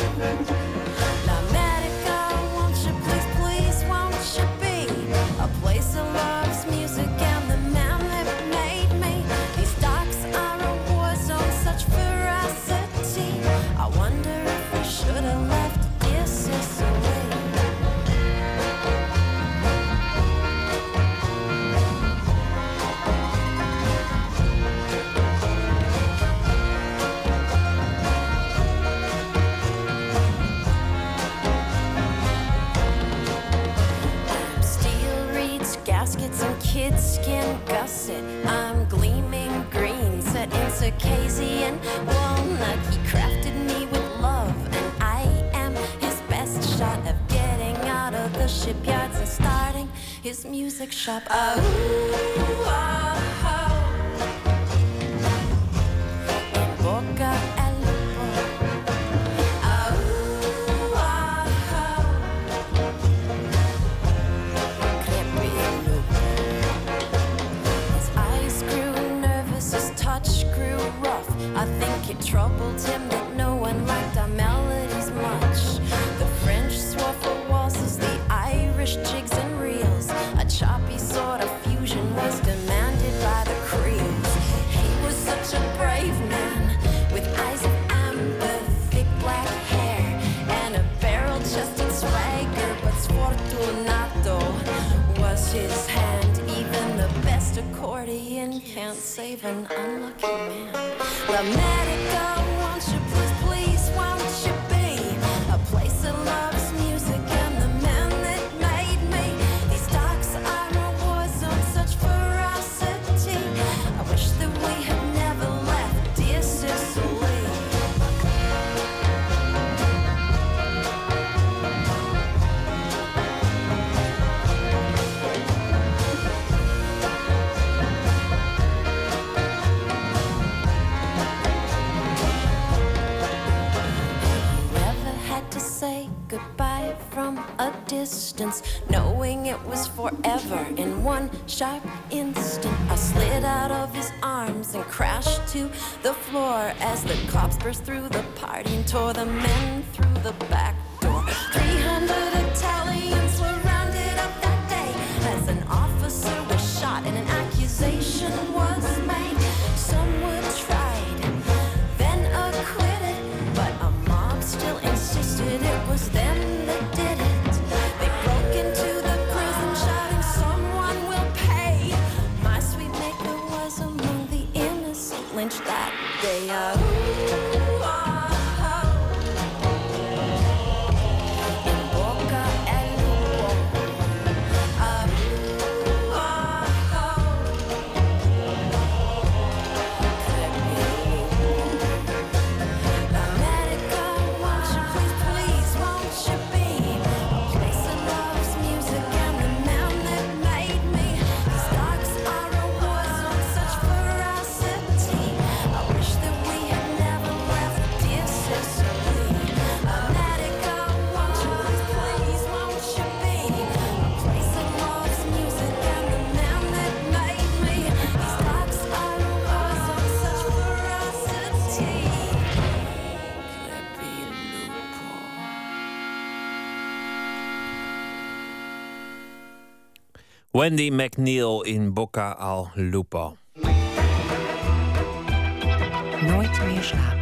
Kid skin gusset, I'm gleaming green, set in Circassian walnut. He crafted me with love, and I am his best shot of getting out of the shipyards and starting his music shop. Oh, oh, oh. In Bocca Nothing can't save an unlucky man. Well, let it go, won't you please, please, won't you be a place that loves music and the man that made me. These docks are a war zone, such ferocity. I wish that we had never left dear Sicily. Say goodbye from a distance, knowing it was forever in one sharp instant. I slid out of his arms and crashed to the floor as the cops burst through the party and tore the men through the back door. three hundred Italians were rounded up that day as an officer was shot and an accusation was made. Some were tried, then acquitted, but a mob still insisted it was them that did it. They broke into the prison shouting, someone will pay. My sweet maker was among the innocent lynched that day. Uh, ooh, ah, ah. In Boca El Lupo. Uh, ooh, ah, ah. America, won't you please, please, won't you be a place that loves music and the man that made me. These docks are a war zone, such ferocity. I wish that we had never left dear Sicily. America, won't you please, please, won't you be a place that loves music and the man that made me. These docks are a war zone, such ferocity. Wendy McNeil in Boca al Lupo. Nooit meer slapen.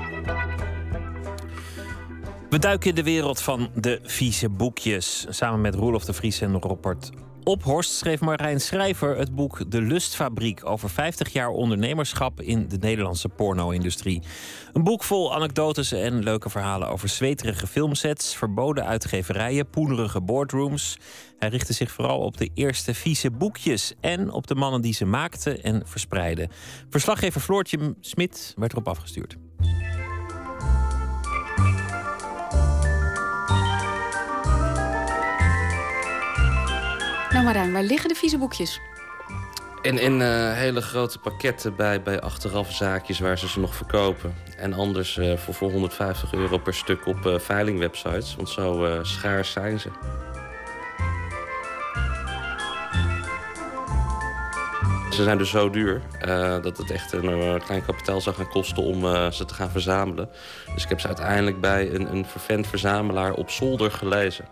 We duiken in de wereld van de vieze boekjes. Samen met Roelof de Vries en Robert Ophorst schreef Marijn Schrijver het boek De Lustfabriek over vijftig jaar ondernemerschap in de Nederlandse porno-industrie. Een boek vol anekdotes en leuke verhalen over zweterige filmsets, verboden uitgeverijen, poenerige boardrooms. Hij richtte zich vooral op de eerste vieze boekjes en op de mannen die ze maakten en verspreidden. Verslaggever Floortje Smit werd erop afgestuurd. Nou Marijn, waar liggen de vieze boekjes? In, in uh, hele grote pakketten bij, bij achterafzaakjes waar ze ze nog verkopen. En anders uh, voor, voor honderdvijftig euro per stuk op uh, veilingwebsites. Want zo uh, schaars zijn ze. Ze zijn dus zo duur uh, dat het echt een uh, klein kapitaal zou gaan kosten om uh, ze te gaan verzamelen. Dus ik heb ze uiteindelijk bij een, een vervent verzamelaar op zolder gelezen.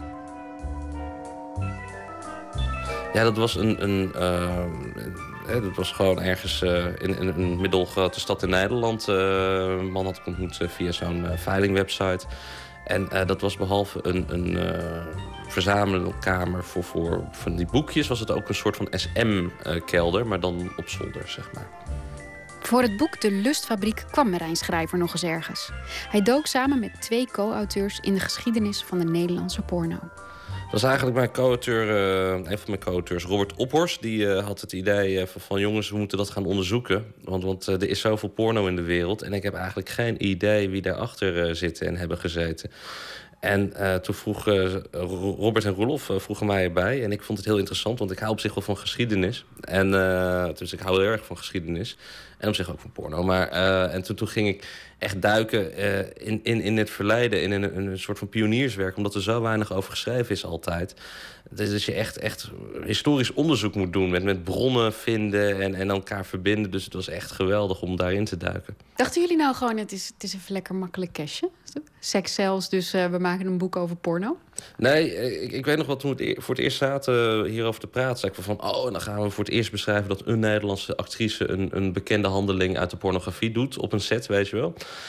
Ja, dat was een, een, uh, dat was gewoon ergens uh, in, in een middelgrote stad in Nederland. Uh, een man had ik ontmoet uh, via zo'n uh, veilingwebsite. En uh, dat was behalve een, een uh, verzamelkamer voor, voor van die boekjes, was het ook een soort van S M-kelder, maar dan op zolder, zeg maar. Voor het boek De Lustfabriek kwam Marijn Schrijver nog eens ergens. Hij dook samen met twee co-auteurs in de geschiedenis van de Nederlandse porno. Dat was eigenlijk mijn co-auteur, uh, een van mijn co-auteurs, Robert Ophorst. Die uh, had het idee uh, van, van jongens, we moeten dat gaan onderzoeken. Want, want uh, er is zoveel porno in de wereld. En ik heb eigenlijk geen idee wie daarachter uh, zitten en hebben gezeten. En uh, toen vroeg uh, Robert en Roelof uh, vroegen mij erbij. En ik vond het heel interessant, want ik hou op zich wel van geschiedenis. En, uh, dus ik hou heel erg van geschiedenis. En op zich ook van porno. Maar, uh, en toen, toen ging ik echt duiken uh, in, in, in het verleden, in een, een soort van pionierswerk, omdat er zo weinig over geschreven is altijd. Dus je echt, echt historisch onderzoek moet doen, met, met bronnen vinden en, en elkaar verbinden. Dus het was echt geweldig om daarin te duiken. Dachten jullie nou gewoon, het is, het is even lekker makkelijk cashje? Seks zelfs, dus uh, we maken een boek over porno? Nee, ik, ik weet nog wat toen we het voor het eerst zaten hierover te praten. Zei ik van, oh, en dan gaan we voor het eerst beschrijven dat een Nederlandse actrice een, een bekende handeling uit de pornografie doet op een set, weet je wel.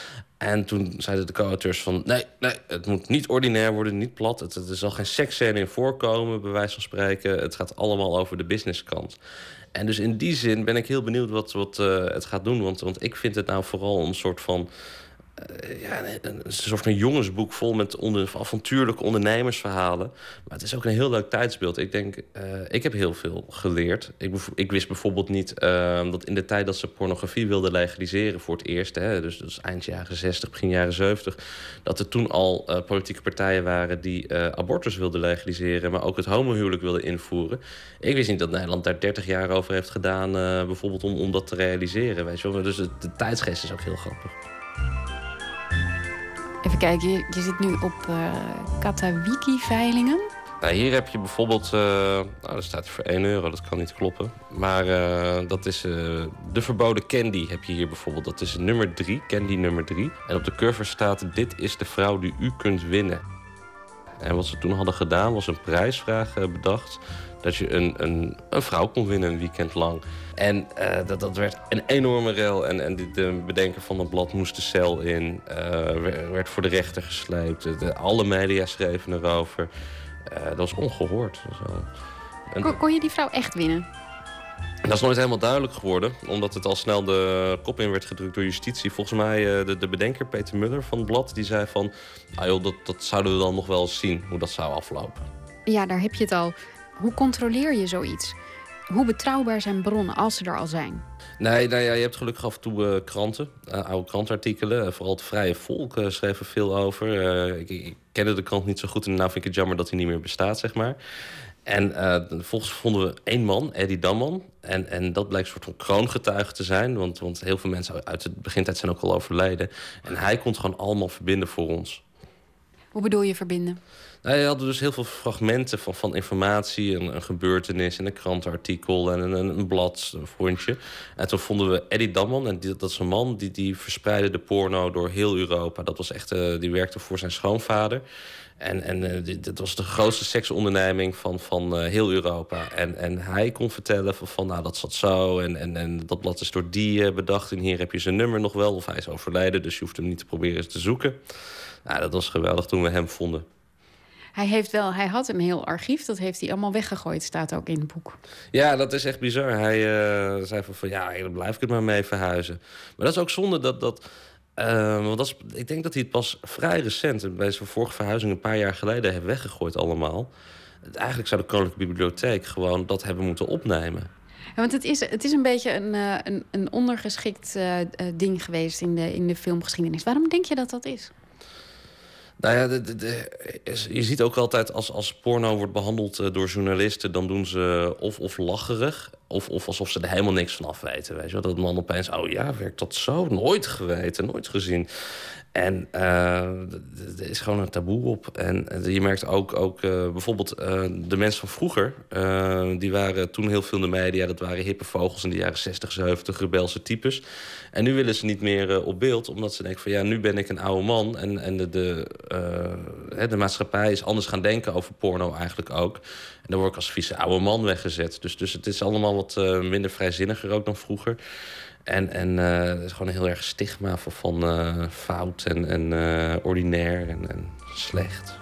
En toen zeiden de co-auteurs van... nee, nee, het moet niet ordinair worden, niet plat. Het, er zal geen seksscène in voorkomen, bij wijze van spreken. Het gaat allemaal over de businesskant. En dus in die zin ben ik heel benieuwd wat, wat uh, het gaat doen. Want, want ik vind het nou vooral een soort van... Uh, ja, een, een soort van jongensboek vol met onder, avontuurlijke ondernemersverhalen. Maar het is ook een heel leuk tijdsbeeld. Ik denk, uh, ik heb heel veel geleerd. Ik, ik wist bijvoorbeeld niet uh, dat in de tijd dat ze pornografie wilden legaliseren voor het eerst... Hè, dus dat is eind jaren zestig, begin jaren zeventig... dat er toen al uh, politieke partijen waren die uh, abortus wilden legaliseren... maar ook het homohuwelijk wilden invoeren. Ik wist niet dat Nederland daar dertig jaar over heeft gedaan... Uh, bijvoorbeeld om, om dat te realiseren. Weet je wel. Dus de, de tijdsgeest is ook heel grappig. Even kijken, je, je zit nu op uh, Katawiki-veilingen. Nou, hier heb je bijvoorbeeld... Uh, nou, dat staat hier voor één euro, dat kan niet kloppen. Maar uh, dat is uh, de verboden candy heb je hier bijvoorbeeld. Dat is nummer drie, candy nummer drie. En op de cover staat... dit is de vrouw die u kunt winnen. En wat ze toen hadden gedaan was een prijsvraag uh, bedacht... dat je een, een, een vrouw kon winnen een weekend lang. En uh, dat, dat werd een enorme rel. En, en de bedenker van het blad moest de cel in. Uh, werd voor de rechter gesleept. De, alle media schreven erover. Uh, dat was ongehoord. Zo. En, kon, kon je die vrouw echt winnen? Dat is nooit helemaal duidelijk geworden. Omdat het al snel de kop in werd gedrukt door justitie. Volgens mij uh, de, de bedenker Peter Muller van het blad... die zei van... Ah joh, dat, dat zouden we dan nog wel eens zien. Hoe dat zou aflopen. Ja, daar heb je het al. Hoe controleer je zoiets? Hoe betrouwbaar zijn bronnen als ze er al zijn? Nee, nou ja, je hebt gelukkig af en toe uh, kranten, uh, oude krantartikelen. Uh, vooral het Vrije Volk uh, schreef er veel over. Uh, ik, ik kende de krant niet zo goed en nou vind ik het jammer dat hij niet meer bestaat, zeg maar. En uh, vervolgens vonden we één man, Eddie Damman. En, en dat bleek een soort van kroongetuige te zijn. Want, want heel veel mensen uit het begintijd zijn ook al overleden. En hij kon het gewoon allemaal verbinden voor ons. Hoe bedoel je verbinden? Nou, je had dus heel veel fragmenten van, van informatie, een, een gebeurtenis, een krantenartikel en een, een blad, een frontje. En toen vonden we Eddie Damman, en die, dat is een man die, die verspreidde de porno door heel Europa. Dat was echt, uh, die werkte voor zijn schoonvader. En, en uh, dit, dit was de grootste seksonderneming van, van uh, heel Europa. En, en hij kon vertellen van, van nou, dat zat zo. En, en, en dat blad is door die uh, bedacht. En hier heb je zijn nummer nog wel. Of hij is overleden, dus je hoeft hem niet te proberen te zoeken. Nou, dat was geweldig toen we hem vonden. Hij, heeft wel, hij had een heel archief, dat heeft hij allemaal weggegooid, staat ook in het boek. Ja, dat is echt bizar. Hij uh, zei van, van ja, dan blijf ik het maar mee verhuizen. Maar dat is ook zonde dat... dat uh, want dat is, ik denk dat hij het pas vrij recent, bij zijn vorige verhuizing een paar jaar geleden, heeft weggegooid allemaal. Eigenlijk zou de Koninklijke Bibliotheek gewoon dat hebben moeten opnemen. Ja, want het is, het is een beetje een, uh, een, een ondergeschikt uh, ding geweest in de, in de filmgeschiedenis. Waarom denk je dat dat is? Nou ja, de, de, de, je ziet ook altijd als, als porno wordt behandeld uh, door journalisten... dan doen ze of, of lacherig of, of alsof ze er helemaal niks van af weten. Weet je wel? Dat man opeens, oh ja, werkt dat zo? Nooit geweten, nooit gezien. En uh, er is gewoon een taboe op. En je merkt ook, ook uh, bijvoorbeeld uh, de mensen van vroeger... Uh, die waren toen heel veel in de media. Dat waren hippe vogels in de jaren zestig, zeventig, rebelse types. En nu willen ze niet meer uh, op beeld. Omdat ze denken van ja, nu ben ik een oude man. En, en de, de, uh, de maatschappij is anders gaan denken over porno eigenlijk ook. En dan word ik als vieze oude man weggezet. Dus, dus het is allemaal wat uh, minder vrijzinniger ook dan vroeger. En, en uh, er is gewoon een heel erg stigma van, van uh, fout en, en uh, ordinair en, en slecht.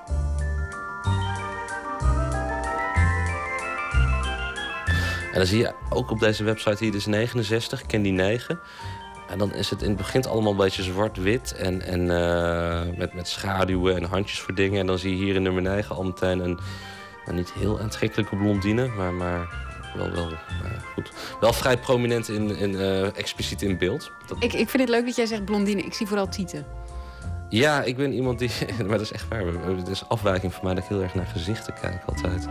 En dan zie je ook op deze website hier, dus negenenzestig, ken die negen. En dan is het in het begin allemaal een beetje zwart-wit en, en uh, met, met schaduwen en handjes voor dingen. En dan zie je hier in nummer negen al meteen een, nou, niet heel aantrekkelijke blondine, maar... maar Wel, wel, nou ja, goed. Wel vrij prominent in, in, uh, expliciet in beeld. Dat... Ik, ik vind het leuk dat jij zegt blondine. Ik zie vooral tieten. Ja, ik ben iemand die... Maar dat is echt waar. Het is afwijking voor mij dat ik heel erg naar gezichten kijk altijd.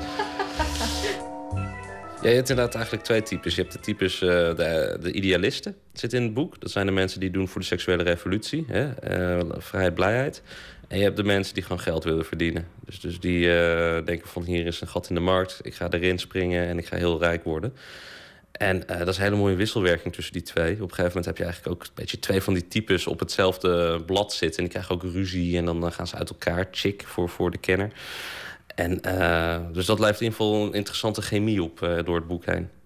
Ja, je hebt inderdaad eigenlijk twee types. Je hebt de types, uh, de, de idealisten, zit in het boek. Dat zijn de mensen die doen voor de seksuele revolutie. Hè? Uh, vrijheid, blijheid. En je hebt de mensen die gewoon geld willen verdienen. Dus, dus die uh, denken van hier is een gat in de markt. Ik ga erin springen en ik ga heel rijk worden. En uh, dat is een hele mooie wisselwerking tussen die twee. Op een gegeven moment heb je eigenlijk ook een beetje twee van die types op hetzelfde blad zitten. En die krijgen ook ruzie en dan gaan ze uit elkaar. Chick voor, voor de kenner. En uh, dus dat levert in ieder geval een interessante chemie op uh, door het boek heen.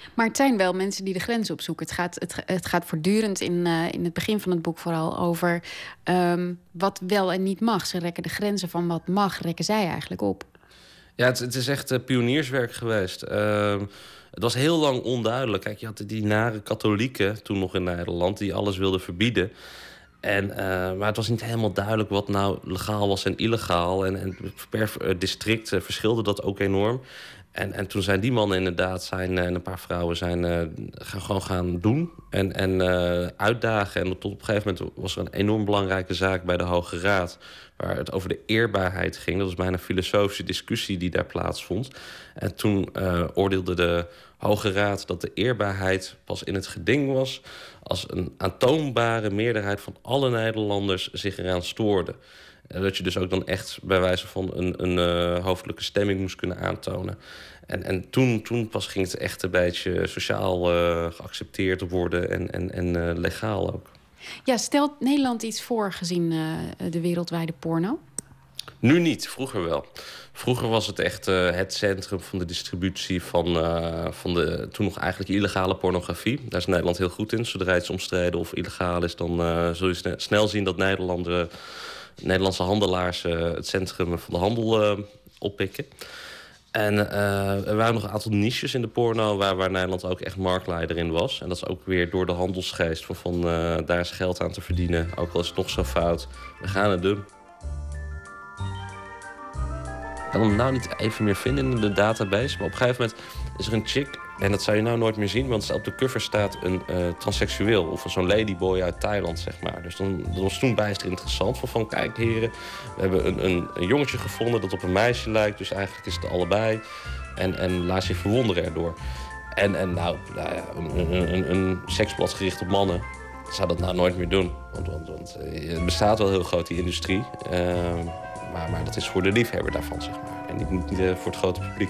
Maar het zijn wel mensen die de grens opzoeken. Het gaat, het, het gaat voortdurend in, uh, in het begin van het boek vooral over um, wat wel en niet mag. Ze rekken de grenzen van wat mag, rekken zij eigenlijk op. Ja, het, het is echt uh, pionierswerk geweest. Uh, het was heel lang onduidelijk. Kijk, je had die nare katholieken toen nog in Nederland die alles wilden verbieden. En, uh, maar het was niet helemaal duidelijk wat nou legaal was en illegaal. En, en per uh, district uh, verschilde dat ook enorm. En, en toen zijn die mannen inderdaad, zijn, en een paar vrouwen, zijn uh, gaan, gewoon gaan doen en, en uh, uitdagen. En tot op een gegeven moment was er een enorm belangrijke zaak bij de Hoge Raad, waar het over de eerbaarheid ging. Dat was bijna een filosofische discussie die daar plaatsvond. En toen uh, oordeelde de Hoge Raad dat de eerbaarheid pas in het geding was als een aantoonbare meerderheid van alle Nederlanders zich eraan stoorde. Dat je dus ook dan echt bij wijze van een, een uh, hoofdelijke stemming moest kunnen aantonen. En, en toen, toen pas ging het echt een beetje sociaal uh, geaccepteerd worden en, en, en uh, legaal ook. Ja, stelt Nederland iets voor gezien uh, de wereldwijde porno? Nu niet, vroeger wel. Vroeger was het echt uh, het centrum van de distributie van, uh, van de toen nog eigenlijk illegale pornografie. Daar is Nederland heel goed in. Zodra iets omstreden of illegaal is, dan uh, zul je snel zien dat Nederland... Uh, Nederlandse handelaars uh, het centrum van de handel uh, oppikken. En uh, er waren nog een aantal niches in de porno waar, waar Nederland ook echt marktleider in was. En dat is ook weer door de handelsgeest van, van uh, daar is geld aan te verdienen. Ook al is het nog zo fout. We gaan het doen. Ik kan hem nou niet even meer vinden in de database. Maar op een gegeven moment is er een chick. En dat zou je nou nooit meer zien, want op de cover staat een uh, transseksueel. Of zo'n ladyboy uit Thailand, zeg maar. Dus dan, dat was toen bijster interessant. Van, van kijk heren, we hebben een, een, een jongetje gevonden dat op een meisje lijkt. Dus eigenlijk is het allebei. En, en laat zich verwonderen erdoor. En, en nou, nou ja, een, een, een seksblad gericht op mannen zou dat nou nooit meer doen. Want, want, want het bestaat wel heel groot, die industrie. Uh, maar, maar dat is voor de liefhebber daarvan, zeg maar. En niet, niet uh, voor het grote publiek.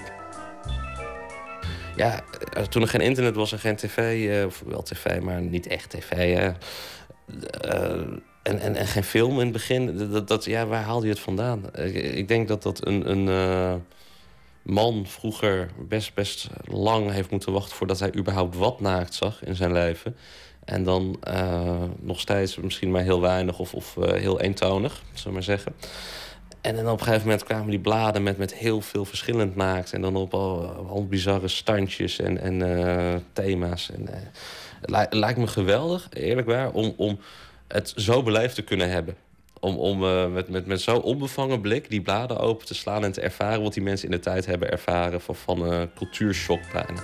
Ja, toen er geen internet was en geen tv, uh, of wel tv, maar niet echt tv. Uh, uh, en, en, en geen film in het begin. Dat, dat, ja, waar haalde je het vandaan? Ik, ik denk dat dat een, een uh, man vroeger best, best lang heeft moeten wachten voordat hij überhaupt wat naakt zag in zijn leven. En dan uh, nog steeds misschien maar heel weinig of, of uh, heel eentonig, zullen we maar zeggen. En dan op een gegeven moment kwamen die bladen met, met heel veel verschillend naakt. En dan op al, al bizarre standjes en, en uh, thema's. En, uh, het, li- het lijkt me geweldig, eerlijk waar, om, om het zo beleefd te kunnen hebben. Om, om uh, met, met, met zo'n onbevangen blik die bladen open te slaan en te ervaren wat die mensen in de tijd hebben ervaren van, van uh, cultuurshock bijna.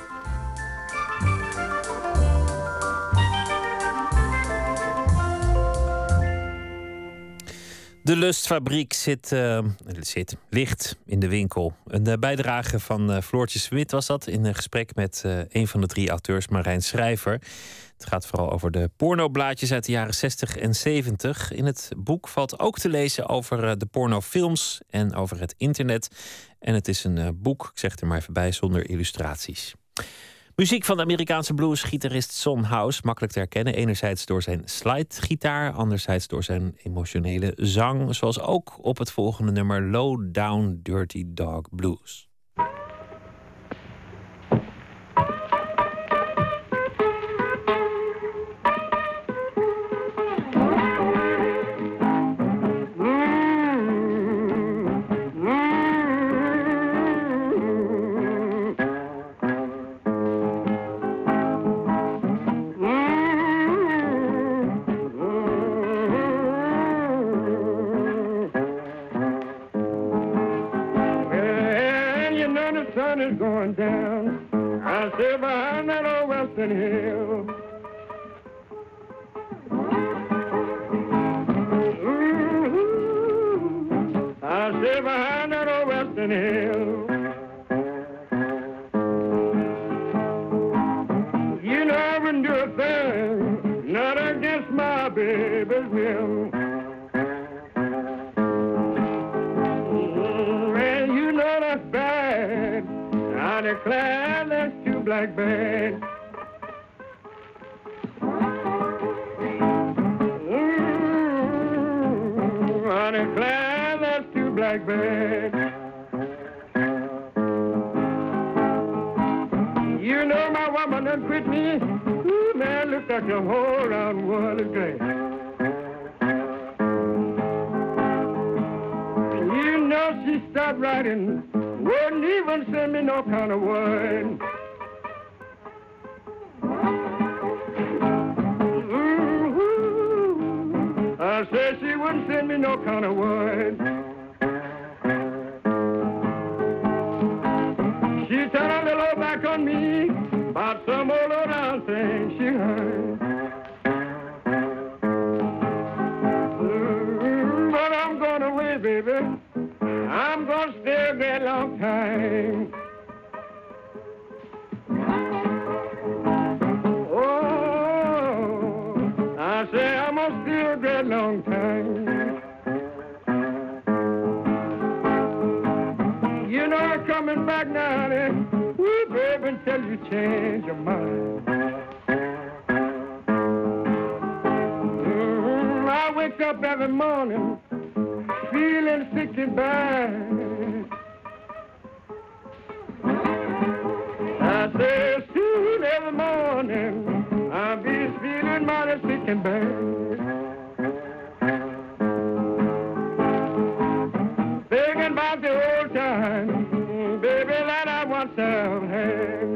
De Lustfabriek zit, uh, zit, ligt in de winkel. Een uh, bijdrage van uh, Floortje Smit was dat in een gesprek met uh, een van de drie auteurs, Marijn Schrijver. Het gaat vooral over de pornoblaadjes uit de jaren zestig en zeventig. In het boek valt ook te lezen over uh, de pornofilms en over het internet. En het is een uh, boek, ik zeg het er maar even bij, zonder illustraties. Muziek van de Amerikaanse bluesgitarist Son House, makkelijk te herkennen. Enerzijds door zijn slidegitaar, anderzijds door zijn emotionele zang. Zoals ook op het volgende nummer Low Down Dirty Dog Blues. You know my woman with me. Ooh, man, look like the whole round world is great. You know she stopped writing, wouldn't even send me no kind of word. Ooh, I said she wouldn't send me no kind of word. She turned a little back on me about some old around thing she heard. Mm, but I'm going away, baby. I'm going to stay a very long time. Oh, I say I'm going to stay a very long time. You know I'm coming back now, then. Woo, baby, until you change your mind. Mm, I wake up every morning feeling sick and bad. I say soon every morning I'll be feeling mighty sick and bad. Thinking about the old time, baby, that I once have had.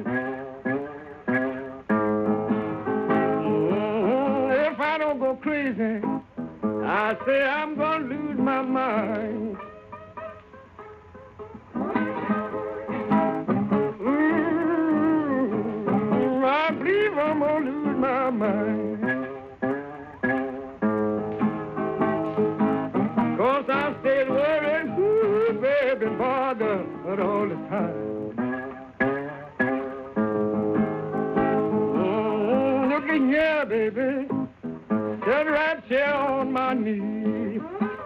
Mm, if I don't go crazy, I say I'm gonna lose my mind. Mm, I believe I'm gonna lose my mind. 'Cause I stayed worried, ooh, baby, bothered all the time. Mm, look in here, baby. Sit right here on my knee.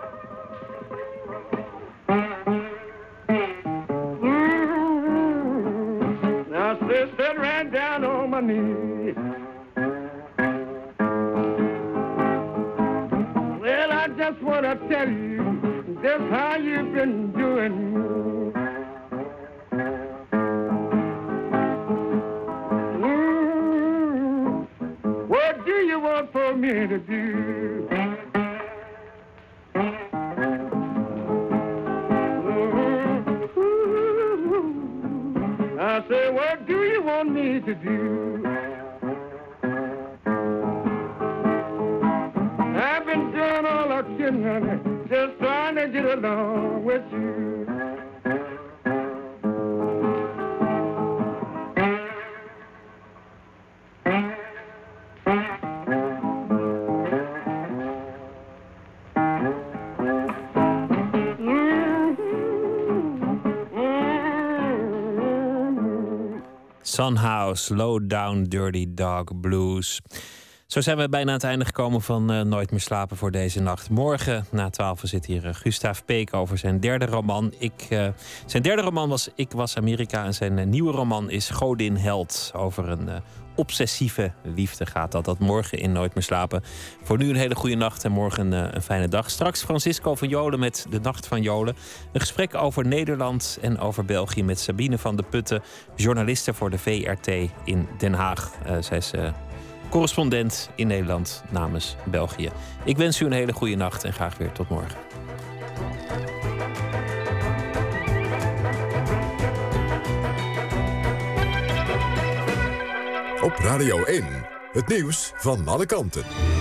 Mm-hmm. Now sit, sit right down on my knee. Well, I just want to tell you just how you've been doing. Mm, what do you want for me to do? I say, what do you want me to do? I've been doing all I can, honey, just trying to get along with you. Sunhouse, Low Down Dirty Dog Blues. Zo zijn we bijna aan het einde gekomen van uh, Nooit meer slapen voor deze nacht. Morgen na twaalf zit hier uh, Gustav Peek over zijn derde roman. Ik, uh, zijn derde roman was Ik was Amerika en zijn uh, nieuwe roman is Godin Held. Over een uh, obsessieve liefde gaat dat. Dat morgen in Nooit meer slapen. Voor nu een hele goede nacht en morgen uh, een fijne dag. Straks Francisco van Jolen met De Nacht van Jolen. Een gesprek over Nederland en over België met Sabine van de Putten, journaliste voor de V R T in Den Haag. Uh, zij is uh, correspondent in Nederland namens België. Ik wens u een hele goede nacht en graag weer tot morgen. Op Radio één, het nieuws van alle kanten.